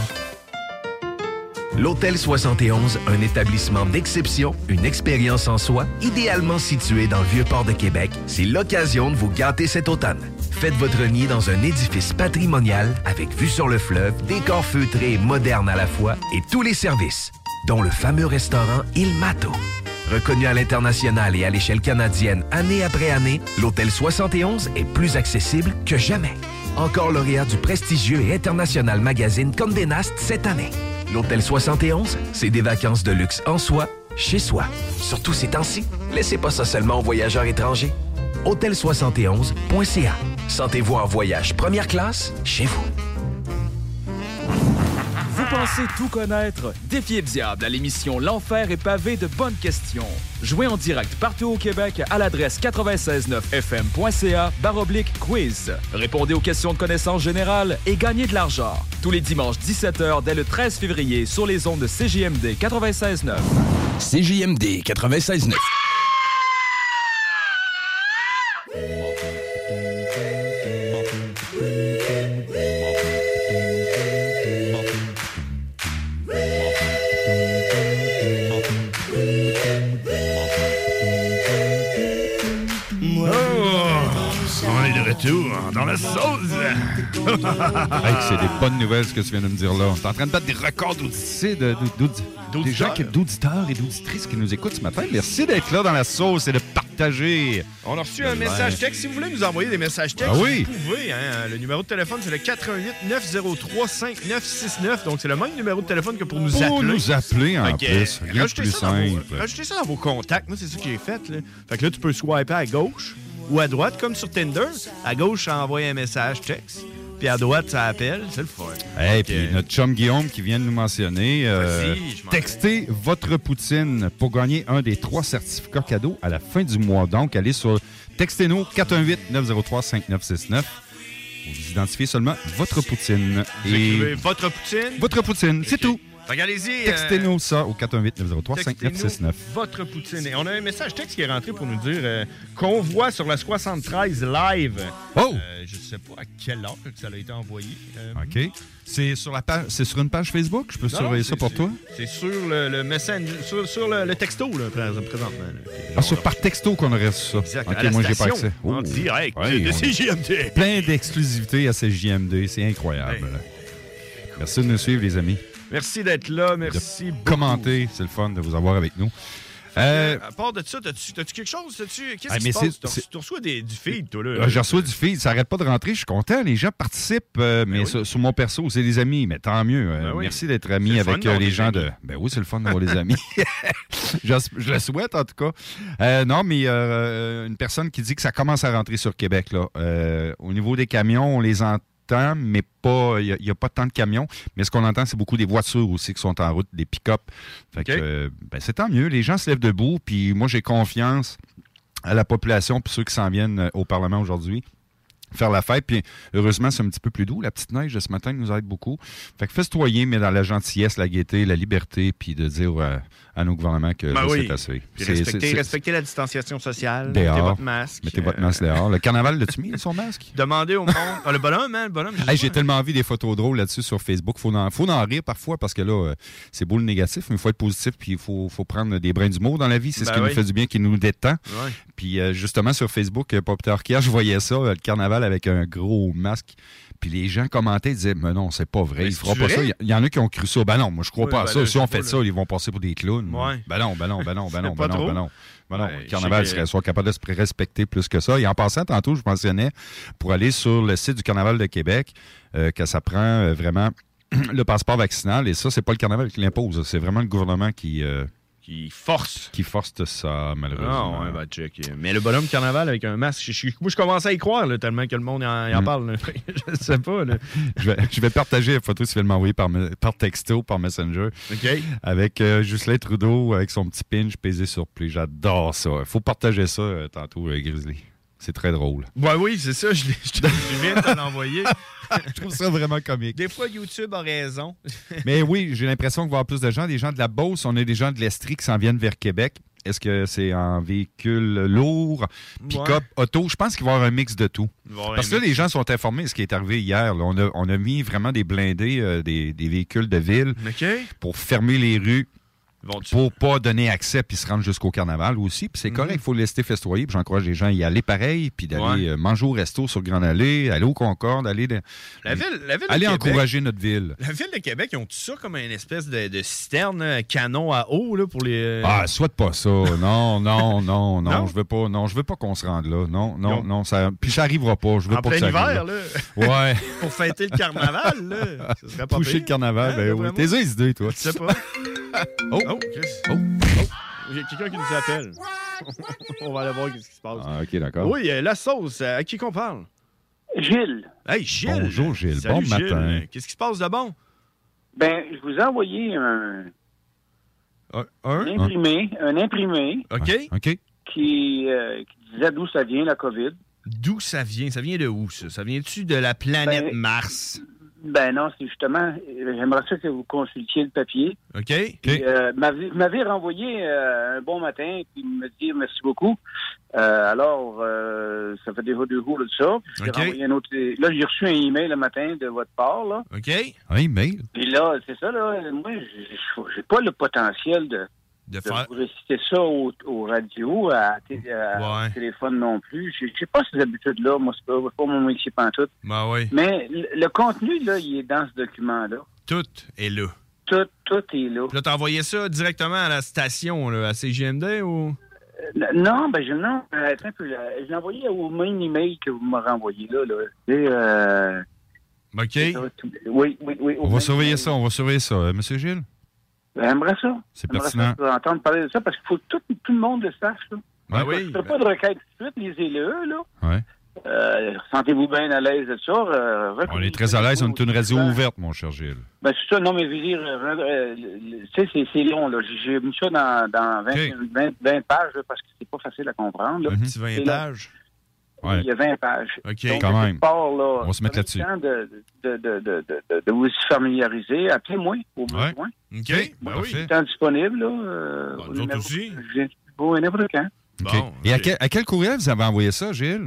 L'Hôtel soixante et onze, un établissement d'exception, une expérience en soi, idéalement situé dans le Vieux-Port de Québec, c'est l'occasion de vous gâter cet automne. Faites votre nid dans un édifice patrimonial avec vue sur le fleuve, décor feutré et moderne à la fois et tous les services, dont le fameux restaurant Il Mato. Reconnu à l'international et à l'échelle canadienne année après année, l'Hôtel soixante et onze est plus accessible que jamais. Encore lauréat du prestigieux et international magazine Condé Nast cette année. L'Hôtel soixante et onze, c'est des vacances de luxe en soi, chez soi. Surtout ces temps-ci, laissez pas ça seulement aux voyageurs étrangers. hôtel soixante et onze point c a. Sentez-vous en voyage première classe chez vous. Vous pensez tout connaître? Défiez le diable à l'émission L'Enfer est pavé de bonnes questions. Jouez en direct partout au Québec à l'adresse quatre-vingt-seize neuf f m point c a barre oblique quiz. Répondez aux questions de connaissances générales et gagnez de l'argent. Tous les dimanches dix-sept heures dès le treize février sur les ondes de C J M D quatre-vingt-seize neuf. C J M D quatre-vingt-seize neuf. Dans la sauce! Hey, c'est des bonnes nouvelles ce que tu viens de me dire là. On est en train de battre des records d'auditeurs, de, de, des gens qui, d'auditeurs et d'auditrices qui nous écoutent ce matin. Merci d'être là dans la sauce et de partager. On a reçu un message texte. Si vous voulez nous envoyer des messages textes, ah oui. vous pouvez. Hein? Le numéro de téléphone, c'est le quatre un huit, neuf zéro trois, cinq neuf six neuf. Donc, c'est le même numéro de téléphone que pour nous pour appeler. Pour nous appeler, en okay. plus. Rien de plus simple. Vos, rajoutez ça dans vos contacts. Moi, c'est ça que j'ai fait. Là. Fait que là, tu peux swiper à gauche ou à droite, comme sur Tinder. À gauche, envoyer un message texte. puis à droite, ça appelle. C'est le fun. Hey, puis notre chum Guillaume qui vient de nous mentionner, euh, textez votre poutine pour gagner un des trois certificats cadeaux à la fin du mois. Donc, allez sur textez-nous quatre un huit neuf zéro trois cinq neuf six neuf. Vous identifiez seulement votre poutine. Vous écrivez votre poutine? Votre poutine, c'est tout. Regardez-y. Textez-nous euh, ça au quatre un huit neuf zéro trois cinq neuf six neuf. Votre poutine. Et on a un message texte qui est rentré pour nous dire euh, qu'on voit sur la soixante-treize live. Oh! Euh, je ne sais pas à quelle heure que ça a été envoyé. Euh, OK. C'est sur la page, c'est sur une page Facebook? Je peux non, surveiller non, ça pour toi? C'est sur le, le Messenger, sur, sur le, le texto, là, présentement. Là. Ah, sur par texto qu'on aurait reçu ça. Exact. OK, moi, j'ai pas accès. Oh. En direct ouais, de C J M D. Plein d'exclusivités à C J M D. C'est incroyable. Ouais. Merci de nous suivre, les amis. Merci d'être là. Merci de beaucoup. Commenter. C'est le fun de vous avoir avec nous. Euh, à part de ça, t'as-tu, t'as-tu quelque chose? T'as-tu, qu'est-ce ah, qui se passe? C'est... Tu reçois des, du feed, toi, là. Euh, je reçois du feed. Ça n'arrête pas de rentrer. Je suis content. Les gens participent. Euh, mais oui. sur, sur mon perso, c'est des amis. Mais tant mieux. Euh, ben oui. Merci d'être ami avec euh, les gens amis. de... Ben oui, c'est le fun d'avoir les amis. je, je le souhaite, en tout cas. Euh, non, mais euh, une personne qui dit que ça commence à rentrer sur Québec, là. Euh, au niveau des camions, on les entend, mais pas, il n'y a, a pas tant de camions. Mais ce qu'on entend, c'est beaucoup des voitures aussi qui sont en route, des pick-up. Fait okay. que, euh, ben, c'est tant mieux. Les gens se lèvent debout, puis moi, j'ai confiance à la population, puis ceux qui s'en viennent au Parlement aujourd'hui, faire la fête. Puis heureusement, c'est un petit peu plus doux. La petite neige de ce matin nous aide beaucoup. Fait que festoyer, mais dans la gentillesse, la gaieté, la liberté, puis de dire euh, à nos gouvernements que ben oui. c'est assez. Puis c'est, respecter, c'est, respecter la distanciation sociale. Dehors. Mettez votre masque. Mettez votre masque dehors. Le carnaval, l'as-tu mis, son masque? Demandez au monde. Ah, le bonhomme, hein, le bonhomme. Hey, j'ai tellement vu des photos drôles là-dessus sur Facebook. Faut en, faut en rire parfois parce que là, euh, c'est beau le négatif, mais il faut être positif, puis il faut, faut prendre des brins d'humour dans la vie. C'est ben ce qui oui. nous fait du bien, qui nous détend. Ouais. Puis euh, justement, sur Facebook, pas plus tard qu'hier, je voyais ça, le carnaval avec un gros masque. Puis les gens commentaient, disaient, mais non, c'est pas vrai, mais il fera pas vrai? ça. Il y en a qui ont cru ça. Ben non, moi, je crois oui, pas à ben ça. Là, si on fait là. ça, ils vont passer pour des clowns. Ouais. Ben non, ben non, ben non, ben non, ben non, ben non. Ben non, ouais, le carnaval serait soit capable de se respecter plus que ça. Et en passant, tantôt, je mentionnais, pour aller sur le site du Carnaval de Québec, euh, que ça prend euh, vraiment le passeport vaccinal. Et ça, c'est pas le carnaval qui l'impose. C'est vraiment le gouvernement qui... Euh, Qui force. Qui force ça, malheureusement. Ah, ouais, bah, check. Mais le bonhomme carnaval avec un masque, je, je, moi, je commençais à y croire, là, tellement que le monde en, en mm. parle. Je sais pas. Là. je, vais, je vais partager la photo, si tu veux m'envoyer par, par texto, par Messenger. OK. Avec euh, Justin Trudeau, avec son petit pinch pesé sur plus. J'adore ça. Il faut partager ça euh, tantôt, euh, Grizzly. C'est très drôle. Ouais, oui, c'est ça. Je, je, je viens de te l'envoyer. Je trouve ça vraiment comique. Des fois, YouTube a raison. Mais oui, j'ai l'impression qu'il va y avoir plus de gens. Des gens de la Beauce, on a des gens de l'Estrie qui s'en viennent vers Québec. Est-ce que c'est en véhicule lourd, pick-up, ouais. auto? Je pense qu'il va y avoir un mix de tout. Parce que là, les gens sont informés de ce qui est arrivé hier. Là. On, a, on a mis vraiment des blindés, euh, des, des véhicules de ville okay. pour fermer les rues. Pour pas donner accès puis se rendre jusqu'au carnaval aussi. Puis c'est mm-hmm. correct, il faut le laisser festoyer. Puis j'encourage les gens à y aller pareil, puis d'aller ouais. euh, manger au resto sur Grande Allée, aller au Concorde, aller de, la ville, la ville aller de encourager Québec, notre ville. La ville de Québec, ils ont tout ça comme une espèce de, de citerne, un canon à eau là, pour les. Ah, souhaite pas ça. Non, non, non, non, non. Je veux pas, non, je veux pas qu'on se rende là. Non, non, ont... non. Ça, puis ça arrivera pas. Je veux en pas plein que ça hiver, arrive, là. Ouais. Pour fêter le carnaval, là. Ça serait pas Toucher le carnaval, hein, ben oui. T'es les idées, toi. Je sais pas. Oh, oh, Chris. Oh. Il y a quelqu'un qui nous appelle. On va aller voir ce qui se passe. Ah, OK, d'accord. Oui, la sauce. À qui qu'on parle? Gilles. Hey, Gilles. Bonjour, Gilles. Salut, bon Gilles. matin. Qu'est-ce qui se passe de bon? Ben, je vous ai envoyé un... Un? un? imprimé. Un imprimé. OK. OK. Qui, euh, qui disait d'où ça vient, la COVID. D'où ça vient? Ça vient de où, ça? Ça vient-tu de la planète ben, Mars? Ben non, c'est justement... J'aimerais ça que vous consultiez le papier. OK. Puis, euh, m'avez, m'avez renvoyé euh, un bon matin, puis me dire merci beaucoup. Euh, alors, euh, ça fait déjà deux jours de ça. Puis okay. j'ai renvoyé un autre... Là, j'ai reçu un email le matin de votre part, là. OK. Un email? Puis là, c'est ça, là. Moi, j'ai, j'ai pas le potentiel de... De, de faire... vous réciter ça au, au radio, à, à ouais. téléphone non plus. Je n'ai pas ces habitudes-là. Moi, c'est pas, pas mon métier pantoute. Ben oui. Mais le, le contenu, là, il est dans ce document-là. Tout est là. Tout, tout est là. Là, t'as envoyé ça directement à la station, là, à C J M D, ou... Euh, non, ben, je, non, attends un peu. Je l'ai envoyé au même email que vous m'avez renvoyé, là, là. Et, euh... OK. Oui, oui, oui. On va surveiller ça, on va surveiller ça. Euh, Monsieur Gilles? J'aimerais ça. C'est J'aimerais pertinent. Ça, entendre parler de ça parce qu'il faut que tout, tout le monde le sache. Là. Ben oui. Je ne ferai pas de requête tout de suite, les élus, là. Ouais. Euh, sentez-vous bien à l'aise de ça? Euh, on est très à l'aise, on est une radio ouverte, mon cher Gilles. Ben, c'est ça, non, mais je veux dire, euh, euh, tu sais, c'est, c'est long, là. J'ai mis ça dans, dans vingt, okay. vingt, vingt pages, là, parce que c'est pas facile à comprendre, là. Un petit vingt pages? Ouais. Il y a vingt pages. OK, donc, quand même. Part, là, on va se mettre là-dessus. Le temps de, de, de, de, de, de vous y familiariser. Appelez-moi, au ouais. besoin. OK, ben oui. C'est temps disponible, là. Euh, bon, nous autres aussi. Bon, n'importe quand. Okay. Bon, et okay. à, quel, à quel courriel vous avez envoyé ça, Gilles?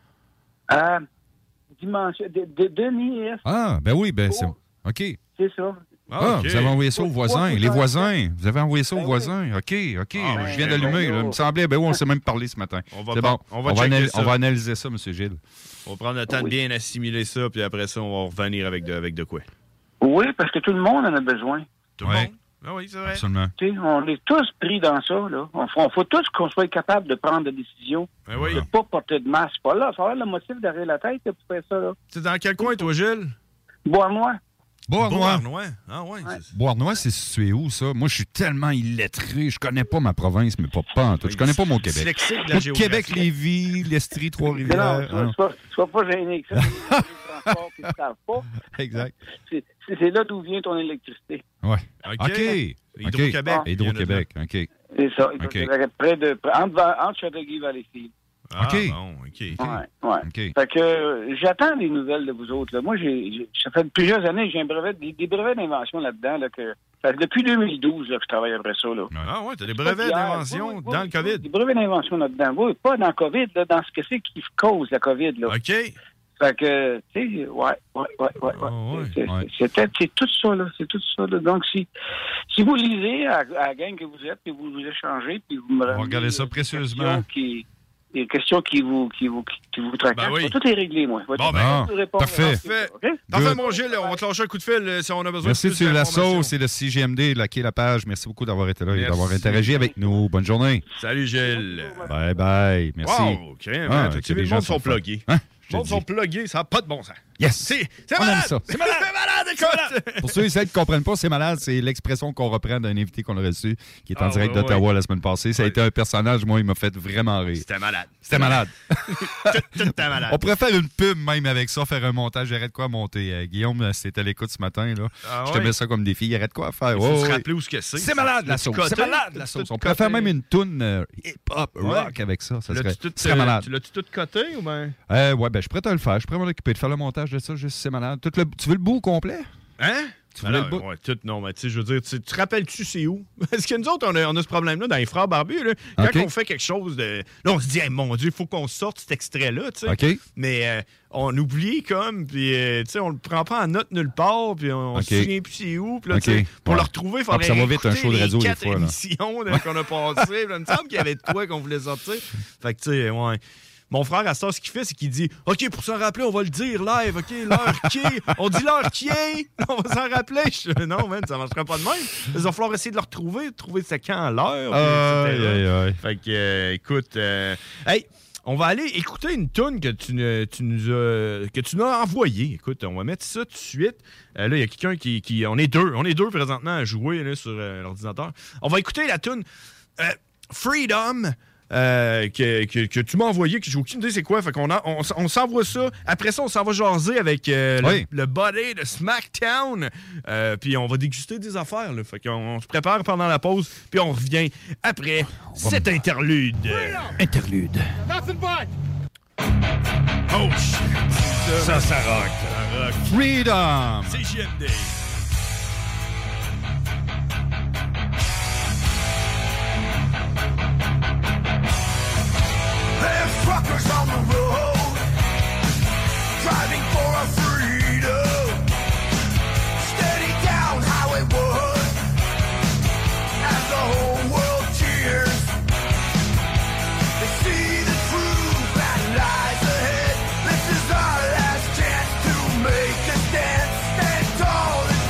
Euh, dimension, de, de, Denis F. Ah, ben oui, ben c'est... OK. C'est ça. Ah, okay. Vous avez envoyé ça aux voisins. Les voisins, vous avez envoyé ça aux ben voisins. OK, OK. Ah, je viens d'allumer. Ben, il me semblait, ben oui, on s'est même parlé ce matin. On va, c'est bon. on va, on va, anal- on va analyser ça, M. Gilles. On va prendre le temps oui. de bien assimiler ça, puis après ça, on va revenir avec de, avec de quoi. Oui, parce que tout le monde en a besoin. Tout le ouais. monde? Ah oui, c'est vrai. Absolument. T'sais, on est tous pris dans ça, là. On faut, on faut tous qu'on soit capable de prendre des décisions. Ben oui. De ne pas porter de masque. Pas là. Il faut avoir le motif derrière la tête pour faire ça, là. Tu es dans quel coin, toi, Gilles? Bois-Noir. Bois-Noir. Bois-Noir. Ah ouais. ouais. Bois-Noir, c'est situé où, ça? Moi, je suis tellement illettré. Je connais pas ma province, mais pas pas en tout. Je connais pas mon Québec. Lexique de la géographie. Québec, Lévis, l'Estrie, Trois-Rivières. Non, non, sois, sois pas gêné que ça. transports qui ne savent pas. Exact. C'est, c'est, c'est là d'où vient ton électricité. Oui. OK. OK. Hydro-Québec. Ah. Hydro-Québec, OK. C'est ça. Okay. Près de, entre, entre Châteauguay et Valleyfield. Ah, OK. Bon, OK. Ouais, ouais. Okay. Fait que euh, j'attends des nouvelles de vous autres. Là. Moi, j'ai, j'ai, ça fait plusieurs années que j'ai un brevet, des, des brevets d'invention là-dedans. Là, que, ça fait depuis deux mille douze là, que je travaille après ça. Là. Ah ouais, t'as des brevets d'invention oui, oui, dans oui, le COVID? Des brevets d'invention là-dedans. Oui, pas dans le COVID, là, dans ce que c'est qui cause la COVID. Là. OK. Fait que, tu sais, ouais, ouais, ouais, ouais. Oh, ouais. C'est, ouais. C'était, c'est tout ça, là. C'est tout ça, là. Donc, si, si vous lisez à, à la gang que vous êtes, puis vous vous échangez, puis vous me On va regarder ça précieusement. Qui, des questions qui vous, qui vous, qui vous tracassent. Ben oui. Tout est réglé, moi. Bon, ben, parfait. Parfait. Okay? Parfait, mon Gilles. On va te lâcher un coup de fil si on a besoin Merci de plus de la sauce et le C G M D, laquer la page. Merci beaucoup d'avoir été là et d'avoir interagi avec nous. Bonne journée. Salut, Gilles. Bye bye. Merci. Wow, OK. Ah, tu les gens sont plugués. Hein? Les gens sont plugués, ça n'a pas de bon sens. Yes! C'est, c'est on malade! aime ça. C'est malade! C'est malade, écoute! Pour ceux et celles qui ne comprennent pas, c'est malade, c'est l'expression qu'on reprend d'un invité qu'on a reçu, qui est en ah, direct ouais, d'Ottawa ouais. la semaine passée. Ça a ouais. été un personnage, moi, il m'a fait vraiment rire. C'était malade. C'était malade. tout, tout était malade. On pourrait faire une pub même avec ça, faire un montage. J'arrête quoi à monter. Euh, Guillaume, c'était à l'écoute ce matin. Là. Ah, je te ouais. mets ça comme défi. Il arrête quoi à faire. Il faut oh, se ouais. rappeler où ce que c'est. C'est malade, la sauce. C'est malade, la sauce. On pourrait faire même une toune euh, hip-hop, ouais. rock avec ça. Ça serait, tout, serait malade. Tu l'as-tu tout coté ou bien? Euh, ouais, ben, je pourrais te le faire. Je pourrais m'en occuper de faire le montage de ça. Juste, c'est malade. Tout le, tu veux le bout au complet? Hein? Tu veux le Alors, bout? ouais, tout, non, mais tu sais, je veux dire, tu te rappelles-tu c'est où? Parce que nous autres, on a, on a ce problème-là dans les Frères Barbus, là. Quand okay. on fait quelque chose de... Là, on se dit, hey, mon Dieu, il faut qu'on sorte cet extrait-là, tu sais. Okay. Mais euh, on oublie comme, puis euh, tu sais, on le prend pas en note nulle part, puis on, on okay. se souvient plus c'est où. Puis là, okay. tu sais, pour ouais. le retrouver, il faudrait ah, ça va vite, un show de radio les des quatre fois, émissions là, qu'on a passées. Il me semble qu'il y avait de quoi qu'on voulait sortir. Fait que, tu sais, ouais... Mon frère, à ça, ce qu'il fait, c'est qu'il dit « OK, pour s'en rappeler, on va le dire live. OK, l'heure qui est. On dit l'heure qui est. On va s'en rappeler. » Je, non, man, ça ne marchera pas de même. Il va falloir essayer de le retrouver, de trouver c'est quand l'heure. Aïe, aïe, aïe. Fait que, euh, écoute, euh, hey, on va aller écouter une toune que tu, tu nous as, que tu nous as envoyée. Écoute, on va mettre ça tout de suite. Euh, là, il y a quelqu'un qui, qui... On est deux. On est deux présentement à jouer là, sur euh, l'ordinateur. On va écouter la toune euh, Freedom. Euh, que, que, que tu m'as envoyé, que j'ai aucune idée c'est quoi. Fait qu'on a, on, on s'envoie ça. Après ça, on s'en va jaser avec euh, oui. le, le body de SmackDown. Euh, puis on va déguster des affaires. Là. Fait qu'on on se prépare pendant la pause. Puis on revient après cet interlude. Interlude. Oh shit. Ça, ça rock. Ça rock. Freedom. C G M D. There's truckers on the road, driving for our freedom. Steady down Hollywood, as the whole world cheers. They see the truth that lies ahead. This is our last chance to make a stand. Stand tall and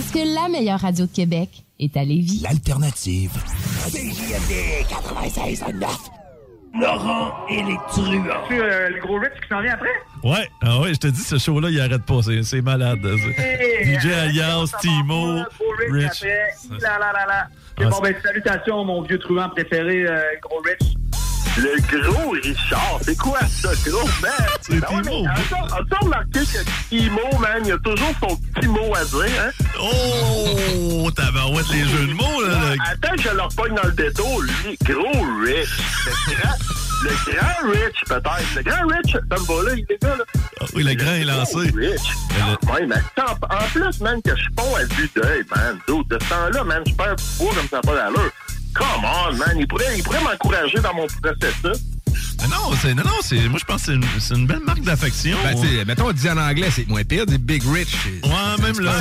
Parce que la meilleure radio de Québec est à Lévis. L'alternative. C J M D quatre-vingt-seize neuf. Laurent et les truands. C'est euh, le gros Rich qui s'en vient après? Ouais, ah ouais, je te dis, ce show-là, il arrête pas. C'est, c'est malade. Hey, D J Alias, Timo, Rich. Rich. Là, là, là, là. Ah, bon, ben, salutations, mon vieux truand préféré, euh, gros Rich. Le gros Richard, c'est quoi ça, gros, man? C'est Timo. As-tu remarqué que Timo, man, il a toujours son petit mot à dire, hein? Oh, tabarouette, les jeux de mots, là. Ouais, attends que je leur pogne dans le détour, lui, gros Rich. Le grand, le grand Rich, peut-être. Le grand Rich, ça me va là, il est là, là. Ah oui, le, le grand est lancé. Rich. Le... Ouais, mais en, en plus, man, que je ponds à vue d'œil, man. D'autres, de ce temps-là, man, je perds du poids comme ça pas d'allure. Come on, man, il pourrait, il pourrait m'encourager dans mon processus. Mais non, c'est, non, non, c'est, moi je pense que c'est une, c'est une belle marque d'affection. Ben, tu sais, mettons, on dit en anglais, c'est moins pire, des Big Rich. Ouais, même là.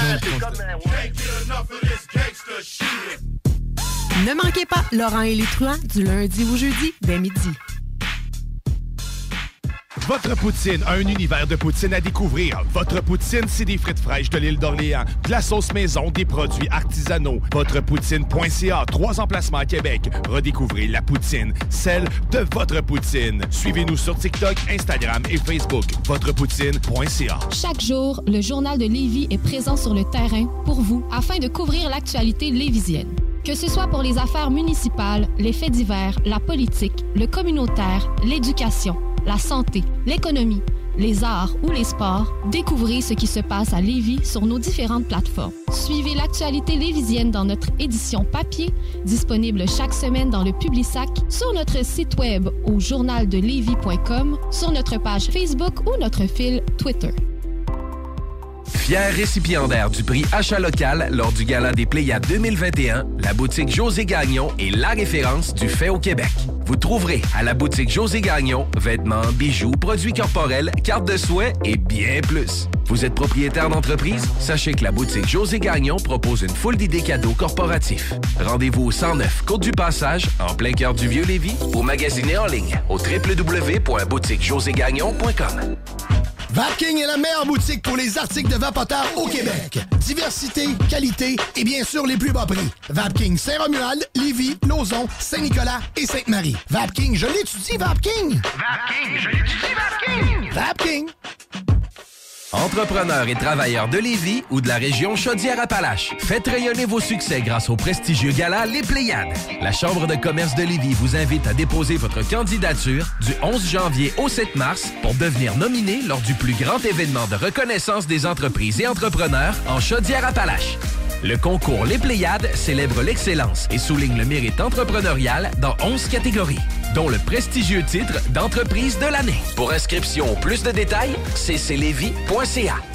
Ne manquez pas Laurent et les truands du lundi au jeudi dès midi. Votre poutine, un univers de poutine à découvrir. Votre poutine, c'est des frites fraîches de l'île d'Orléans, de la sauce maison, des produits artisanaux. Votrepoutine point c a, trois emplacements à Québec. Redécouvrez la poutine, celle de votre poutine. Suivez-nous sur TikTok, Instagram et Facebook. Votrepoutine point c a. Chaque jour, le Journal de Lévis est présent sur le terrain pour vous afin de couvrir l'actualité lévisienne. Que ce soit pour les affaires municipales, les faits divers, la politique, le communautaire, l'éducation, la santé, l'économie, les arts ou les sports, découvrez ce qui se passe à Lévis sur nos différentes plateformes. Suivez l'actualité lévisienne dans notre édition papier, disponible chaque semaine dans le Publisac, sur notre site web au journal de lévis point com, sur notre page Facebook ou notre fil Twitter. Fier récipiendaire du prix Achat local lors du Gala des Pléiades deux mille vingt et un, la boutique José Gagnon est la référence du fait au Québec. Vous trouverez à la boutique José Gagnon vêtements, bijoux, produits corporels, cartes de soins et bien plus. Vous êtes propriétaire d'entreprise? Sachez que la boutique José Gagnon propose une foule d'idées cadeaux corporatifs. Rendez-vous au cent neuf Côte du Passage, en plein cœur du Vieux-Lévis, ou magasinez en ligne au w w w point boutique josé gagnon point com. Vapking est la meilleure boutique pour les articles de vapoteurs au Québec. Diversité, qualité et bien sûr les plus bas prix. Vapking Saint-Romuald, Lévis, Lauson, Saint-Nicolas et Sainte-Marie. Vapking, je l'étudie, Vapking! Vapking, je l'étudie, Vapking! Vapking! Entrepreneurs et travailleurs de Lévis ou de la région Chaudière-Appalaches, faites rayonner vos succès grâce au prestigieux gala Les Pléiades. La Chambre de commerce de Lévis vous invite à déposer votre candidature du onze janvier au sept mars pour devenir nominé lors du plus grand événement de reconnaissance des entreprises et entrepreneurs en Chaudière-Appalaches. Le concours Les Pléiades célèbre l'excellence et souligne le mérite entrepreneurial dans onze catégories, dont le prestigieux titre d'entreprise de l'année. Pour inscription ou plus de détails, c c lévis point c a.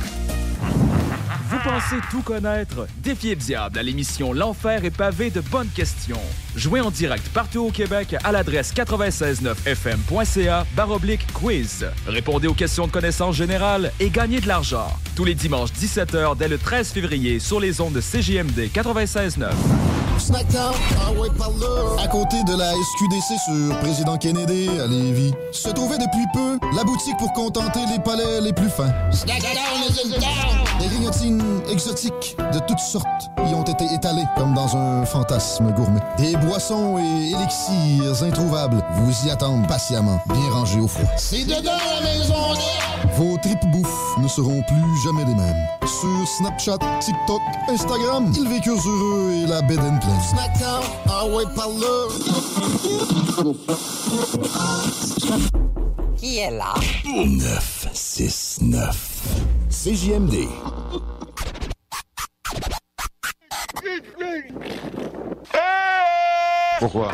Vous pensez tout connaître? Défiez le diable à l'émission L'Enfer est pavé de bonnes questions. Jouez en direct partout au Québec à l'adresse quatre-vingt-seize neuf f m point c a barre oblique quiz. Répondez aux questions de connaissance générale et gagnez de l'argent. Tous les dimanches dix-sept heures dès le treize février sur les ondes de C J M D quatre-vingt-seize neuf. Snackdown, ah ouais, par là. À côté de la S Q D C sur Président Kennedy à Lévis, se trouvait depuis peu la boutique pour contenter les palais les plus fins. Snackdown is in town! Des grignotines exotiques de toutes sortes y ont été étalées comme dans un fantasme gourmet. Des boissons et élixirs introuvables vous y attendent patiemment, bien rangés au froid. C'est dedans la maison nette! Vos tripes bouffes ne seront plus jamais les mêmes. Sur Snapchat, TikTok, Instagram, ils vécurent heureux et la bed and pleine. Snackdown, ah ouais, par là! Qui est là? neuf six neuf. C J M D. Pourquoi?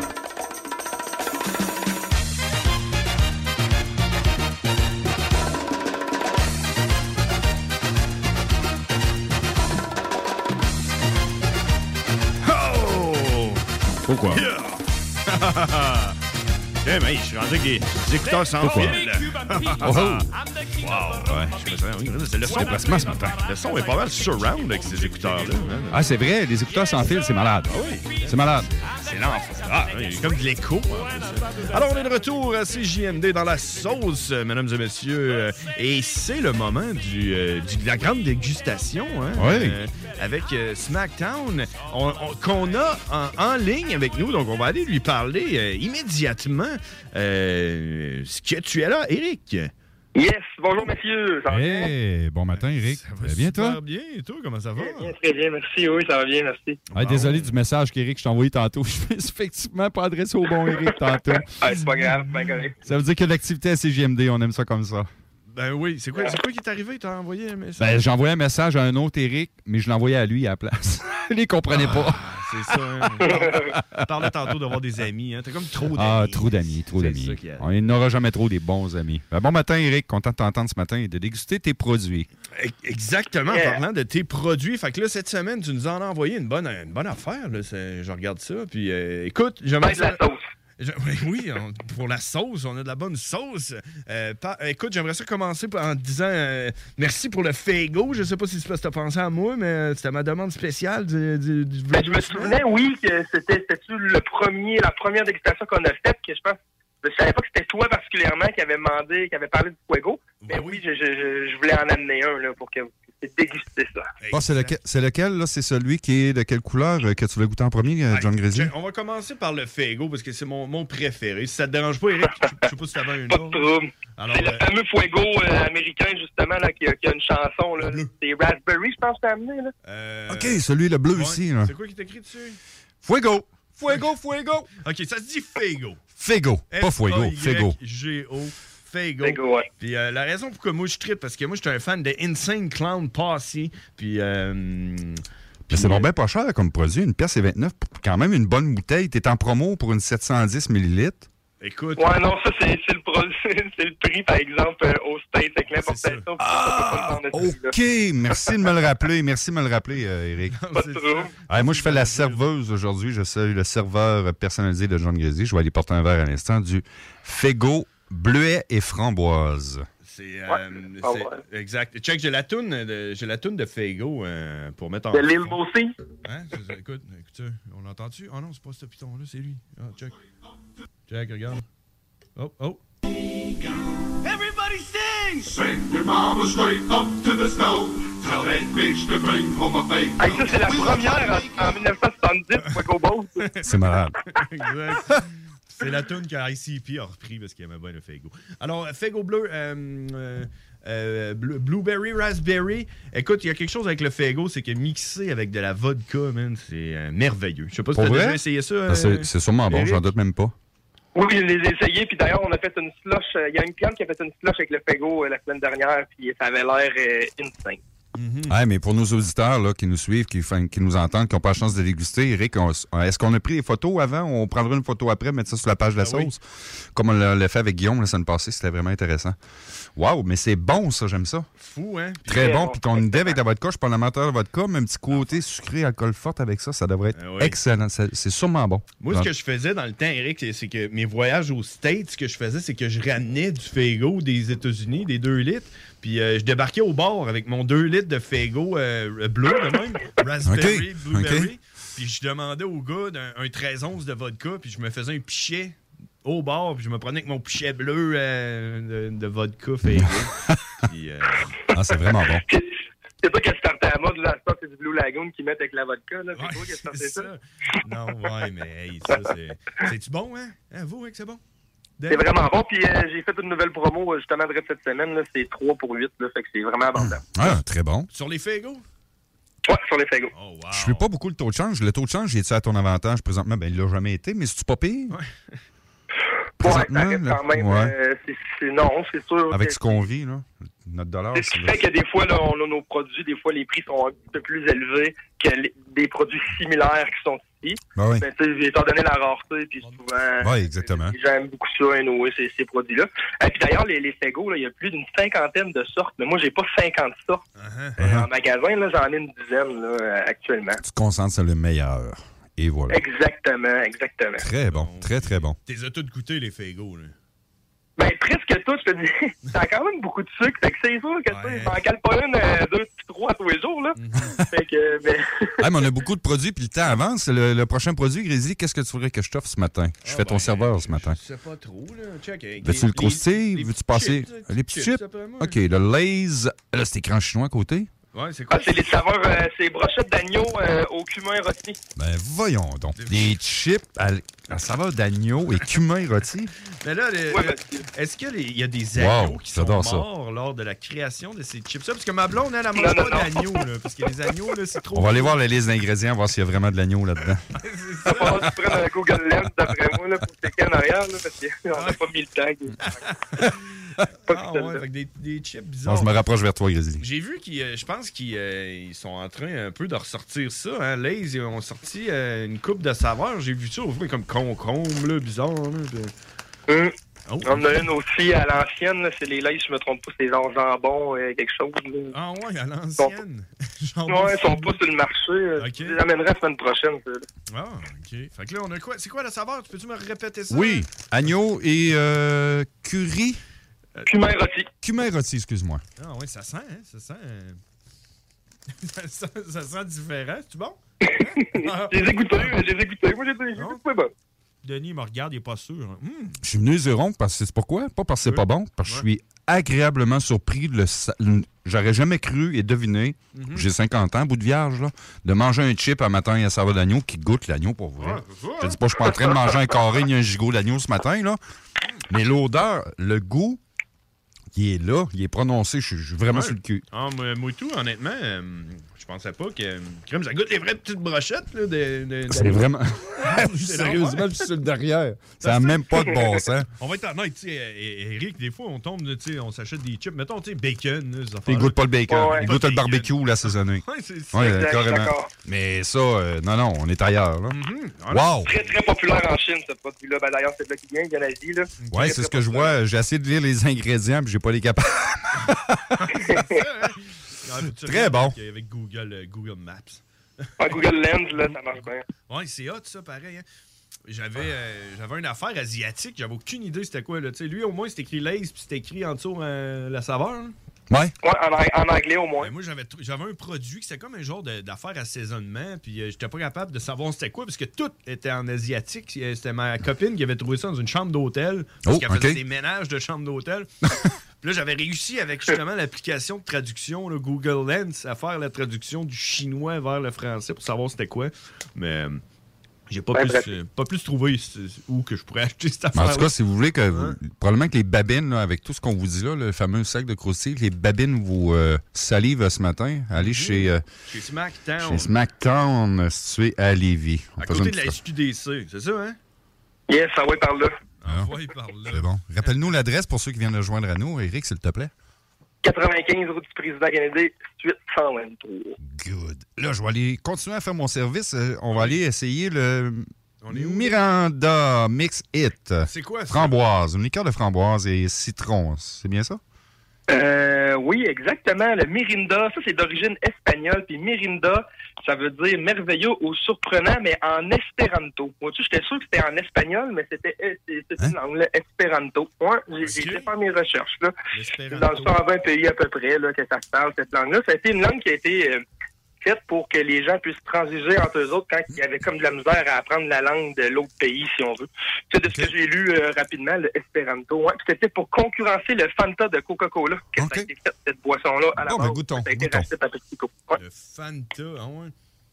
Pourquoi? Yeah. Eh ben, je suis rendu avec des écouteurs sans fil. Oh, wow, ouais. C'est le son déplacement ce matin. Le son est pas mal surround avec ces écouteurs-là. Ah, c'est vrai, les écouteurs sans fil, c'est malade. Ah oui. C'est malade. c'est l'enfer. Ah, il y a comme de l'écho. Hein, alors, on est de retour à C J M D dans la sauce, mesdames et messieurs. Et c'est le moment du, euh, du, de la grande dégustation. Hein, oui. euh, avec euh, SmackDown, on, on, qu'on a en, en ligne avec nous. Donc, on va aller lui parler euh, immédiatement. Euh, ce que tu es là, Éric. Yes, bonjour messieurs. Ça va hey, bien? Bon matin, Éric. Ça va bien, toi? Ça va bien, et toi, comment ça va? Bien, bien, très bien, merci. Oui, ça va bien, merci. Ah, désolé du message qu'Éric, je t'ai envoyé tantôt. Je me suis effectivement pas adressé au bon Éric tantôt. Ah, c'est pas grave, c'est pas correct. Ça veut dire que l'activité à C J M D, on aime ça comme ça. Ben oui, c'est quoi, c'est quoi qui est arrivé? T'as envoyé un message? Ben, j'ai envoyé un message à un autre Éric, mais je l'ai envoyé à lui à la place. Il ne comprenait ah, pas. C'est ça. Hein? On parlait tantôt d'avoir des amis. Hein? T'as comme trop d'amis. Ah, trop d'amis, trop d'amis. On n'aura jamais trop des bons amis. Ben, bon matin, Éric. Content de t'entendre ce matin et de déguster tes produits. Exactement, yeah. En parlant de tes produits. Fait que là, cette semaine, tu nous en as envoyé une bonne, une bonne affaire. Là. Je regarde ça. Puis, euh, écoute, j'aimerais ça... la sauce. Oui, on, pour la sauce, on a de la bonne sauce. Euh, par, écoute, j'aimerais ça commencer en disant euh, merci pour le Faygo. Je sais pas si c'est parce que tu as pensé à moi, mais c'était ma demande spéciale du, du, du ben, je me souvenais, oui, que c'était, c'était le premier, la première dégustation qu'on a faite, que je pense, je savais pas que c'était toi particulièrement qui avait demandé, qui avait parlé du Fuego, mais ben oui, je, je, je voulais en amener un là, pour que vous puissiez déguster ça. Oh, c'est, lequel, c'est lequel, là? C'est celui qui est de quelle couleur que tu voulais goûter en premier, John Grizzly? On va commencer par le Faygo parce que c'est mon, mon préféré. Si ça te dérange pas, Éric, je sais pas si t'avais un autre. Pas de trouble. Alors, c'est euh... le fameux Fuego euh, américain, justement, là, qui, a, qui a une chanson. Là. C'est Raspberry, je pense, que t'as amené. Là. Euh... OK, celui, le bleu ouais. Aussi. Là. C'est quoi qui est écrit dessus? Fuego! Fuego, Fuego! OK, ça se dit Faygo. Faygo, pas Fuego, Faygo. G-O. Faygo. Faygo, ouais. Puis euh, la raison pourquoi moi je trippe, parce que moi je suis un fan de Insane Clown Posse. Puis. Euh, Puis c'est euh, bien pas cher comme produit, une pièce et vingt-neuf. Quand même une bonne bouteille. T'es en promo pour une sept cent dix millilitres. Écoute. Ouais, non, ça, c'est, c'est, le, produit, c'est le prix, par exemple, euh, au States, avec l'importation. Ah, OK. Merci de me le rappeler. Merci de me le rappeler, euh, Éric. Pas de trouble. Ouais, moi, je fais la serveuse aujourd'hui. Je suis le serveur personnalisé de John Grizzly. Je vais aller porter un verre à l'instant du Faygo bleuet et framboise. C'est, euh, ouais. c'est oh, ouais. Exact. Check, j'ai la toune de, j'ai la toune de Faygo euh, pour mettre en... De Lil Bossy. Hein? Écoute, écoute ça. On l'entend-tu? Ah oh non, c'est pas ce piton-là, c'est lui. Ah, oh, check. Check, regarde. Oh, oh. Everybody sing! Send your mama straight up to the stove. Tell that bitch to bring home a fake. Hey, ça, c'est la première en, en dix-neuf cent soixante-dix, Fuego Boss. C'est malade. Exact. C'est la toune que I C P a repris parce qu'il aimait bien le Faygo. Alors, Faygo bleu, euh, euh, euh, blueberry, raspberry. Écoute, il y a quelque chose avec le Faygo, c'est que mixé avec de la vodka, man, c'est euh, merveilleux. Je sais pas si tu as déjà essayé ça. Euh, c'est, c'est sûrement bon, j'en doute même pas. Oui, je les ai essayés, puis d'ailleurs, on a fait une slush. Il euh, y a une cliente qui a fait une slush avec le Faygo euh, la semaine dernière, puis ça avait l'air euh, insane. Mm-hmm. Ouais, mais pour nos auditeurs là, qui nous suivent, qui, qui nous entendent, qui n'ont pas la chance de déguster, Éric, on, est-ce qu'on a pris des photos avant? On prendra une photo après, mettre ça sur la page de la ah, sauce? Oui. Comme on l'a, l'a fait avec Guillaume la semaine passée, c'était vraiment intéressant. Waouh, mais c'est bon ça, j'aime ça. Fou, hein? Puis très bon, puis ton idée avec ta vodka, je suis pas un amateur de vodka, mais un petit côté sucré, alcool fort avec ça, ça devrait être ah, oui. excellent. C'est, c'est sûrement bon. Moi, ce que je faisais dans le temps, Éric, c'est, c'est que mes voyages aux States, ce que je faisais, c'est que je ramenais du Faygo des États-Unis, des deux litres. Puis euh, je débarquais au bar avec mon deux litres de Faygo euh, bleu de même, raspberry, okay. blueberry. Okay. Puis je demandais au gars d'un, un treize onces de vodka, puis je me faisais un pichet au bar, puis je me prenais avec mon pichet bleu euh, de, de vodka Faygo. puis, euh... Ah, c'est vraiment bon. C'est toi qui as starté à la mode, là, c'est du Blue Lagoon qu'ils mettent avec la vodka, là. C'est ouais, toi qui as starté ça. ça. Non, ouais, mais hey, ça, c'est... C'est-tu bon, hein? hein vous, hein, que c'est bon? C'est vraiment bon, puis euh, j'ai fait une nouvelle promo justement de cette semaine, là, c'est trois pour huit, là, fait que c'est vraiment abondant. Ah, très bon. Sur les Faygo? Ouais, sur les Faygo. Oh, wow. Je ne suis pas beaucoup le taux de change. Le taux de change, il est-tu à ton avantage présentement? Ben, il l'a jamais été, mais c'est-tu pas pire? Ouais. Ouais, ça reste quand même. Ouais. Euh, c'est, c'est, non, c'est sûr. Avec ce qu'on vit, là, notre dollar. C'est ce qui fait que des fois, là, on a nos produits, des fois, les prix sont un peu plus élevés que les, des produits similaires qui sont ici. Ben oui. Ben, étant donné la rareté, puis souvent. Oui, exactement. J'aime beaucoup ça, anyway, ces, ces produits-là. Et puis d'ailleurs, les, les Faygo, là, il y a plus d'une cinquantaine de sortes, mais moi, j'ai pas cinquante sortes. Uh-huh. Euh, en magasin, là, j'en ai une dizaine, là, actuellement. Tu te concentres sur le meilleur. Et voilà. Exactement, exactement. Très bon, très, très bon. T'es as toutes goûté, les Faygo, là? Ben, presque tout, je te dis. Ça a quand même beaucoup de sucre, fait que c'est sûr que, ouais. tu sais, j'en cale pas une, euh, deux, trois trois tous les jours, là. Fait que, ben... hey, mais on a beaucoup de produits, puis le temps avance. Le, le prochain produit, Grizzly, qu'est-ce que tu voudrais que je t'offre ce matin? Je ah, fais ton ben, serveur ce matin. Je sais pas trop, là. Check. Veux-tu le croustiller? Veux-tu passer? Chips, les petits chips? chips? OK, le Lay's. Là, c'est écran chinois à côté. Ouais, c'est quoi? Ah, c'est les saveurs, euh, c'est brochettes d'agneau euh, au cumin rôti. Ben, voyons donc. Des chips à, à saveur d'agneau et cumin rôti. Mais là, les, ouais, est-ce qu'il y a des agneaux wow, qui sont morts ça. lors de la création de ces chips-là? Parce que ma blonde, elle, elle mange pas d'agneau, là. Parce que les agneaux, là, c'est trop... On va aller voir la liste d'ingrédients, voir s'il y a vraiment de l'agneau là-dedans. Ça va falloir que tu prennes un Google Lens, d'après moi, là, pour checker en arrière, là, parce qu'on n'a pas mis le tag. Ah ouais, fait que des, des chips bizarres. Bon, je me rapproche vers toi, Grizzly. J'ai vu qu'ils, euh, je pense qu'ils euh, ils sont en train un peu de ressortir ça. Hein. Lay's, ils ont sorti euh, une coupe de saveurs. J'ai vu ça comme concombre, là, bizarre. Là, puis... hum. Oh. On en a une aussi à l'ancienne, là, c'est les Lay's, je me trompe pas, c'est genre jambon, euh, quelque chose. Là. Ah ouais, à l'ancienne? Sont... ouais, ils sont pas sur le marché. Okay. Je les amènerai la semaine prochaine. Ça, ah, OK. Fait que là, on a quoi? C'est quoi la saveur? Peux-tu me répéter ça? Oui, agneau et euh, curry. Euh, cumin rôti. Cumin rôti, excuse-moi. Ah oui, ça sent, hein? Ça sent... Euh... ça, sent ça sent différent. C'est-tu bon? J'ai les ai goûtés, j'ai les ai goûtés. Moi, j'ai dit, c'est bon. Denis me regarde, il n'est pas sûr. Hein. Mmh. Je suis venu zéro parce que c'est pourquoi? Pas parce que c'est oui. pas bon, parce que ouais. je suis agréablement surpris. De le... J'aurais jamais cru et deviné, mm-hmm. j'ai cinquante ans, bout de vierge, là, de manger un chip à matin à saveur d'agneau qui goûte l'agneau pour vrai. Ouais, ça, je te dis pas, je suis pas en train de manger un carré ni un gigot d'agneau ce matin, là. Mais l'odeur, le goût, il est là, il est prononcé, je suis vraiment ouais. sur le cul. Ah, moi, moi tout, honnêtement, euh, je pensais pas que. Crème, ça goûte les vraies petites brochettes, là. De, de, c'est vraiment. Sérieusement, je suis sur le derrière. Ça n'a même pas de bon sens. On va être honnête, tu sais, Eric, des fois, on tombe, tu sais, on s'achète des chips. Mettons, tu sais, bacon. Là, il goûte pas le bacon. Oh, ouais. Il goûte le barbecue ou l'assaisonné. Oui, c'est ça. Ouais, exact, carrément. Mais ça, euh, non, non, on est ailleurs, là. Mm-hmm. Wow! Très, très populaire en Chine, ce produit-là. Ben, d'ailleurs, c'est là qui vient, il y en a dit, là. Oui, c'est ce que je vois. J'ai essayé de lire les ingrédients, puis j'ai pas les capables. C'est ça, hein? Très bon. Avec Google, euh, Google Maps. Ah, Google Lens, là, ça marche bien. Ouais, c'est hot, ça, pareil. Hein? J'avais, euh, j'avais une affaire asiatique, j'avais aucune idée c'était quoi. Là. T'sais, lui, au moins, c'était écrit Lay's, puis c'était écrit en dessous euh, la saveur. Là. Ouais. Ouais, en, en anglais au moins. Ben, moi, j'avais, j'avais un produit qui c'était comme un genre de, d'affaire assaisonnement, puis euh, j'étais pas capable de savoir c'était quoi, parce que tout était en asiatique. C'était ma copine qui avait trouvé ça dans une chambre d'hôtel, parce oh, qu'elle faisait okay. des ménages de chambre d'hôtel. Puis là, j'avais réussi avec justement l'application de traduction, le Google Lens, à faire la traduction du chinois vers le français pour savoir c'était quoi. Mais... J'ai pas, ouais, plus, euh, pas plus trouvé où que je pourrais acheter cette affaire. En tout cas, si vous voulez, que vous, hein? probablement que les babines, là, avec tout ce qu'on vous dit là, le fameux sac de croustilles, les babines vous euh, salivent ce matin. Allez mmh. chez, euh, chez Smacktown. Chez Smacktown, situé à Lévis. On à côté de la S Q D C, c'est ça, hein? Yes, ça va par là. Ah, ouais, par là. C'est bon. Rappelle-nous l'adresse pour ceux qui viennent de joindre à nous, Eric, s'il te plaît. quatre-vingt-quinze route du Président Kennedy, suite cent vingt-trois. Good. Là, je vais aller continuer à faire mon service. On va aller essayer le On est où? Miranda Mix It. C'est quoi ça? Framboise. Une liqueur de framboise et citron. C'est bien ça? Euh, oui, exactement. Le Mirinda, ça, c'est d'origine espagnole. Puis Mirinda, ça veut dire merveilleux ou surprenant, mais en espéranto. Moi-tu, j'étais sûr que c'était en espagnol, mais c'était, c'était hein? une langue, là, espéranto. Ouais, j'ai, okay. j'ai fait mes recherches, là. Dans cent vingt pays à peu près, là, que ça se parle, cette langue-là. Ça a été une langue qui a été euh, faite pour que les gens puissent transiger entre eux autres quand il y avait comme de la misère à apprendre la langue de l'autre pays, si on veut. C'est de ce okay. que j'ai lu euh, rapidement, le espéranto. Ouais, c'était pour concurrencer le Fanta de Coca-Cola, que okay. ça a été fait, cette boisson-là, à la bon, base. Ben, goûtons, ça a été goûtons. racheté par PepsiCo. Ouais. Le Fanta, ah ouais.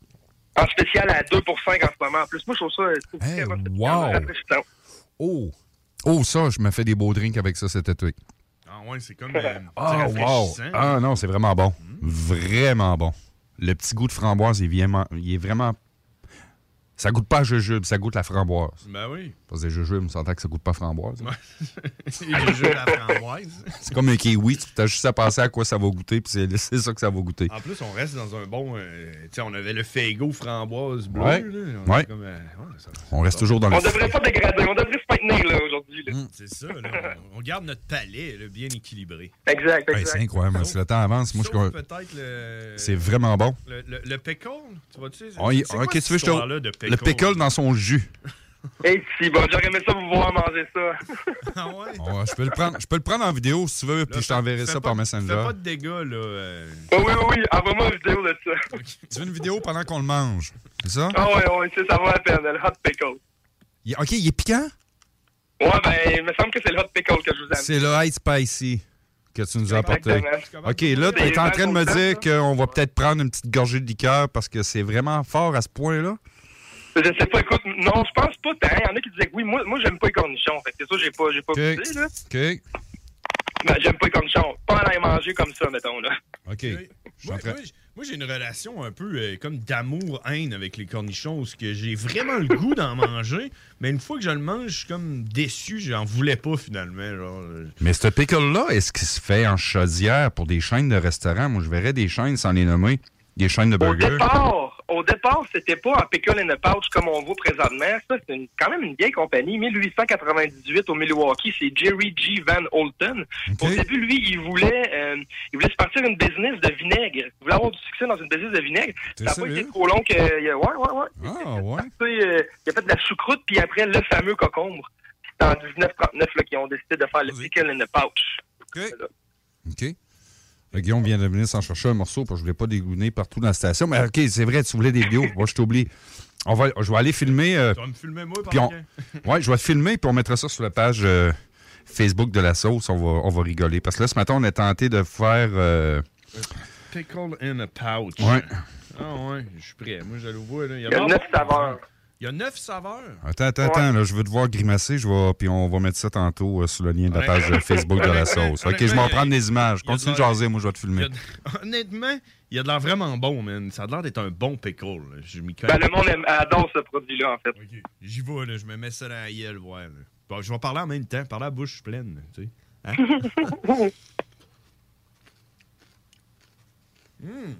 En spécial à deux pour cinq en ce moment. En plus, moi, je trouve ça je trouve hey, vraiment wow. rafraîchissant. Oh! Oh, ça, je me fais des beaux drinks avec ça cet été. Ah ouais, c'est comme euh, oh, wow. Ah non, c'est vraiment bon. Mm. Vraiment bon. Le petit goût de framboise, il, vient, il est vraiment... Ça goûte pas à jujube, ça goûte la framboise. Ben oui. Parce que les jujubes, on s'entend que ça goûte pas framboise. Ouais. Les jujubes à la framboise. C'est comme un kiwi, tu as juste à penser à quoi ça va goûter, puis c'est, c'est ça que ça va goûter. En plus, on reste dans un bon... Euh, tu sais, on avait le Faygo framboise bleu. Ouais. Là, on, ouais. Comme, euh, ouais, ça, on reste toujours dans on le... On devrait pas dégrader, on devrait se maintenir là, aujourd'hui. Là. Mmh, c'est ça, là, on, on garde notre palais là, bien équilibré. Exact, exact. Ouais, c'est incroyable, si le temps avance, moi je crois... peut-être le... C'est vraiment bon. Le, le, le pickle, tu vois-tu? On y... Ok, tu veux, je te... Le pickle dans son jus. Hey, si, bon, j'aurais aimé ça vous voir manger ça. Ah ouais? Oh, je peux le prendre, je peux le prendre en vidéo si tu veux, puis je t'enverrai ça pas, par Messenger. Fais pas de dégâts, là. Euh... Oh, oui, oui, oui, envoie-moi une vidéo de ça. Okay. Tu veux une vidéo pendant qu'on le mange, c'est ça? Ah ouais, ouais, ça, ça vaut la peine, le hot pickle. Il, OK, il est piquant? Ouais, ben, il me semble que c'est le hot pickle que je vous ai amené. C'est le high spicy que tu nous as apporté. Exactement. OK, là, tu es en train de me dire qu'on va peut-être prendre une petite gorgée de liqueur parce que c'est vraiment fort à ce point-là? Je sais pas, écoute, non, je pense pas tant. Il y en a qui disaient que oui, moi, moi j'aime pas les cornichons. Fait que c'est ça, j'ai pas, j'ai pas okay. goûté, là. OK. Ben, j'aime pas les cornichons. Pas à les manger comme ça, mettons, là. OK. Moi, moi, moi, j'ai une relation un peu euh, comme d'amour-haine avec les cornichons, parce que j'ai vraiment le goût d'en manger, mais une fois que je le mange, je suis comme déçu, j'en voulais pas finalement. Genre. Mais ce pickle-là, est-ce qu'il se fait en chaudière pour des chaînes de restaurants? Moi, je verrais des chaînes sans les nommer. Des chaînes de burgers. Au départ, au départ, c'était pas en pickle in a pouch comme on voit présentement. Ça, c'est une, quand même une vieille compagnie. dix-huit cent quatre-vingt-dix-huit au Milwaukee, c'est Jerry G. Van Holten. Okay. Au début, lui, il voulait, euh, il voulait se partir une business de vinaigre. Il voulait avoir du succès dans une business de vinaigre. T'es ça n'a pas été trop long que... Euh, ouais, ouais, ouais. Ah, ouais. Il, euh, il a fait de la choucroute, puis après, le fameux cocombre. C'est en dix-neuf trente-neuf là, qu'ils ont décidé de faire le pickle in a pouch. OK. OK. Le Guillaume vient de venir s'en chercher un morceau parce que je ne voulais pas dégoûter partout dans la station. Mais OK, c'est vrai, tu voulais des vidéos. Moi, je t'oublie. On va, je vais aller filmer. Euh, tu vas me filmer, moi, par on, ouais, je vais te filmer, puis on mettra ça sur la page euh, Facebook de la sauce. On va, on va rigoler. Parce que là, ce matin, on est tenté de faire... Euh... Pickle in a pouch. Ouais. Ah ouais, je suis prêt. Moi, je le vois. Là. Il y a neuf saveurs. Il y a neuf saveurs. Attends, attends, ouais. attends. Là, je veux te voir grimacer. Je vais, puis on va mettre ça tantôt euh, sur le lien de la page euh, Facebook de la sauce. OK, je vais en prendre des images. Continue de jaser, moi, je vais te filmer. De... Honnêtement, il a de l'air vraiment bon, man. Ça a l'air d'être un bon pickle. Je m'y ben, le monde aime, adore ce produit-là, en fait. OK, j'y vais, là. Je me mets ça dans la gueule, voir. Bon, je vais parler en même temps. Parler à la bouche pleine, tu sais. Hein? mm.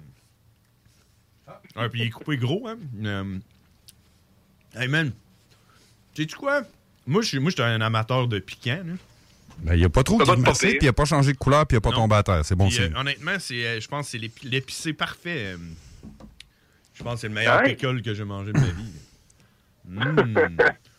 Ah, puis il est coupé gros, hein. Euh... Hey, man. Sais-tu quoi? Moi, je suis un amateur de piquant, là. Ben, il a pas trop grimacé, puis il a pas changé de couleur, puis il a pas non. tombé à terre. C'est bon puis, signe. Euh, honnêtement, c'est, euh, je pense que c'est l'épi- l'épicé parfait. Euh, je pense que c'est le meilleur ouais. pickle que j'ai mangé de ma vie. Mmh.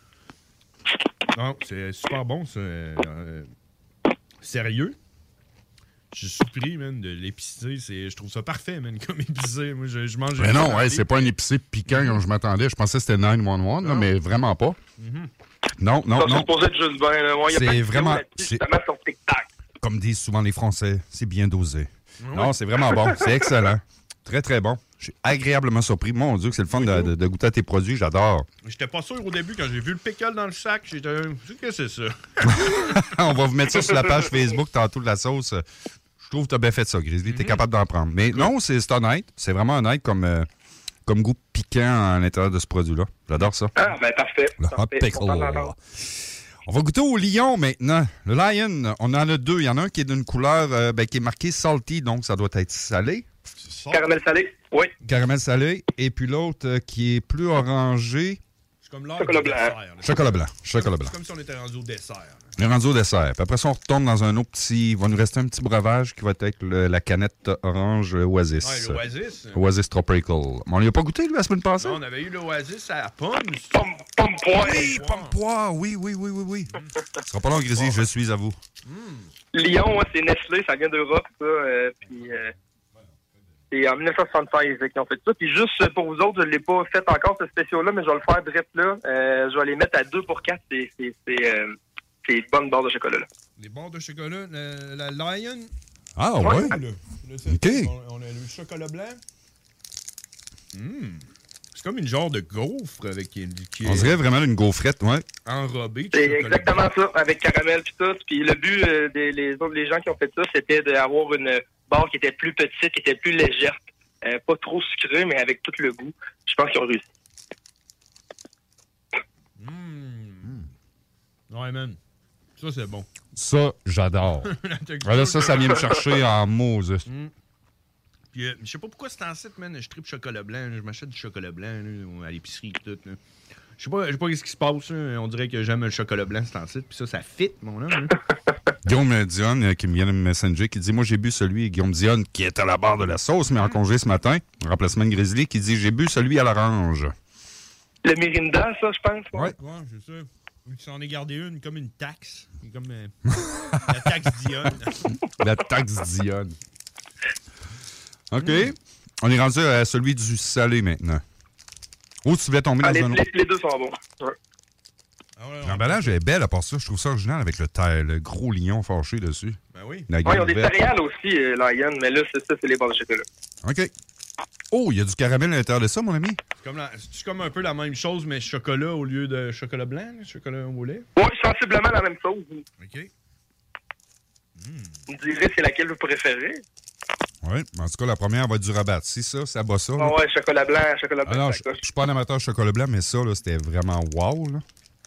Non, c'est super bon, ça. Euh, sérieux? Je suis surpris, man, de l'épicé. C'est, je trouve ça parfait, man, comme épicé. Moi, je, je mange... Mais non, ouais, c'est pas un épicé piquant comme je m'attendais. Je pensais que c'était neuf un un, là, mais vraiment pas. Mm-hmm. Non, non, ça, non. C'est supposé être juste bien. Là. Ouais, c'est vraiment... C'est... tic-tac. Comme disent souvent les Français, c'est bien dosé. Mm-hmm. Non, c'est vraiment bon. C'est excellent. Très, très bon. Je suis agréablement surpris. Mon Dieu, que c'est le fun de, de, de goûter à tes produits. J'adore. J'étais pas sûr au début. Quand j'ai vu le pickle dans le sac, j'étais... Qu'est-ce que c'est ça? On va vous mettre ça sur la page Facebook tantôt de la sauce. Je trouve que tu as bien fait ça, Grizzly. Mm-hmm. Tu es capable d'en prendre. Mais non, c'est, c'est honnête. C'est vraiment honnête comme, euh, comme goût piquant à l'intérieur de ce produit-là. J'adore ça. Ah, ben parfait. Le hot pickle. On va goûter au lion maintenant. Le lion, on en a deux. Il y en a un qui est d'une couleur euh, ben, qui est marqué salty, donc ça doit être salé. Caramel salé, oui. Caramel salé. Et puis l'autre euh, qui est plus orangé. C'est comme l'heure Chocolat du blanc. dessert. Là. Chocolat blanc. Chocolat blanc. C'est comme si on était rendu au dessert. Là. On est rendu au dessert. Puis après ça, on retombe dans un autre petit... Il va nous rester un petit breuvage qui va être le, la canette orange Oasis. Ouais, l'Oasis. Oasis Tropical. Mais on n'y a pas goûté, lui, la semaine passée? Non, on avait eu l'Oasis à la pomme. Pomme, pomme poire. Oui, pomme poire. Oui, oui, oui, oui, oui. Mm. Ce sera pas long, Grizzly. Je suis à vous. Mm. Lyon, ouais, c'est Nestlé. Ça vient d'Europe, ça. Euh, puis... Euh... C'est en dix-neuf cent soixante-seize qu'ils ont fait ça. Puis juste pour vous autres, je ne l'ai pas fait encore, ce spécial-là, mais je vais le faire direct là. Euh, je vais les mettre à deux pour quatre. C'est, c'est, c'est, euh, c'est les bonnes barres de chocolat, là. Les barres de chocolat, la, la Lion. Ah, ouais? ouais. Le, le, OK. On, on a le chocolat blanc. Mmh. C'est comme une genre de gaufre avec... Qui est, on dirait vraiment une gaufrette, ouais. Enrobée. C'est exactement blanc. Ça, avec caramel puis tout. Puis le but euh, des les autres les gens qui ont fait ça, c'était d'avoir une barre qui était plus petite, qui était plus légère. Euh, pas trop sucrée, mais avec tout le goût. Je pense qu'ils ont réussi. Mmh. Ouais, man. Ça, c'est bon. Ça, j'adore. Alors ça, ça vient me chercher en Moses. Mmh. Puis, euh, je sais pas pourquoi c'est en site, man. Je tripe chocolat blanc. Là. Je m'achète du chocolat blanc là, à l'épicerie et tout. Là. Je sais pas, je sais pas ce qui se passe. Là. On dirait que j'aime le chocolat blanc, c'est en site. Puis ça, ça fit, mon homme. Guillaume Dionne, qui me vient de me messenger, qui dit « Moi, j'ai bu celui, Guillaume Dionne, qui est à la barre de la sauce, mais en congé ce matin, remplacement de Grizzly, qui dit « J'ai bu celui à l'orange. » Le Mirinda, ça, je pense. Ouais, ouais, c'est ça. Ou qu'il s'en ait gardé une comme une taxe. Comme euh, la taxe Dionne. La taxe Dionne. OK. Mm. On est rendu à celui du salé maintenant. Ou tu voulais tomber ah, dans les, un autre? Les, les deux sont bons. Ouais. Ah ouais, l'emballage est belle à part ça. Je trouve ça original avec le, ta- le gros lion fâché dessus. Ben oui. Ouais, ils ont des céréales aussi, euh, Lion, mais là, c'est ça, c'est les barres de chocolat. OK. Oh, il y a du caramel à l'intérieur de ça, mon ami? C'est comme, la, c'est comme un peu la même chose, mais chocolat au lieu de chocolat blanc, là, chocolat au lait? Oui, sensiblement la même chose. OK. Mm. Vous me direz, c'est laquelle vous préférez? Oui, en tout cas, la première va être du rabat. Si ça, ça bat ça. Ah ouais, chocolat blanc, chocolat blanc. Alors, je ne suis pas un amateur de chocolat blanc, mais ça, là, c'était vraiment wow. Là.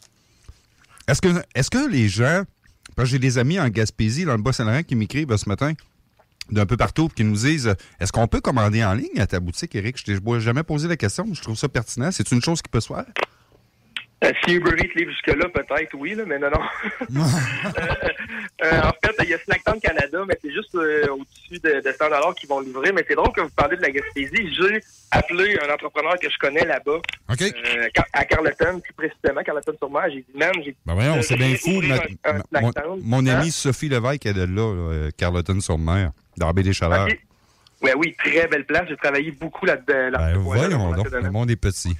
Est-ce que, est-ce que les gens... Parce que j'ai des amis en Gaspésie, dans le Bas-Saint-Laurent, qui m'écrivent ce matin d'un peu partout, qui nous disent « Est-ce qu'on peut commander en ligne à ta boutique, Éric? » Je n'ai jamais posé la question, mais je trouve ça pertinent. C'est une chose qui peut se faire? Euh, si Uber Eats livre jusque-là, peut-être, oui, là, mais non, non. euh, euh, en fait, il y a Snacktown Canada, mais c'est juste euh, au-dessus de, de cent dollars qu'ils vont livrer. Mais c'est drôle que vous parlez de la Gaspésie. J'ai appelé un entrepreneur que je connais là-bas, okay. euh, à Carleton, plus précisément, Carleton-sur-Mer. J'ai dit, man, j'ai... Ben voyons, euh, c'est bien fou. Ma, un, un mon, mon hein? amie Sophie Lévesque est de là, là Carleton-sur-Mer, dans la baie des Chaleurs. Okay. Ouais, oui, très belle place. J'ai travaillé beaucoup là-dedans. Là ben voyons donc, le monde est petit.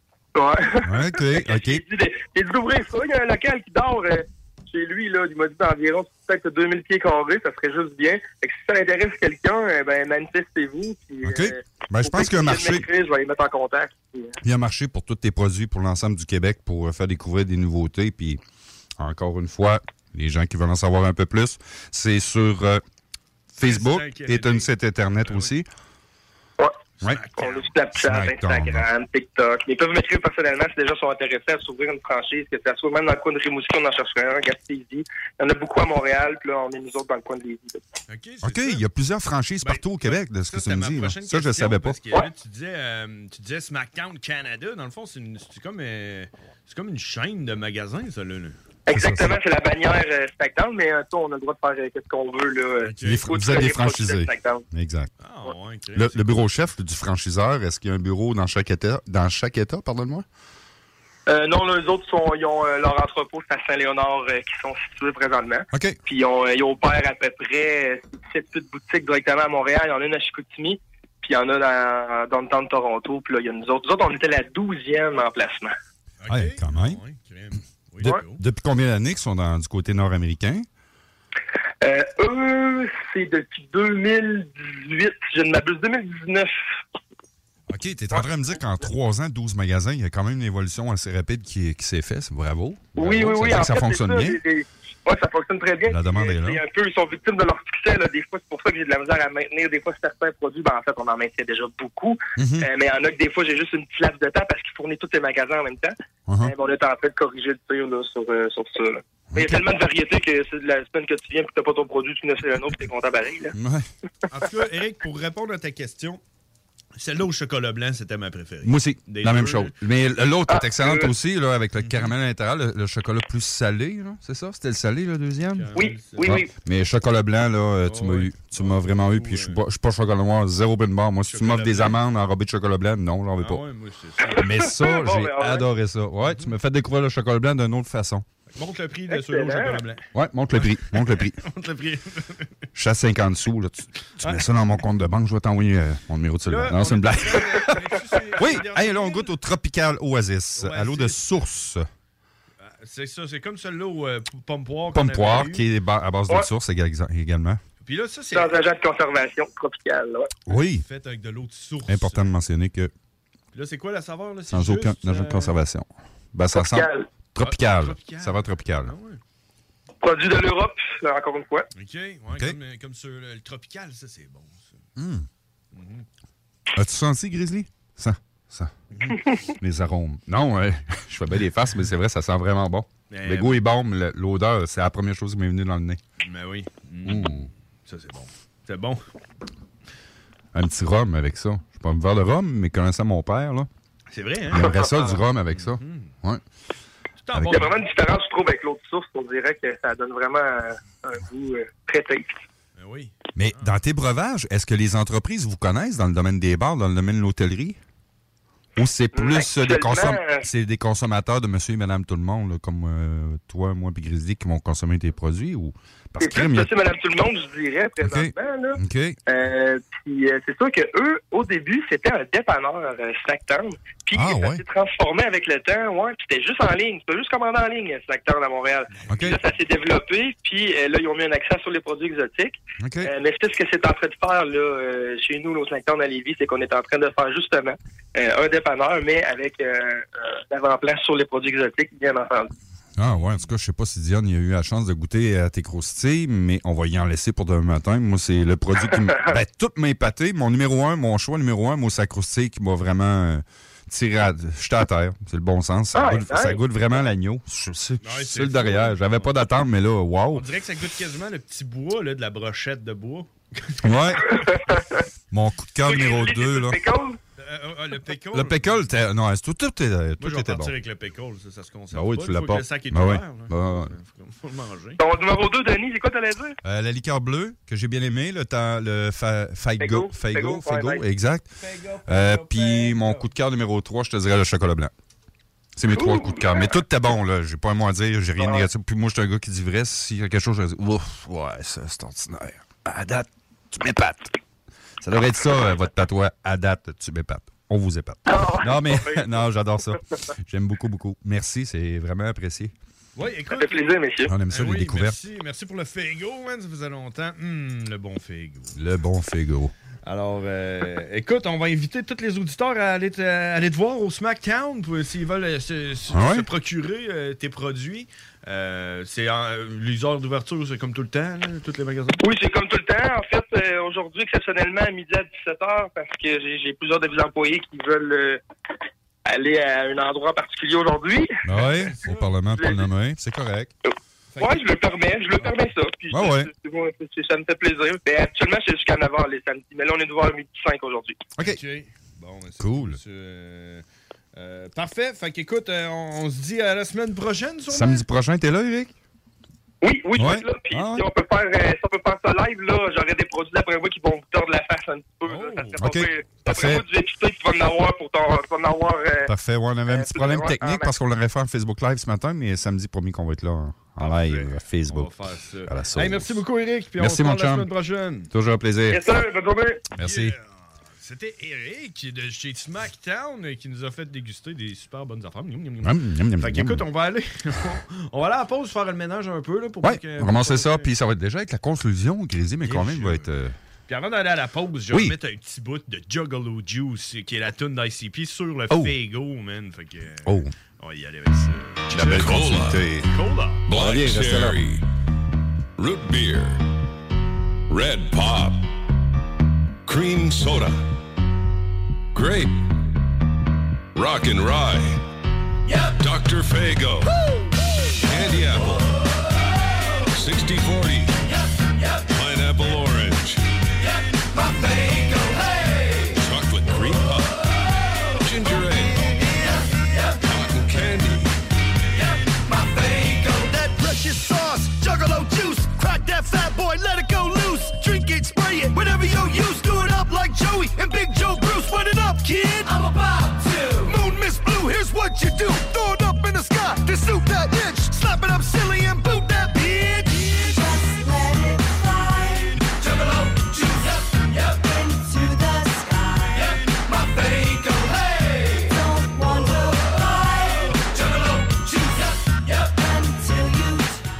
Ouais. OK, OK. J'ai dit, j'ai dit d'ouvrir ça. Il y a un local qui dort euh, chez lui, là. Il m'a dit d'environ peut-être deux mille pieds carrés. Ça serait juste bien. Fait que si ça intéresse quelqu'un, euh, ben manifestez-vous. Puis, OK. Euh, ben, je pense qu'il y a un marché. Je vais les mettre en contact. Puis, euh... Il y a un marché pour tous tes produits pour l'ensemble du Québec pour faire découvrir des nouveautés. Puis, encore une fois, les gens qui veulent en savoir un peu plus, c'est sur euh, Facebook et tu as une site Internet ben aussi. Oui. Ouais. On a Snapchat, Instagram, TikTok. Ils peuvent m'écrire personnellement si les gens sont intéressés à s'ouvrir une franchise, que ça soit même dans le coin de Rimouski, on en chercherait un, Gaspésie. Il y en a beaucoup à Montréal, puis là, on est nous autres dans le coin de Lévis. OK, OK, il y a plusieurs franchises ben, partout au Québec, de ce ça, que tu me dis. Ça, je ne savais pas. Parce que, là, tu, disais, euh, tu disais Smackdown Canada. Dans le fond, c'est, une, c'est, comme, euh, c'est comme une chaîne de magasins, ça, là. là. Exactement, c'est, ça, c'est la bannière euh, Smackdown, mais euh, ça, on a le droit de faire euh, ce qu'on veut. Là. Okay. Les, vous êtes des franchisés. Exact. Ah, ouais, okay. le, le bureau chef du franchiseur, est-ce qu'il y a un bureau dans chaque État, dans chaque état, pardonne-moi? Euh, non, les autres, sont, ils ont euh, leur entrepôt à Saint-Léonard euh, qui sont situés présentement. OK. Puis ils, ont, ils opèrent à peu près sept petites boutiques directement à Montréal. Il y en a une à Chicoutimi, puis il y en a dans, dans le temps de Toronto. Puis là, il y a nous autres. Nous autres, on était la douzième emplacement. OK, ouais, quand même. Ouais, oui, de, ouais. Depuis combien d'années qu'ils sont dans, du côté nord-américain? Euh, eux, c'est depuis deux mille dix-huit, je ne m'abuse, deux mille dix-neuf. OK, tu es en train de me dire qu'en trois ans, douze magasins, il y a quand même une évolution assez rapide qui, qui s'est faite. Bravo. Bravo. Oui, oui, oui. Ça, en ça fait, fonctionne ça, bien. Oui, ça fonctionne très bien. La demande est là. C'est un peu, ils sont victimes de leur succès. Là. Des fois, c'est pour ça que j'ai de la misère à maintenir. Des fois, certains produits, ben, en fait, on en maintient déjà beaucoup. Mm-hmm. Euh, mais il y en a que des fois, j'ai juste une petite laps de temps parce qu'ils fournissent tous les magasins en même temps. Uh-huh. Euh, on est en train de corriger le tir là, sur, euh, sur ça. Là. Mais il y a tellement de variétés que c'est de la semaine que tu viens et que tu n'as pas ton produit, tu n'as un autre et tu es content pareil. Là. Ouais. En tout cas, Éric, pour répondre à ta question, celle-là au chocolat blanc, c'était ma préférée. Moi aussi, Des la deux. même chose. Mais l'autre ah, est excellente euh... aussi, là, avec le caramel à l'intérieur, le, le chocolat plus salé, là, c'est ça? C'était le salé, le deuxième? Oui, oui, ah, oui. Mais chocolat blanc, là, tu oh, m'as ouais. eu. Tu m'as vraiment eu, puis je suis pas, pas chocolat noir, zéro bin bar. Moi, si tu m'offres des amandes enrobées de chocolat blanc, non, j'en veux pas. Ah ouais, moi, c'est ça. Mais ça, bon, j'ai ben, ouais. adoré ça. Ouais, tu m'as fait découvrir le chocolat blanc d'une autre façon. Montre le prix de ce au chocolat blanc. Ouais, montre le prix. Montre le prix. Montre le prix. Je suis à cinquante sous. Là. Tu, tu ouais. mets ça dans mon compte de banque, je vais t'envoyer euh, mon numéro de cellulaire. Non, c'est une blague. Oui, hey, là, on goûte au Tropical Oasis, ouais, à l'eau de source. C'est ça, c'est comme celle-là au euh, pomme poire. Pomme poire, qui est à base ouais. de source également. Puis là, ça, c'est. Dans un agent de conservation tropical. Ouais. Oui. Fait avec de l'eau de source. Important de mentionner que. Puis là, c'est quoi la saveur? Là? C'est sans juste, aucun agent de conservation. Ben, ça sent. Tropical. Ah, tropical. Ça va tropical. Ah, ouais. Produit de l'Europe, encore une fois. OK, ouais, okay. Comme, comme sur le, le tropical, ça, c'est bon. Ça. Mm. Mm-hmm. As-tu senti, Grizzly? Ça, ça. Mm-hmm. Les arômes. Non, euh, je fais bien des faces, mais c'est vrai, ça sent vraiment bon. Mais, le goût est bon, mais l'odeur, c'est la première chose qui m'est venue dans le nez. Mais oui. Mm. Mm. Ça, c'est bon. C'est bon. Un petit rhum avec ça. Je suis pas un verre de rhum, mais connaissant mon père, là. C'est vrai, hein? Il aimerait ça, du rhum avec ça. Mm-hmm. Ouais. Avec... Il y a vraiment une différence, je trouve, avec l'autre source. On dirait que ça donne vraiment un, un goût euh, très tasty. Ben oui. Mais ah. dans tes breuvages, est-ce que les entreprises vous connaissent dans le domaine des bars, dans le domaine de l'hôtellerie? Ou c'est plus Actuellement, des, consom... c'est des consommateurs de monsieur et madame tout le monde, là, comme euh, toi, moi et Grizzly, qui vont consommer tes produits? Ou... Parce c'est plus monsieur, madame tout le monde, je dirais, présentement. Okay. Là. Okay. Euh, puis euh, c'est sûr que eux, au début, c'était un dépanneur euh, Snacktown. Puis ah, ça ouais. s'est transformé avec le temps. Ouais, puis c'était juste en ligne. C'était juste commandé en ligne, Snacktown à Montréal. Okay. Puis là, ça s'est développé. Puis euh, là, ils ont mis un accent sur les produits exotiques. Okay. Euh, mais c'est ce que c'est en train de faire là euh, chez nous, au Snacktown à Lévis, c'est qu'on est en train de faire justement euh, un dépanneur, mais avec euh, euh, l'avant-plan sur les produits exotiques, bien entendu. Ah ouais, en tout cas, je sais pas si Diane a eu la chance de goûter à tes croustilles, mais on va y en laisser pour demain matin. Moi, c'est le produit qui m'a... ben, tout m'a épaté. Mon numéro un, mon choix numéro un, moi, c'est la croustille qui m'a vraiment euh, tiré à... J'étais à terre, c'est le bon sens. Ça, ah, goûte, ouais. ça goûte vraiment l'agneau. Je suis sur le derrière. J'avais pas d'attente, mais là, wow. On dirait que ça goûte quasiment le petit bois là, de la brochette de bois. Ouais. Mon coup de cœur numéro deux, là. Euh, euh, le pickle. Le pickle, était... non, tout, tout, tout, tout Moi, était je vais partir bon. avec le pickle, ça, ça se conserve. Ah oui, pas. tu l'as faut pas. que le sac est ben ouvert. Oui. Là. Ben, faut, faut le manger. Ton numéro deux, Denis, c'est quoi t'allais dire? Euh, la liqueur bleue, que j'ai bien aimé, le, temps, le fa... Faygo. Faygo, Faygo, ouais, exact. Euh, Puis mon coup de cœur numéro trois, je te dirais le chocolat blanc. C'est mes Ouh, trois coups de cœur. Mais tout était bon, là. J'ai pas un mot à dire, j'ai rien de négatif. Puis moi, je suis un gars qui dit vrai. S'il y a quelque chose, je vais dire, ouf, ouais, ça, c'est ordinaire. À date, tu m'épates. Ça devrait être ça, euh, votre patois. À date, tu m'épates. On vous épate. Oh, non, mais non, j'adore ça. J'aime beaucoup, beaucoup. Merci, c'est vraiment apprécié. Oui, écoute. Ça fait plaisir, messieurs. On aime ça, ben les oui, découvertes. Merci, merci pour le Faygo, man. Ça faisait longtemps. Hum, le bon Faygo. Le bon Faygo. Alors, euh, écoute, on va inviter tous les auditeurs à aller te, à aller te voir au SmackDown pour s'ils veulent se, se, ah ouais? se procurer euh, tes produits. Euh, c'est en, les heures d'ouverture, c'est comme tout le temps, là, tous les magasins? Oui, c'est comme tout le temps. En fait, euh, aujourd'hui, exceptionnellement, à midi à dix-sept heures, parce que j'ai, j'ai plusieurs de mes employés qui veulent euh, aller à un endroit particulier aujourd'hui. Oui, au Parlement, pour le nommer, c'est correct. Oui, je le permets, je le permets ça. Puis ah ouais. c'est, c'est, c'est, ça me fait plaisir. Mais actuellement, c'est jusqu'à neuf heures les samedis. Mais là, on est devant à midi cinq aujourd'hui. OK. okay. Bon, ben, c'est cool. C'est, euh, euh, parfait. Fait qu'écoute, euh, on, on se dit à la semaine prochaine, sûrement? Samedi prochain, t'es là, Eric? Oui, oui, ouais. je suis là. Puis ah, si, on peut faire, euh, si on peut faire ça live, là, j'aurais des produits d'après moi qui vont vous tordre la face un petit peu. Oh, là. Ça OK. D'après moi, du équité, tu vas en avoir pour ton... Tu vas en avoir... Euh, Parfait. Ouais, on avait un euh, petit problème technique parce qu'on l'aurait fait en Facebook Live ce matin, mais samedi, promis qu'on va être là en, en live à Facebook. On va faire ça. À la sauce. Hey, merci beaucoup, Eric. Puis merci, on se mon parle la chum. semaine prochaine. Toujours un plaisir. Yes, sir. Bonne journée. Merci. Yeah. C'était Eric de chez SmackDown qui nous a fait déguster des super bonnes affaires. Mmh, fait qu'écoute, on va aller on va aller à la pause faire le ménage un peu. Là, pour ouais, que, on va commencer ça, puis ça va être déjà avec la conclusion, Grizzly, mais quand même, il va être... Euh... Puis avant d'aller à la pause, je vais oui. mettre un petit bout de Juggalo Juice, qui est la tune d'I C P, sur le oh. Faygo, man. Fait que... Oh. On va y aller avec ça. La belle continuité. Cola. Black bien, Cherry. Root Beer. Red Pop. Cream Soda. Grape. Rock and Rye. Yep. Doctor Faygo. Woo! Candy Apple. sixty forty. Yep. Yep. Pineapple Orange. Yep. My Faygo. Hey! Chocolate Cream Pop. Ginger Ale. Yep. Yep. Cotton Candy. Yep. My Faygo. That precious sauce. Juggalo juice. Crack that fat boy. Let it go loose. Drink it, spray it. Whatever you use. Do it up like Joey and Big Joe Bruce. Run it up, kid. I'm about to. Moon Miss Blue, here's what you do. Throw it up in the sky. Then suit that itch. Slap it up silly and boot that bitch. Just let it fly. Juggalo juice. Yep, yep. Into the sky. Yep, my Faygo. Hey. Don't wonder why. Juggalo juice. Yep, yep. Until you.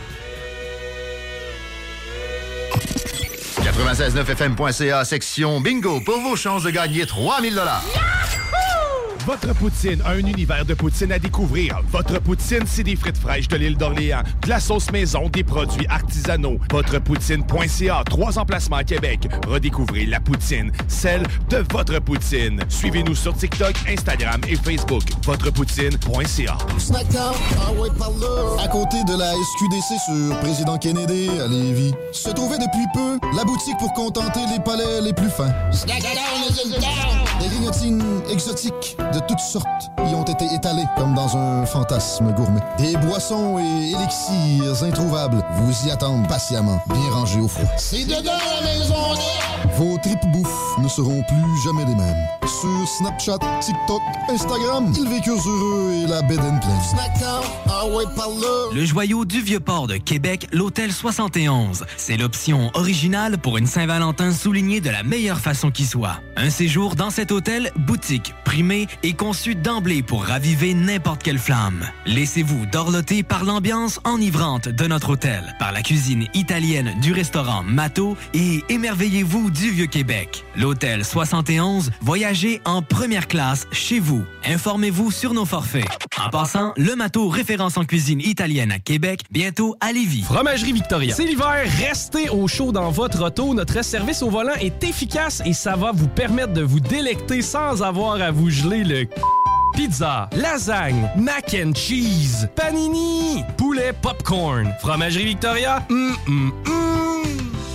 quatre-vingt-seize neuf F M point C A, section bingo, pour vos chances de gagner trois mille dollars. Votre poutine, un univers de poutine à découvrir. Votre poutine, c'est des frites fraîches de l'île d'Orléans, de la sauce maison, des produits artisanaux. Votrepoutine point C A, trois emplacements à Québec. Redécouvrez la poutine, celle de votre poutine. Suivez-nous sur TikTok, Instagram et Facebook. Votrepoutine point C A. Snackdown, ah ouais, par là. À côté de la S Q D C sur Président Kennedy à Lévis, se trouvait depuis peu la boutique pour contenter les palais les plus fins. Snackdown is in town! Des grignotines exotiques de toutes sortes y ont été étalées comme dans un fantasme gourmet. Des boissons et élixirs introuvables vous y attendent patiemment, bien rangés au froid. C'est dedans la maison nette! Vos tripes bouffe ne seront plus jamais les mêmes. Sur Snapchat, TikTok, Instagram, ils vécurent heureux et la bed and pleine. Snackdown, ah ouais, par là! Le joyau du Vieux-Port de Québec, l'Hôtel soixante et onze. C'est l'option originale pour une Saint-Valentin soulignée de la meilleure façon qui soit. Un séjour dans cet hôtel, boutique, primé et conçu d'emblée pour raviver n'importe quelle flamme. Laissez-vous dorloter par l'ambiance enivrante de notre hôtel, par la cuisine italienne du restaurant Mato et émerveillez-vous du Vieux-Québec. L'Hôtel soixante et onze, voyagez en première classe chez vous. Informez-vous sur nos forfaits. En passant, le Mato, référence en cuisine italienne à Québec, bientôt à Lévis. Fromagerie Victoria. C'est l'hiver, restez au chaud dans votre auto. Notre service au volant est efficace et ça va vous permettre de vous délecter sans avoir à vous geler le... Pizza, lasagne, mac and cheese, panini, poulet popcorn. Fromagerie Victoria, hum, hum, hum.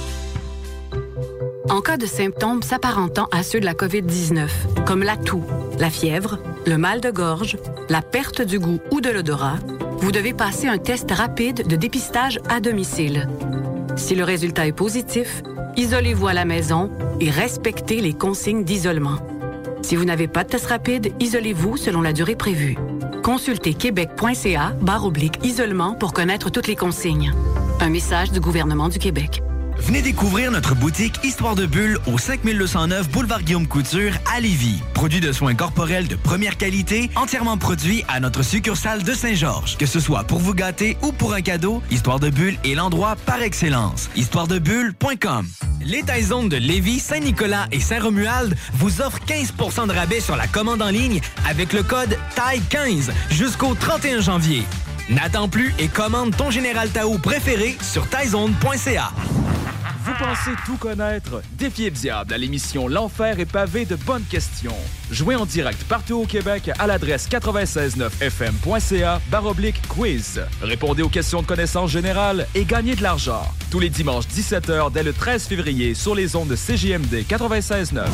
En cas de symptômes s'apparentant à ceux de la covid dix-neuf, comme la toux, la fièvre, le mal de gorge, la perte du goût ou de l'odorat, vous devez passer un test rapide de dépistage à domicile. Si le résultat est positif, isolez-vous à la maison et respectez les consignes d'isolement. Si vous n'avez pas de test rapide, isolez-vous selon la durée prévue. Consultez québec.ca barre oblique isolement pour connaître toutes les consignes. Un message du gouvernement du Québec. Venez découvrir notre boutique Histoire de Bulle au cinq mille deux cent neuf boulevard Guillaume Couture à Lévis. Produit de soins corporels de première qualité, entièrement produit à notre succursale de Saint-Georges. Que ce soit pour vous gâter ou pour un cadeau, Histoire de Bulle est l'endroit par excellence. histoire de bulle point com. Les Taizones de Lévis, Saint-Nicolas et Saint-Romuald vous offrent quinze pour cent de rabais sur la commande en ligne avec le code T A I quinze jusqu'au trente et un janvier. N'attends plus et commande ton Général Tao préféré sur taizone point c a. Vous pensez tout connaître? Défiez le diable à l'émission L'Enfer est pavé de bonnes questions. Jouez en direct partout au Québec à l'adresse quatre-vingt-seize neuf f m point c a barre oblique quiz. Répondez aux questions de connaissance générale et gagnez de l'argent. Tous les dimanches dix-sept heures dès le treize février sur les ondes de C J M D quatre-vingt-seize neuf.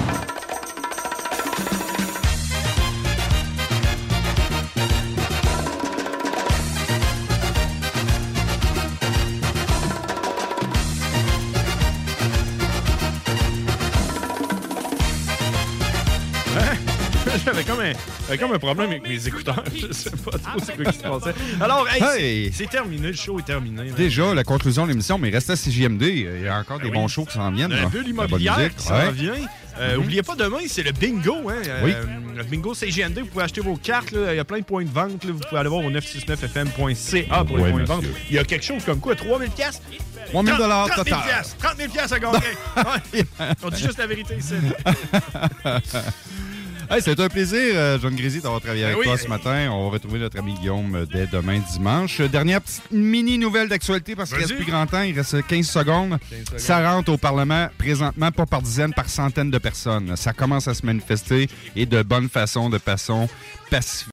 J'avais comme, un, j'avais comme un problème avec mes écouteurs. Je sais pas trop c'est quoi qui se passait. Alors, hey, hey. C'est, c'est terminé. Le show est terminé. Déjà, la conclusion de l'émission, mais reste à C J M D. Il y a encore ben des oui. bons shows qui s'en viennent. Un peu l'immobilière qui s'en ouais. vient. Euh, mm-hmm. Oubliez pas, demain, c'est le bingo. Hein? Oui. Euh, le bingo C J M D, vous pouvez acheter vos cartes. Là. Il y a plein de points de vente. Là. Vous pouvez aller voir au neuf cent soixante-neuf f m point c a pour les ouais, points monsieur. de vente. Il y a quelque chose comme quoi? trois mille dollars? trois mille dollars total. trente mille dollars à gagner. Ouais. On dit juste la vérité ici. Hey, c'est un plaisir, euh, John Grézy, d'avoir travaillé avec oui. toi ce matin. On va retrouver notre ami Guillaume dès demain dimanche. Dernière petite mini-nouvelle d'actualité parce qu'il reste plus grand temps. Il reste quinze secondes. quinze secondes. Ça rentre au Parlement présentement, pas par dizaines, par centaines de personnes. Ça commence à se manifester et de bonne façon, de façon pacifique.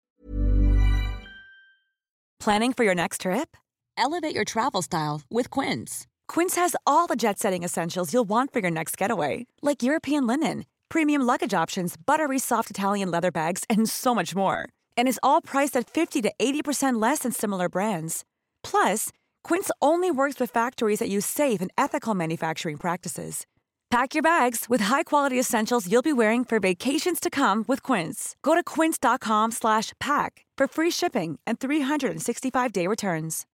Planning for your next trip? Elevate your travel style with Quince. Quince has all the jet-setting essentials you'll want for your next getaway, like European linen, premium luggage options, buttery soft Italian leather bags, and so much more. And is all priced at fifty to eighty percent less than similar brands. Plus, Quince only works with factories that use safe and ethical manufacturing practices. Pack your bags with high-quality essentials you'll be wearing for vacations to come with Quince. Go to quince dot com slash pack for free shipping and three sixty-five day returns.